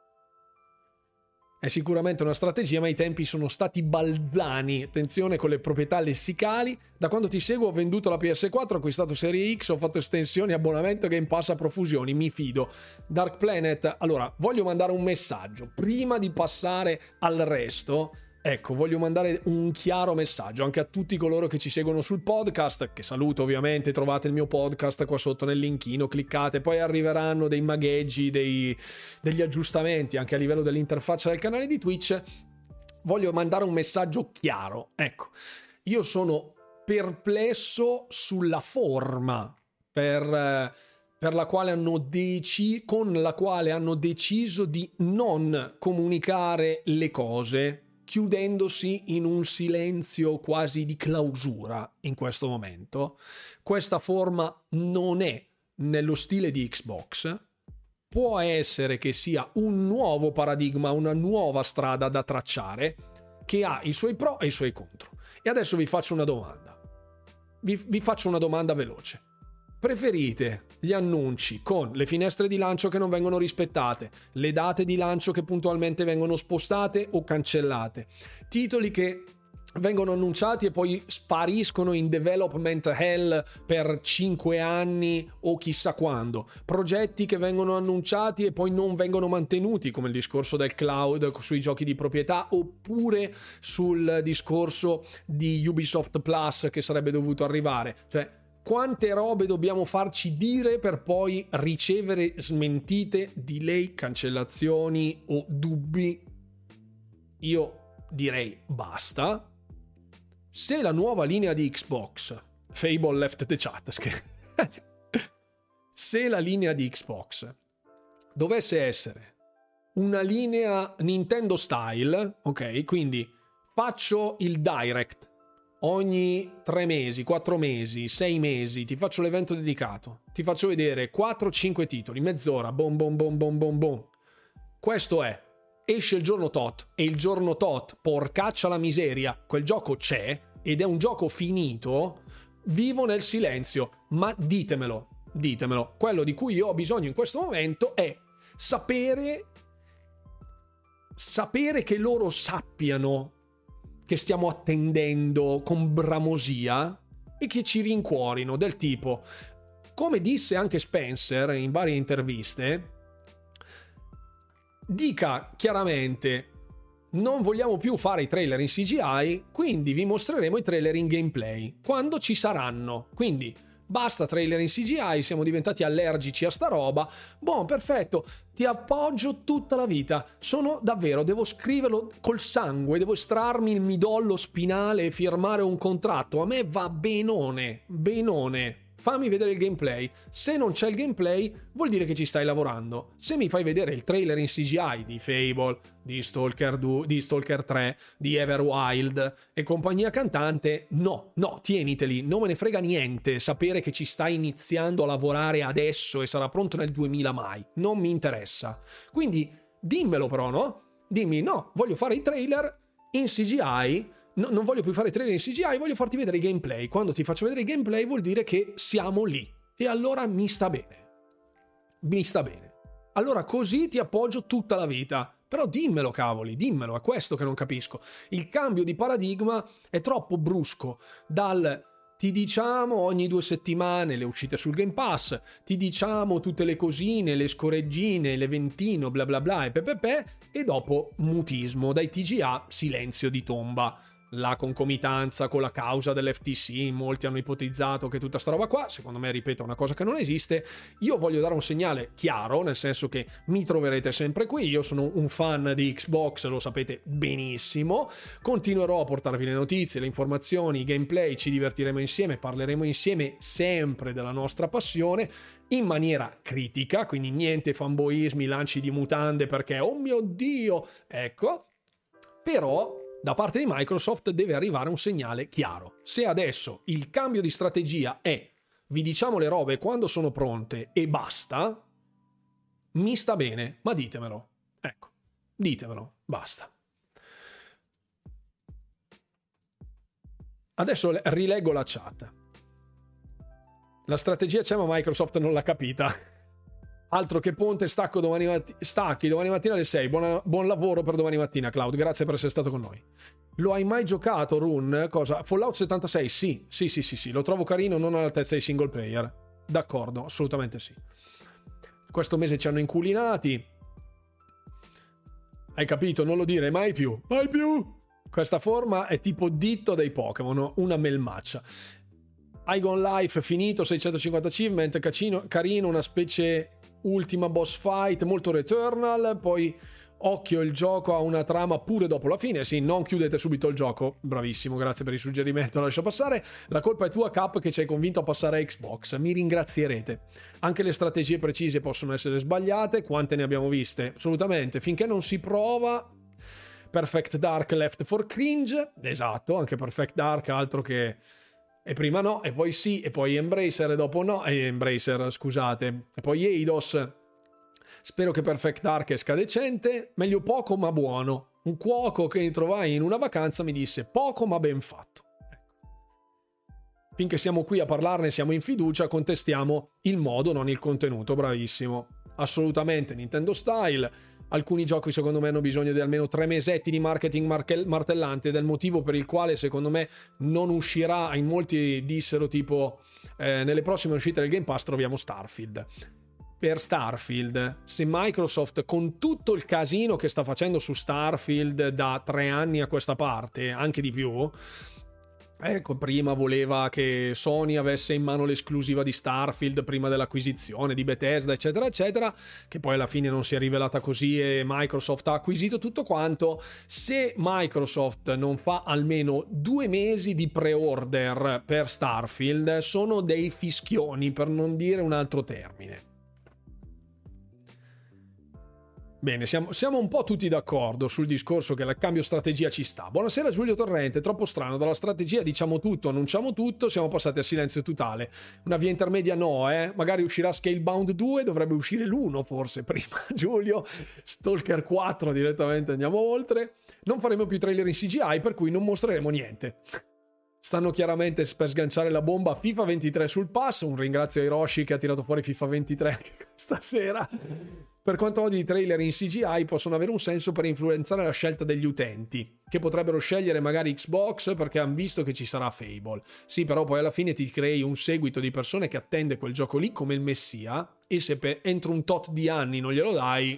È sicuramente una strategia, ma i tempi sono stati balzani. Attenzione con le proprietà lessicali. Da quando ti seguo ho venduto la PS4, ho acquistato Serie X, ho fatto estensioni, abbonamento, Game Pass a profusioni, mi fido. Dark Planet, allora, voglio mandare un messaggio. Prima di passare al resto, ecco, voglio mandare un chiaro messaggio anche a tutti coloro che ci seguono sul podcast, che saluto ovviamente, trovate il mio podcast qua sotto nel linkino, cliccate, poi arriveranno dei magheggi, degli aggiustamenti anche a livello dell'interfaccia del canale di Twitch. Voglio mandare un messaggio chiaro, ecco, io sono perplesso sulla forma per la quale con la quale hanno deciso di non comunicare le cose, chiudendosi in un silenzio quasi di clausura in questo momento. Questa forma non è nello stile di Xbox. Può essere che sia un nuovo paradigma, una nuova strada da tracciare, che ha i suoi pro e i suoi contro. E adesso vi faccio una domanda. Vi faccio una domanda veloce. Preferite gli annunci con le finestre di lancio che non vengono rispettate, le date di lancio che puntualmente vengono spostate o cancellate, titoli che vengono annunciati e poi spariscono in development hell per 5 anni o chissà quando, progetti che vengono annunciati e poi non vengono mantenuti, come il discorso del cloud sui giochi di proprietà, oppure sul discorso di Ubisoft Plus che sarebbe dovuto arrivare? Cioè, quante robe dobbiamo farci dire per poi ricevere smentite, delay, cancellazioni o dubbi? Io direi basta. Se la nuova linea di Xbox, Fable left the chat, se la linea di Xbox dovesse essere una linea Nintendo style, ok, quindi faccio il direct ogni 3 mesi, 4 mesi, 6 mesi, ti faccio l'evento dedicato, ti faccio vedere 4-5 titoli, mezz'ora, bom bom bom bom bom bom. Questo è, esce il giorno tot e il giorno tot, porcaccia la miseria, quel gioco c'è ed è un gioco finito, vivo nel silenzio, ma ditemelo. Quello di cui io ho bisogno in questo momento è sapere che loro sappiano che stiamo attendendo con bramosia e che ci rincuorino, del tipo, come disse anche Spencer in varie interviste, dica chiaramente: non vogliamo più fare i trailer in CGI, quindi vi mostreremo i trailer in gameplay quando ci saranno, quindi basta trailer in CGI, siamo diventati allergici a sta roba. Buon, perfetto, ti appoggio tutta la vita. Devo scriverlo col sangue, devo estrarmi il midollo spinale e firmare un contratto. A me va benone. Fammi vedere il gameplay. Se non c'è il gameplay, vuol dire che ci stai lavorando. Se mi fai vedere il trailer in CGI di Fable, di Stalker 3, di Everwild e compagnia cantante, no, tieniteli, non me ne frega niente sapere che ci stai iniziando a lavorare adesso e sarà pronto nel 2000 mai. Non mi interessa. Quindi dimmelo però, no? Dimmi, no, voglio fare i trailer in CGI. No, non voglio più fare i trailer in CGI, voglio farti vedere i gameplay. Quando ti faccio vedere i gameplay vuol dire che siamo lì. E allora mi sta bene. Allora così ti appoggio tutta la vita. Però dimmelo, cavoli, dimmelo, è questo che non capisco. Il cambio di paradigma è troppo brusco. Ti diciamo ogni 2 settimane le uscite sul Game Pass, ti diciamo tutte le cosine, le scoreggine, l'eventino, bla bla bla e pepepe, e dopo mutismo, dai TGA silenzio di tomba. la concomitanza con la causa dell'FTC, molti hanno ipotizzato che tutta sta roba qua, secondo me, ripeto, è una cosa che non esiste. Io voglio dare un segnale chiaro, nel senso che mi troverete sempre qui, io sono un fan di Xbox, lo sapete benissimo, continuerò a portarvi le notizie, le informazioni, i gameplay, ci divertiremo insieme, parleremo insieme sempre della nostra passione, in maniera critica, quindi niente fanboismi, lanci di mutande perché, oh mio Dio, ecco, però da parte di Microsoft deve arrivare un segnale chiaro. Se adesso il cambio di strategia è vi diciamo le robe quando sono pronte e basta, mi sta bene, ma ditemelo. Ecco, ditemelo, basta. Adesso rileggo la chat. La strategia c'è, ma Microsoft non l'ha capita. Altro che ponte, stacchi domani mattina alle 6. Buon lavoro per domani mattina, Cloud. Grazie per essere stato con noi. Lo hai mai giocato, Run? Cosa? Fallout 76? Sì. Lo trovo carino, non all'altezza di single player. D'accordo, assolutamente sì. Questo mese ci hanno inculinati. Hai capito? Non lo dire mai più. Mai più! Questa forma è tipo ditto dei Pokémon, una melmaccia. Igon Life finito, 650 achievement, carino, una specie ultima boss fight, molto Returnal, poi occhio, il gioco ha una trama pure dopo la fine, sì, non chiudete subito il gioco, bravissimo, grazie per il suggerimento, lascia passare, la colpa è tua, Cap, che ci hai convinto a passare a Xbox, mi ringrazierete. Anche le strategie precise possono essere sbagliate, quante ne abbiamo viste? Assolutamente, finché non si prova. Perfect Dark left for cringe, esatto, anche Perfect Dark, altro che... E prima no, e poi sì, e poi Embracer, e dopo no, e Embracer, scusate, e poi Eidos. Spero che Perfect Dark esca decente, meglio poco ma buono. Un cuoco che trovai in una vacanza mi disse poco ma ben fatto. Ecco. Finché siamo qui a parlarne, siamo in fiducia, contestiamo il modo, non il contenuto, bravissimo. Assolutamente Nintendo style. Alcuni giochi secondo me hanno bisogno di almeno 3 mesetti di marketing martellante ed è il motivo per il quale secondo me non uscirà, in molti dissero tipo nelle prossime uscite del Game Pass troviamo Starfield. Per Starfield, se Microsoft con tutto il casino che sta facendo su Starfield da 3 anni a questa parte, anche di più, ecco, prima voleva che Sony avesse in mano l'esclusiva di Starfield prima dell'acquisizione di Bethesda, eccetera, eccetera, che poi alla fine non si è rivelata così e Microsoft ha acquisito tutto quanto. Se Microsoft non fa almeno 2 mesi di pre-order per Starfield, sono dei fischioni, per non dire un altro termine. Bene, siamo un po' tutti d'accordo sul discorso che il cambio strategia ci sta. Buonasera Giulio Torrente, troppo strano, dalla strategia diciamo tutto, annunciamo tutto, siamo passati a silenzio totale. Una via intermedia no, magari uscirà Scalebound 2, dovrebbe uscire l'1 forse prima, Giulio, Stalker 4 direttamente, andiamo oltre. Non faremo più trailer in CGI, per cui non mostreremo niente. Stanno chiaramente per sganciare la bomba FIFA 23 sul pass, un ringrazio a Hiroshi che ha tirato fuori FIFA 23 stasera. Per quanto odio i trailer in CGI possono avere un senso per influenzare la scelta degli utenti, che potrebbero scegliere magari Xbox perché hanno visto che ci sarà Fable. Sì, però poi alla fine ti crei un seguito di persone che attende quel gioco lì come il messia, e se entro un tot di anni non glielo dai,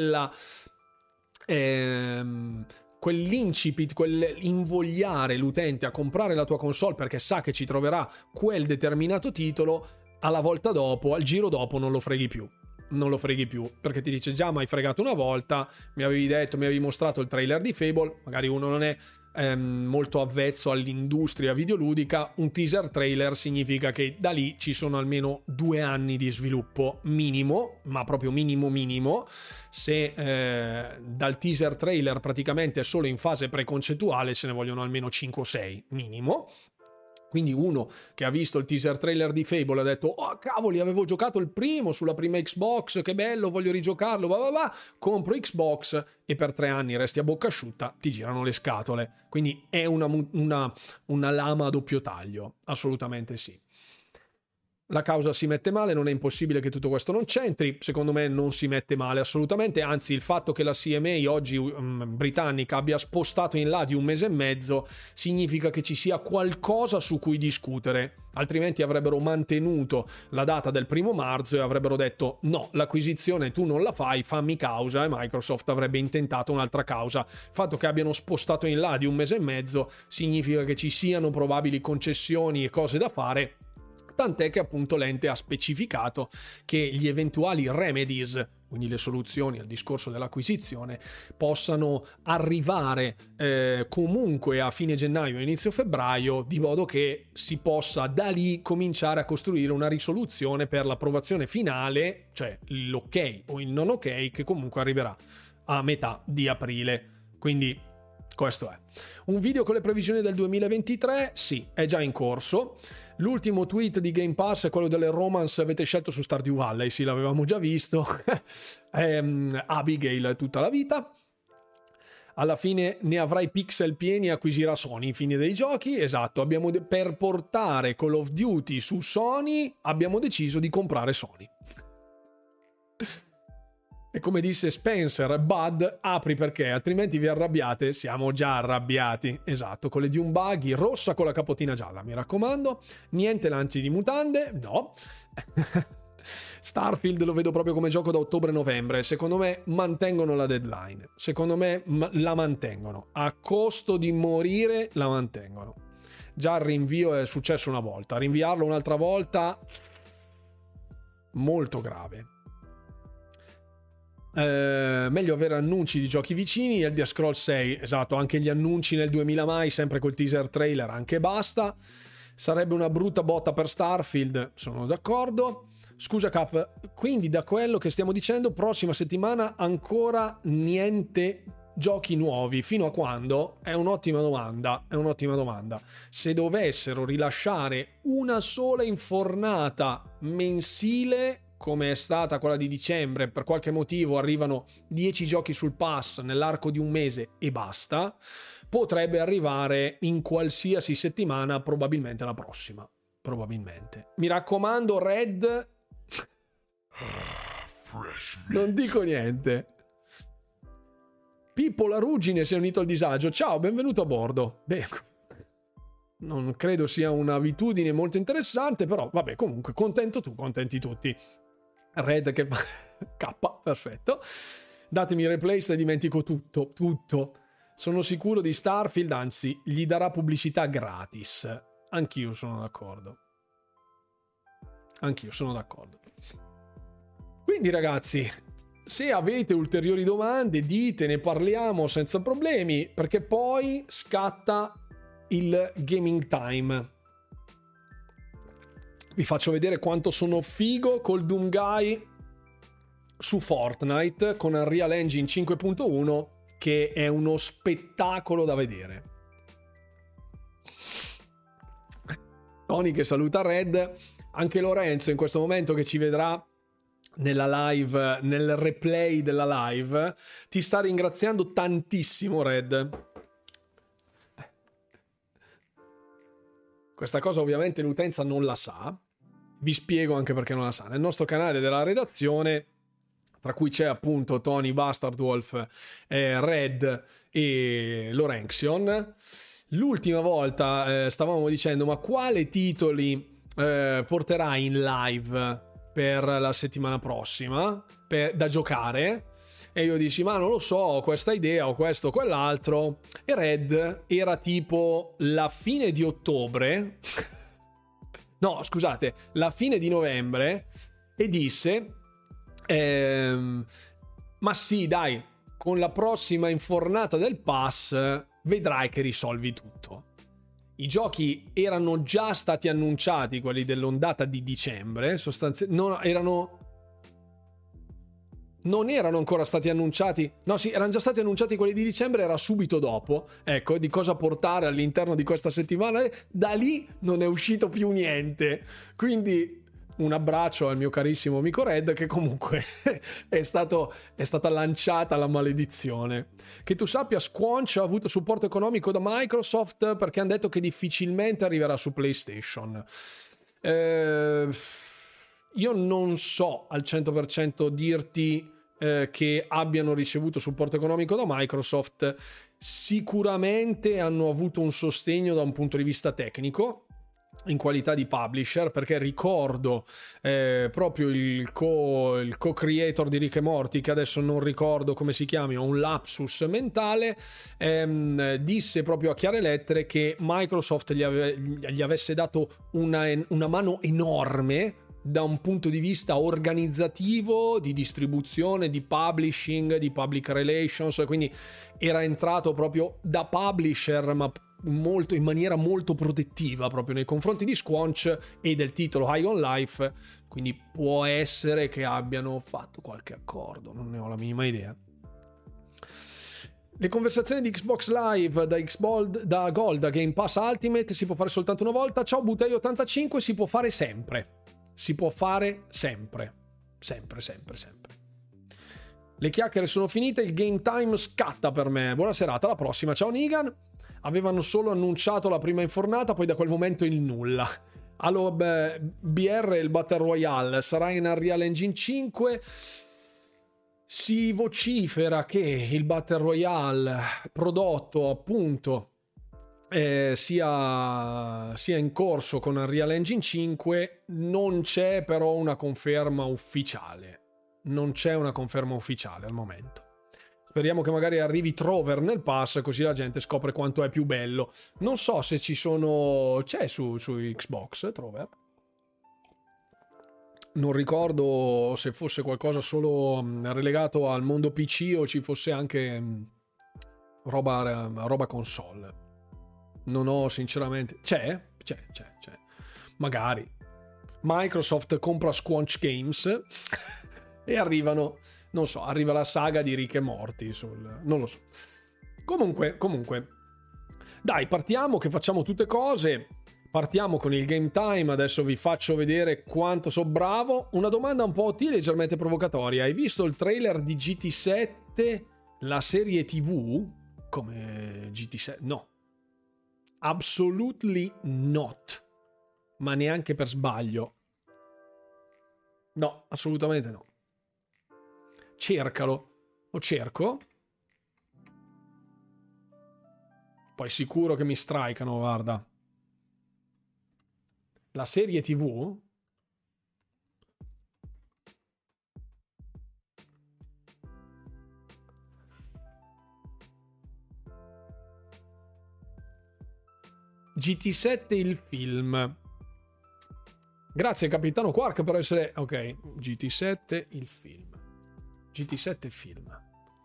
quell'incipit, quell'invogliare l'utente a comprare la tua console perché sa che ci troverà quel determinato titolo, alla volta dopo, al giro dopo non lo freghi più, perché ti dice già mi hai fregato una volta, mi avevi mostrato il trailer di Fable, magari uno non è molto avvezzo all'industria videoludica, un teaser trailer significa che da lì ci sono almeno 2 anni di sviluppo minimo, ma proprio minimo. Se dal teaser trailer praticamente è solo in fase preconcettuale, ce ne vogliono almeno 5 o 6 minimo. Quindi uno che ha visto il teaser trailer di Fable ha detto oh cavoli, avevo giocato il primo sulla prima Xbox, che bello, voglio rigiocarlo, compro Xbox e per 3 anni resti a bocca asciutta, ti girano le scatole. Quindi è una lama a doppio taglio, assolutamente sì. la causa si mette male, non è impossibile che tutto questo non c'entri, secondo me non si mette male assolutamente, anzi il fatto che la CMA oggi britannica abbia spostato in là di un mese e mezzo significa che ci sia qualcosa su cui discutere, altrimenti avrebbero mantenuto la data del 1 marzo e avrebbero detto no, l'acquisizione tu non la fai, fammi causa, e Microsoft avrebbe intentato un'altra causa. Il fatto che abbiano spostato in là di un mese e mezzo significa che ci siano probabili concessioni e cose da fare, tant'è che appunto l'ente ha specificato che gli eventuali remedies, quindi le soluzioni al discorso dell'acquisizione, possano arrivare comunque a fine gennaio, inizio febbraio, di modo che si possa da lì cominciare a costruire una risoluzione per l'approvazione finale, cioè l'ok o il non ok, che comunque arriverà a metà di aprile. Quindi questo è. Un video con le previsioni del 2023? Sì, è già in corso. L'ultimo tweet di Game Pass è quello delle romance avete scelto su Stardew Valley, sì, l'avevamo già visto. Abigail tutta la vita. Alla fine ne avrai pixel pieni e acquisirà Sony, fine dei giochi. Esatto, per portare Call of Duty su Sony abbiamo deciso di comprare Sony. E come disse Spencer, Bud, apri perché altrimenti vi arrabbiate. Siamo già arrabbiati. Esatto, con le Dune Buggy, rossa con la capotina gialla, mi raccomando. Niente lanci di mutande, no. Starfield lo vedo proprio come gioco da ottobre-novembre. Secondo me mantengono la deadline. Secondo me la mantengono. A costo di morire la mantengono. Già il rinvio è successo una volta. Rinviarlo un'altra volta, molto grave. Meglio avere annunci di giochi vicini. Elder Scrolls 6, esatto, anche gli annunci nel 2000 mai, sempre col teaser trailer, anche basta. Sarebbe una brutta botta per Starfield, sono d'accordo. Scusa Cap, quindi da quello che stiamo dicendo, prossima settimana ancora niente giochi nuovi, fino a quando? È un'ottima domanda. Se dovessero rilasciare una sola infornata mensile come è stata quella di dicembre, per qualche motivo arrivano 10 giochi sul pass nell'arco di un mese e basta, potrebbe arrivare in qualsiasi settimana, probabilmente la prossima. Probabilmente. Mi raccomando, Red. Non dico niente. Pippo la ruggine si è unito al disagio. Ciao, benvenuto a bordo. Beh, non credo sia un'abitudine molto interessante, però vabbè, comunque contento tu, contenti tutti. Red che fa K, perfetto. Datemi il replay se dimentico tutto. Sono sicuro di Starfield, anzi gli darà pubblicità gratis. Anch'io sono d'accordo. Quindi ragazzi, se avete ulteriori domande dite, ne parliamo senza problemi, perché poi scatta il gaming time. Vi faccio vedere quanto sono figo col Doomguy su Fortnite con Unreal Engine 5.1, che è uno spettacolo da vedere. Tony che saluta Red, anche Lorenzo in questo momento che ci vedrà nella live, nel replay della live, ti sta ringraziando tantissimo, Red. Questa cosa ovviamente l'utenza non la sa. Vi spiego anche perché non la sa. Nel nostro canale della redazione, tra cui c'è appunto Tony, Bastardwolf, Red e Lorenxion, l'ultima volta stavamo dicendo ma quale titoli porterai in live per la settimana prossima da giocare? E io dissi ma non lo so, ho questa idea, ho questo o quell'altro. E Red era tipo la fine di ottobre no scusate, la fine di novembre, e disse ma sì dai, con la prossima infornata del pass vedrai che risolvi tutto. I giochi erano già stati annunciati, quelli dell'ondata di dicembre, non erano ancora stati annunciati. No, sì, erano già stati annunciati quelli di dicembre, era subito dopo. Ecco, di cosa portare all'interno di questa settimana. Da lì non è uscito più niente. Quindi un abbraccio al mio carissimo amico Red, che comunque è stata lanciata la maledizione. Che tu sappia, Squanch ha avuto supporto economico da Microsoft perché hanno detto che difficilmente arriverà su PlayStation. Io non so al 100% dirti che abbiano ricevuto supporto economico da Microsoft. Sicuramente hanno avuto un sostegno da un punto di vista tecnico in qualità di publisher, perché ricordo proprio il co-creator di Rick e Morty, che adesso non ricordo come si chiami, ho un lapsus mentale, disse proprio a chiare lettere che Microsoft gli avesse dato una mano enorme da un punto di vista organizzativo, di distribuzione, di publishing, di public relations, quindi era entrato proprio da publisher, ma in maniera molto protettiva proprio nei confronti di Squanch e del titolo High on Life, quindi può essere che abbiano fatto qualche accordo, non ne ho la minima idea. Le conversazioni di Xbox Live da Gold a Game Pass Ultimate si può fare soltanto una volta. Ciao Butei85, si può fare sempre. Si può fare sempre. Sempre. Le chiacchiere sono finite, il game time scatta per me. Buona serata, alla prossima. Ciao Nigan. Avevano solo annunciato la prima infornata, poi da quel momento il nulla. Allora, BR, il Battle Royale, sarà in Unreal Engine 5. Si vocifera che il Battle Royale prodotto appunto sia in corso con Unreal Engine 5. Non c'è però una conferma ufficiale. Non c'è una conferma ufficiale al momento. Speriamo che magari arrivi Trover nel pass, così la gente scopre quanto è più bello. Non so se ci sono... C'è su Xbox Trover? Non ricordo se fosse qualcosa solo relegato al mondo PC o ci fosse anche roba console. Non ho sinceramente... C'è. Magari. Microsoft compra Squanch Games e arrivano... Non so, arriva la saga di Rick e Morty non lo so. Comunque, dai, partiamo che facciamo tutte cose. Partiamo con il game time, adesso vi faccio vedere quanto so bravo. Una domanda un po' OT, leggermente provocatoria. Hai visto il trailer di GT7, la serie TV? Come GT7? No. Absolutely not. Ma neanche per sbaglio. No, assolutamente no. Cercalo. Lo cerco. Poi sicuro che mi strikano, guarda. La serie TV? GT7 il film. Grazie Capitano Quark per essere... Ok, GT7 il film. GT7 film.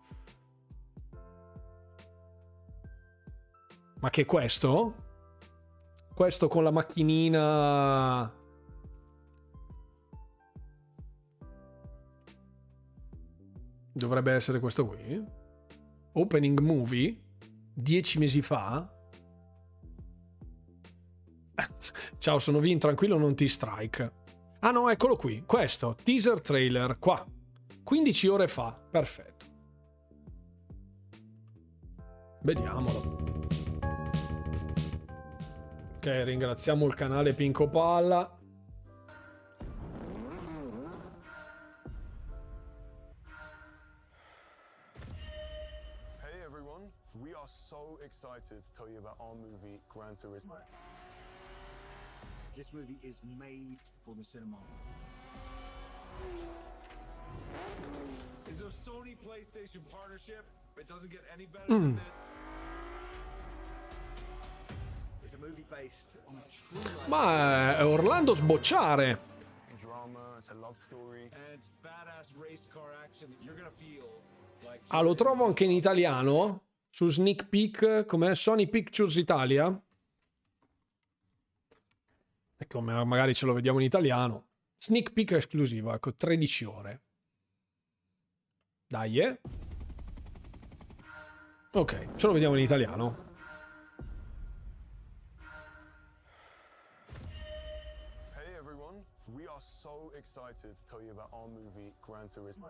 Ma che è questo? Questo con la macchinina... Dovrebbe essere questo qui. Opening movie. 10 mesi fa. Ciao, sono Vin, tranquillo, non ti strike. Ah no, eccolo qui. Questo, teaser trailer, qua. 15 ore fa. Perfetto. Vediamolo. Ok, ringraziamo il canale Pinco Palla. Hey everyone, we are so excited to tell you about our movie Gran Turismo. This movie is made for the cinema. It's a Sony PlayStation partnership. It doesn't get any better than this. It's a movie based on a true life. Ma è Orlando sbocciare. Drama, it's a love story. And it's badass race car action that you're gonna feel like... Ah, lo trovo anche in italiano? Su Sneak Peek, come Sony Pictures Italia? Ecco, magari ce lo vediamo in italiano. Sneak Peek esclusivo, ecco, 13 ore. Dai, Ok, ce lo vediamo in italiano. Hey everyone, we are so excited to tell you about our movie Gran Turismo.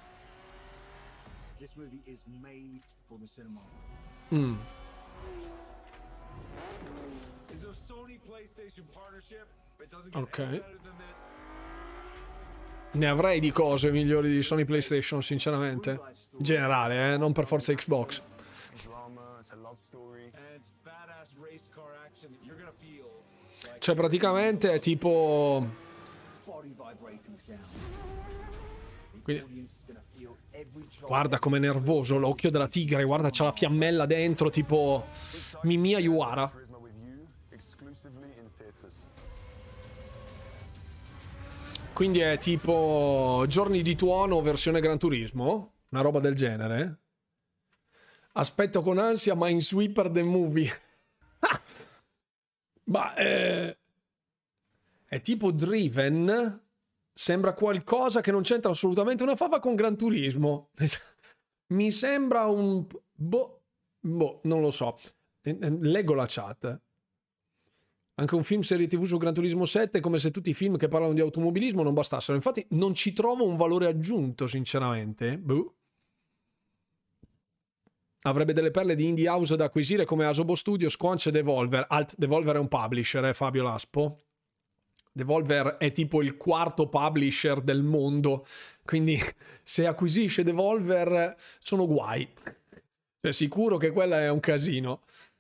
This movie is made for the cinema. It's a Sony PlayStation partnership. It doesn't get Ok. any better than this. Ne avrei di cose migliori di Sony PlayStation, sinceramente. In generale, non per forza Xbox. Drama, it's a love story. And it's badass race car action that you're gonna feel like Cioè, praticamente è tipo... Body vibrating sound. The Quindi- audience is gonna feel every drop. Guarda com'è nervoso, l'occhio della tigre, guarda c'ha la fiammella dentro, tipo Mimiya Yuara. Charisma with you, exclusively in theaters. Quindi è tipo Giorni di Tuono versione Gran Turismo, una roba del genere. Aspetto con ansia Minesweeper the Movie. Ma è tipo Driven. Sembra qualcosa che non c'entra assolutamente una fava con Gran Turismo. Mi sembra un... Boh, non lo so. Leggo la chat. Anche un film serie TV su Gran Turismo 7 è come se tutti i film che parlano di automobilismo non bastassero. Infatti non ci trovo un valore aggiunto, sinceramente. Boh. Avrebbe delle perle di indie house da acquisire come Asobo Studio, Squanch e Devolver. Devolver è un publisher, Fabio Laspo. Devolver è tipo il quarto publisher del mondo, quindi se acquisisce Devolver sono guai. Cioè, sicuro che quella è un casino.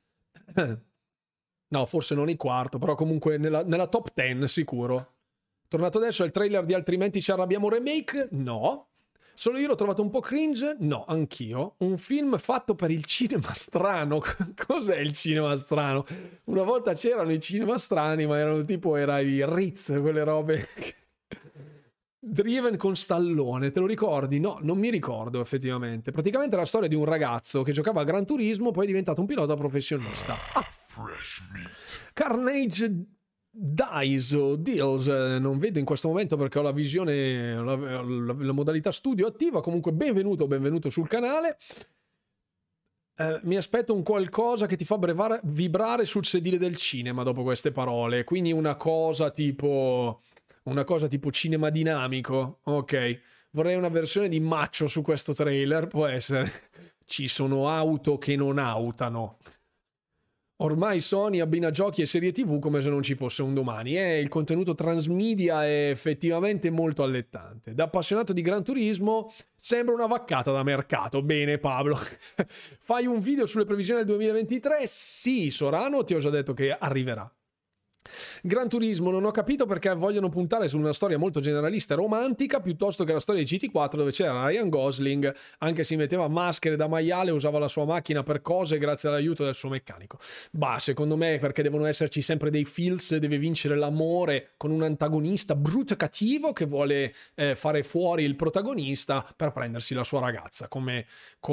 No, forse non il quarto, però comunque nella top 10 sicuro. Tornato adesso è il trailer di Altrimenti ci arrabbiamo remake? No. Solo io l'ho trovato un po' cringe? No, anch'io. Un film fatto per il cinema strano. Cos'è il cinema strano? Una volta c'erano i cinema strani, ma erano tipo, era i Ritz, quelle robe. Driven con Stallone, te lo ricordi? No, non mi ricordo effettivamente. Praticamente è la storia di un ragazzo che giocava a Gran Turismo, poi è diventato un pilota professionista. Carnage Dies o Deals, non vedo in questo momento perché ho la visione, la modalità studio attiva. Comunque benvenuto sul canale. Mi aspetto un qualcosa che ti fa vibrare sul sedile del cinema dopo queste parole, quindi una cosa tipo cinema dinamico. Ok, vorrei una versione di Maccio su questo trailer, può essere. Ci sono auto che non autano. Ormai Sony abbina giochi e serie TV come se non ci fosse un domani. Il contenuto transmedia è effettivamente molto allettante. Da appassionato di Gran Turismo sembra una vaccata da mercato. Bene Pablo. Fai un video sulle previsioni del 2023? Sì, Sorano, ti ho già detto che arriverà. Gran Turismo non ho capito perché vogliono puntare su una storia molto generalista e romantica piuttosto che la storia di GT4 dove c'era Ryan Gosling, anche se metteva maschere da maiale, usava la sua macchina per cose grazie all'aiuto del suo meccanico. Bah, secondo me perché devono esserci sempre dei feels, deve vincere l'amore con un antagonista brutto e cattivo che vuole fare fuori il protagonista per prendersi la sua ragazza, come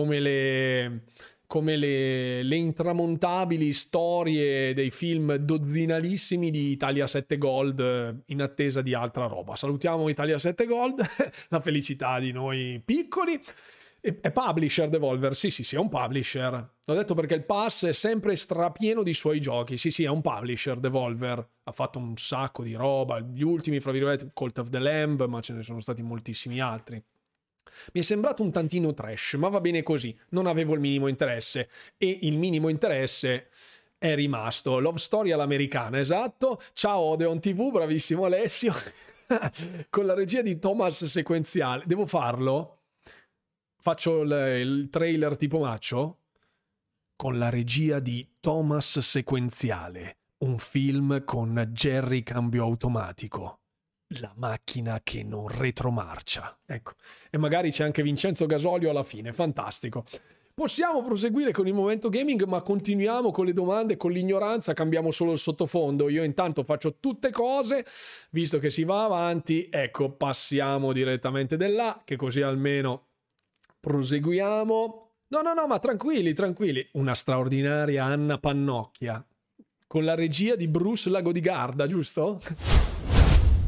le intramontabili storie dei film dozzinalissimi di Italia 7 Gold in attesa di altra roba. Salutiamo Italia 7 Gold, la felicità di noi piccoli. È publisher Devolver, sì, è un publisher. L'ho detto perché il pass è sempre strapieno di suoi giochi. Sì, è un publisher Devolver. Ha fatto un sacco di roba. Gli ultimi, fra virgolette, Cult of the Lamb, ma ce ne sono stati moltissimi altri. Mi è sembrato un tantino trash, ma va bene così, non avevo il minimo interesse e il minimo interesse è rimasto. Love story all'americana, esatto. Ciao Odeon TV, bravissimo Alessio. Con la regia di Thomas Sequenziale. Devo farlo? Faccio il trailer tipo Maccio? Con la regia di Thomas Sequenziale, un film con Jerry cambio automatico. La macchina che non retromarcia. Ecco. E magari c'è anche Vincenzo Gasolio alla fine. Fantastico. Possiamo proseguire con il momento gaming, ma continuiamo con le domande, con l'ignoranza, cambiamo solo il sottofondo. Io intanto faccio tutte cose, visto che si va avanti. Ecco, passiamo direttamente da là, che così almeno proseguiamo. No, ma tranquilli. Una straordinaria Anna Pannocchia, con la regia di Bruce Lago di Garda, giusto?